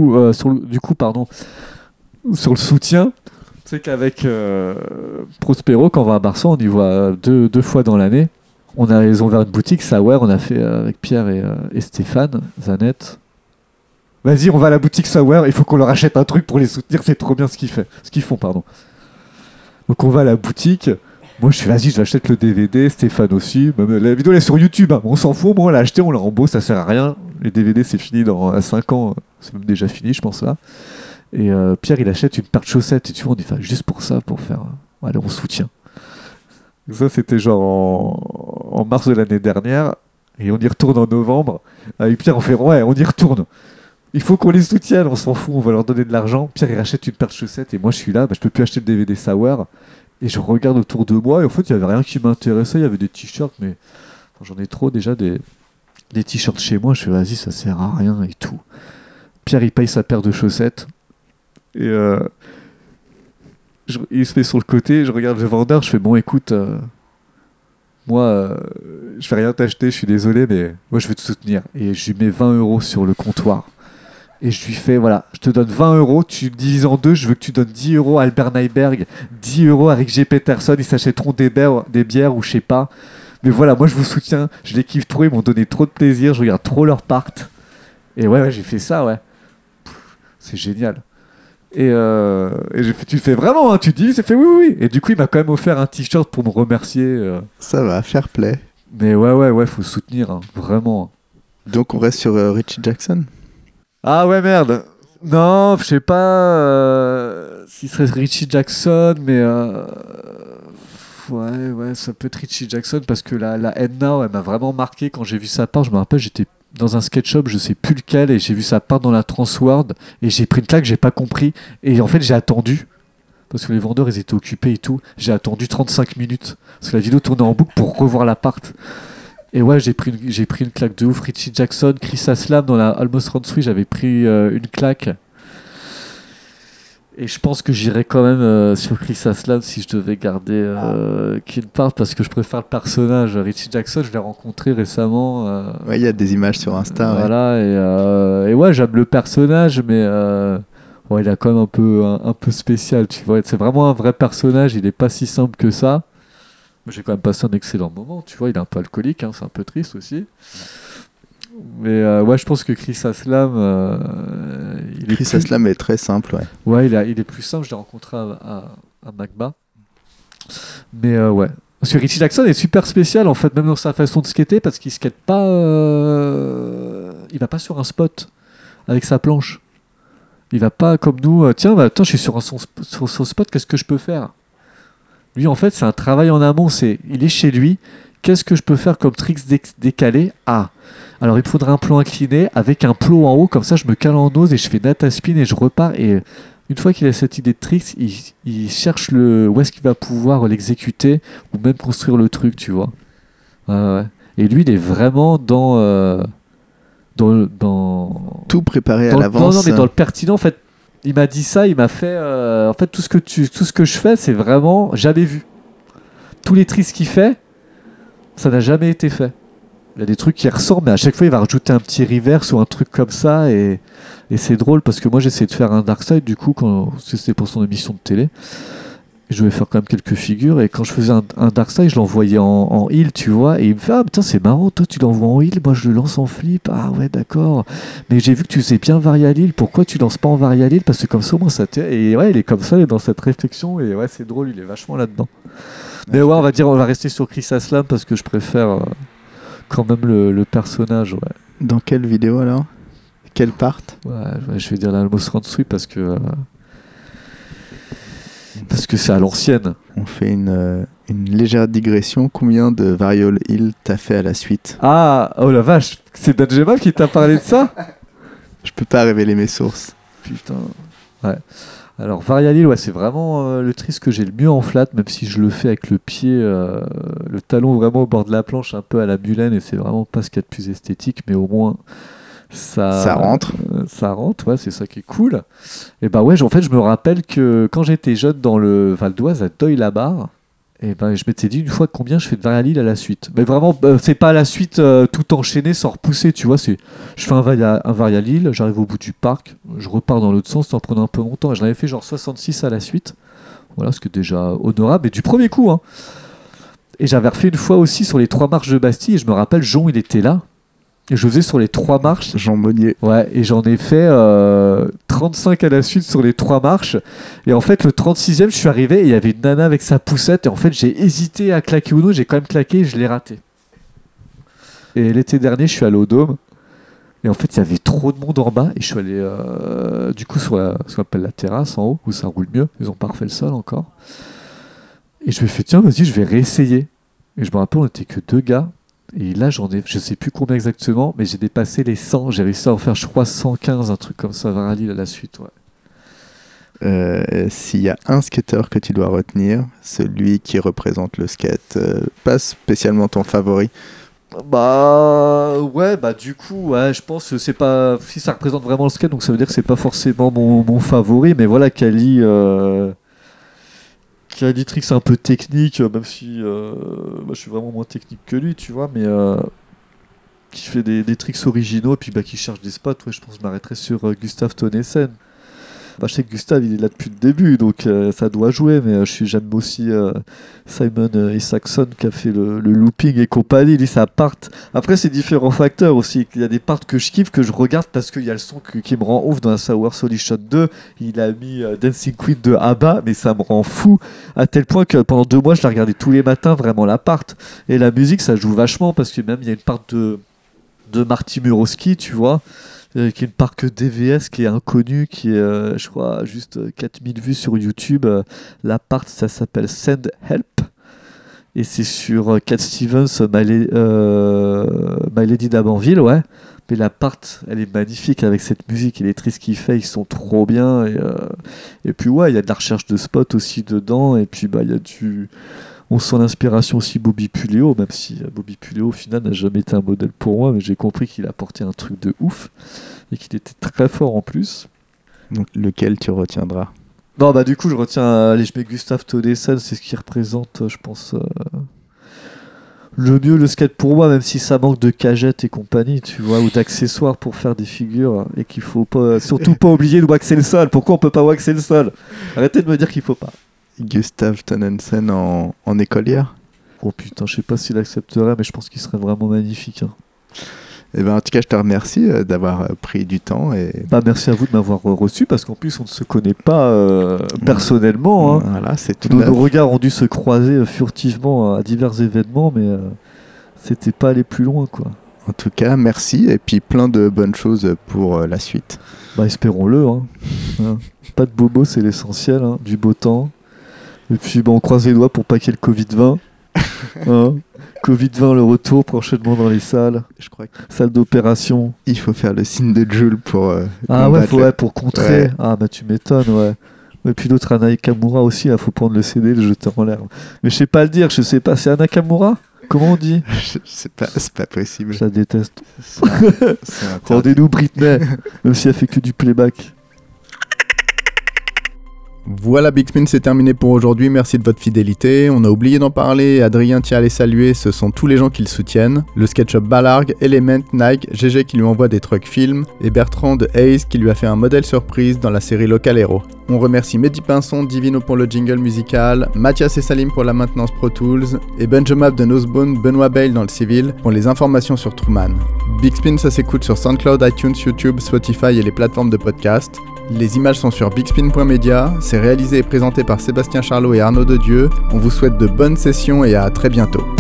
sur le soutien. C'est qu'avec Prospero, quand on va à Barça, on y voit deux fois dans l'année. Ils ont ouvert une boutique, Sour, on a fait avec Pierre et Stéphane, Zanette. Vas-y, on va à la boutique Sour, il faut qu'on leur achète un truc pour les soutenir, c'est trop bien ce qu'ils font. Donc on va à la boutique, moi je fais vas-y, j'achète le DVD, Stéphane aussi. La vidéo elle est sur YouTube, hein. On s'en fout, moi on l'a acheté, on l'a rembourse, ça sert à rien. Les DVD c'est fini à 5 ans, c'est même déjà fini je pense là. Et Pierre il achète une paire de chaussettes, et tu vois, on dit juste pour ça, pour faire. Allez, on soutient. Ça, c'était genre en mars de l'année dernière, et on y retourne en novembre. Avec Pierre, on fait ouais, on y retourne. Il faut qu'on les soutienne, on s'en fout, on va leur donner de l'argent. Pierre, il rachète une paire de chaussettes, et moi, je suis là, je peux plus acheter le DVD Sour. Et je regarde autour de moi, et en fait, il n'y avait rien qui m'intéressait. Il y avait des t-shirts, mais j'en ai trop déjà des t-shirts chez moi. Je fais vas-y, ça sert à rien et tout. Pierre, il paye sa paire de chaussettes. Et il se met sur le côté, je regarde le vendeur, je fais bon écoute, moi je vais rien t'acheter, je suis désolé, mais moi je veux te soutenir. Et je lui mets 20 € sur le comptoir. Et je lui fais voilà, je te donne 20 €, tu divises en deux, je veux que tu donnes 10 € à Albert Nyberg, 10 € à Rick G. Peterson, ils s'achèteront des bières ou je sais pas. Mais voilà, moi je vous soutiens, je les kiffe trop, ils m'ont donné trop de plaisir, je regarde trop leur part. Et ouais, j'ai fait ça, ouais. C'est génial. Et j'ai fait, tu le fais vraiment, hein, tu dis, j'ai fait oui. Et du coup, il m'a quand même offert un t-shirt pour me remercier. Ça va, fair play. Mais ouais, faut soutenir, hein, vraiment. Donc on reste sur Richie Jackson. Ah ouais, merde. Non, je sais pas si ce serait Richie Jackson, mais ouais, ça peut être Richie Jackson parce que la End Now, elle m'a vraiment marqué quand j'ai vu sa part. Je me rappelle, j'étais dans un sketch shop, je sais plus lequel, et j'ai vu sa part dans la Transworld, et j'ai pris une claque, j'ai pas compris, et en fait j'ai attendu, parce que les vendeurs ils étaient occupés et tout, j'ai attendu 35 minutes, parce que la vidéo tournait en boucle pour revoir l'appart. Et ouais, j'ai pris une claque de ouf. Richie Jackson, Chris Aslam dans la Almost Run 3, j'avais pris une claque. Et je pense que j'irais quand même sur Chris Aslam si je devais garder qu'une part, parce que je préfère le personnage. Richie Jackson, je l'ai rencontré récemment. Ouais, il y a des images sur Insta. Voilà, et ouais, j'aime le personnage, mais ouais, il est quand même un peu spécial, tu vois. C'est vraiment un vrai personnage, il est pas si simple que ça. J'ai quand même passé un excellent moment, tu vois. Il est un peu alcoolique, hein, c'est un peu triste aussi. Mais ouais, je pense que Chris Aslam, Aslam est très simple, ouais. Ouais, il est plus simple. Je l'ai rencontré à Magma. Mais ouais. Parce que Richie Jackson est super spécial, en fait, même dans sa façon de skater, parce qu'il skate pas. Il va pas sur un spot avec sa planche. Il va pas comme nous. Tiens, attends, je suis sur son spot, qu'est-ce que je peux faire? Lui, en fait, c'est un travail en amont. Il est chez lui. Qu'est-ce que je peux faire comme tricks décalés? Alors il me faudrait un plan incliné avec un plot en haut, comme ça je me cale en nose et je fais data spin et je repars. Et une fois qu'il a cette idée de tricks, il cherche où est-ce qu'il va pouvoir l'exécuter ou même construire le truc, tu vois. Ouais. Et lui, il est vraiment dans tout préparé à l'avance. Non, mais dans le pertinent, en fait. Il m'a dit ça, il m'a fait... en fait, tout ce que je fais, c'est vraiment jamais vu. Tous les tricks qu'il fait, ça n'a jamais été fait. Il y a des trucs qui ressortent, mais à chaque fois, il va rajouter un petit reverse ou un truc comme ça. Et c'est drôle parce que moi, j'essaie de faire un Darkside, du coup, quand c'était pour son émission de télé. Je devais faire quand même quelques figures. Et quand je faisais un Darkside, je l'envoyais en heal, tu vois. Et il me fait, ah putain, c'est marrant, toi, tu l'envoies en heal, moi, je le lance en flip. Ah ouais, d'accord. Mais j'ai vu que tu faisais bien varial heal. Pourquoi tu lances pas en varial heal? Parce que comme ça, au moins, ça t'est. Et ouais, il est comme ça, il est dans cette réflexion. Et ouais, c'est drôle, il est vachement là-dedans. Mais ouais, on va rester sur Chris Aslam parce que je préfère quand même le personnage, ouais. Dans quelle vidéo alors? Quelle part? Ouais, je vais dire l'Almost Ransui parce que c'est à l'ancienne. On fait une légère digression. Combien de Varial Hill t'as fait à la suite? Ah, oh la vache, c'est Benjamin qui t'a parlé de ça? Je peux pas révéler mes sources. Putain. Ouais. Alors, Varial Hill, ouais, c'est vraiment le tris que j'ai le mieux en flat, même si je le fais avec le pied, le talon vraiment au bord de la planche, un peu à la Mulen, et c'est vraiment pas ce qu'il y a de plus esthétique, mais au moins ça rentre. Ça rentre, ouais, c'est ça qui est cool. Et bah ouais, en fait, je me rappelle que quand j'étais jeune dans le Val d'Oise, à Deuil-la-Barre, et ben je m'étais dit une fois combien je fais de Varial Hill à la suite. Mais vraiment, c'est pas à la suite tout enchaîné sans repousser, tu vois. Je fais un Varial Hill, j'arrive au bout du parc, je repars dans l'autre sens, ça en prenait un peu longtemps. Et je l'avais fait genre 66 à la suite. Voilà, ce qui est déjà honorable, et du premier coup. Hein. Et j'avais refait une fois aussi sur les 3 marches de Bastille, et je me rappelle, Jean, il était là. Et je faisais sur les 3 marches. Jean Monnier. Ouais, et j'en ai fait 35 à la suite sur les 3 marches. Et en fait, le 36e, je suis arrivé et il y avait une nana avec sa poussette. Et en fait, j'ai hésité à claquer ou non. J'ai quand même claqué et je l'ai raté. Et l'été dernier, je suis allé au Dôme. Et en fait, il y avait trop de monde en bas. Et je suis allé du coup sur ce qu'on appelle la terrasse en haut, où ça roule mieux. Ils ont pas refait le sol encore. Et je me suis fait, tiens, vas-y, je vais réessayer. Et je me rappelle, on n'était que 2 gars. Et là, j'en ai, je sais plus combien exactement, mais j'ai dépassé les 100. J'ai réussi à en faire, je crois, 115, un truc comme ça, Varial Hill à la suite. Ouais. S'il y a un skater que tu dois retenir, celui qui représente le skate, pas spécialement ton favori. Bah ouais, bah du coup, ouais, je pense que c'est pas. Si ça représente vraiment le skate, donc ça veut dire que c'est pas forcément mon favori, mais voilà, Kali. Qui a des tricks un peu techniques, même si je suis vraiment moins technique que lui, tu vois, mais qui fait des tricks originaux et puis qui cherche des spots. Ouais, je pense que je m'arrêterai sur Gustav Tonnesen. Je sais que Gustave, il est là depuis le début, donc ça doit jouer, mais j'aime aussi Simon Isaacson qui a fait le looping et compagnie. Lui, ça part. Après, c'est différents facteurs aussi. Il y a des parts que je kiffe, que je regarde parce qu'il y a le son qui me rend ouf dans la Sour Solution 2. Il a mis Dancing Queen de ABBA, mais ça me rend fou à tel point que pendant 2 mois, je la regardais tous les matins, vraiment la part. Et la musique, ça joue vachement parce que même il y a une part de Marty Murawski, tu vois. Qui est une part que DVS qui est inconnue, qui est, je crois, juste 4000 vues sur YouTube. La part, ça s'appelle Send Help. Et c'est sur Cat Stevens, My Lady d'Abanville, ouais. Mais la part, elle est magnifique avec cette musique et les tristes qu'il fait, ils sont trop bien. Et puis, ouais, il y a de la recherche de spots aussi dedans. Et puis, il y a du... On sent l'inspiration aussi Bobby Puléo, même si Bobby Puléo au final n'a jamais été un modèle pour moi, mais j'ai compris qu'il apportait un truc de ouf et qu'il était très fort en plus. Donc lequel tu retiendras? Non, du coup je retiens, allez, je mets Gustav Tonnesen, c'est ce qui représente, je pense, le mieux le skate pour moi, même si ça manque de cagettes et compagnie, tu vois, ou d'accessoires pour faire des figures, et qu'il faut pas, surtout pas oublier de waxer le sol. Pourquoi on peut pas waxer le sol? Arrêtez de me dire qu'il faut pas. Gustav Tonnesen en écolière? Oh putain, je sais pas s'il accepterait, mais je pense qu'il serait vraiment magnifique. Hein. Eh ben, en tout cas, je te remercie d'avoir pris du temps. Merci à vous de m'avoir reçu, parce qu'en plus, on ne se connaît pas personnellement. Hein. Voilà, c'est tout Nos regards ont dû se croiser furtivement à divers événements, mais c'était pas aller plus loin, quoi. En tout cas, merci, et puis plein de bonnes choses pour la suite. Espérons-le. Hein. Pas de bobo, c'est l'essentiel, hein. Du beau temps. Et puis on croise les doigts pour pas qu'il y ait le Covid-20. Hein. Covid-20, le retour prochainement dans les salles. Je crois que... Salle d'opération. Il faut faire le signe de Jules pour pour contrer. Ouais. Ah tu m'étonnes, ouais. Et puis l'autre, Nakamura aussi, il faut prendre le CD et le jeter en l'air. Mais je sais pas le dire, je sais pas, c'est Nakamura? Comment on dit? C'est pas possible. Je la déteste. Rendez-nous Britney, même si elle fait que du playback. Voilà, Big Spin, c'est terminé pour aujourd'hui. Merci de votre fidélité. On a oublié d'en parler. Adrien tient à les saluer. Ce sont tous les gens qui le soutiennent. Le SkateShop Ballarg, Element, Nike, GG qui lui envoie des trucks films et Bertrand de Hayes qui lui a fait un modèle surprise dans la série Local Hero. On remercie Mehdi Pinson, Divino pour le jingle musical, Mathias et Salim pour la maintenance Pro Tools et Benjamin de Nosebone, Benoît Bale dans le civil pour les informations sur Truman. Big Spin, ça s'écoute sur SoundCloud, iTunes, YouTube, Spotify et les plateformes de podcast. Les images sont sur bigspin.media, c'est réalisé et présenté par Sébastien Charlot et Arnaud Dedieu. On vous souhaite de bonnes sessions et à très bientôt.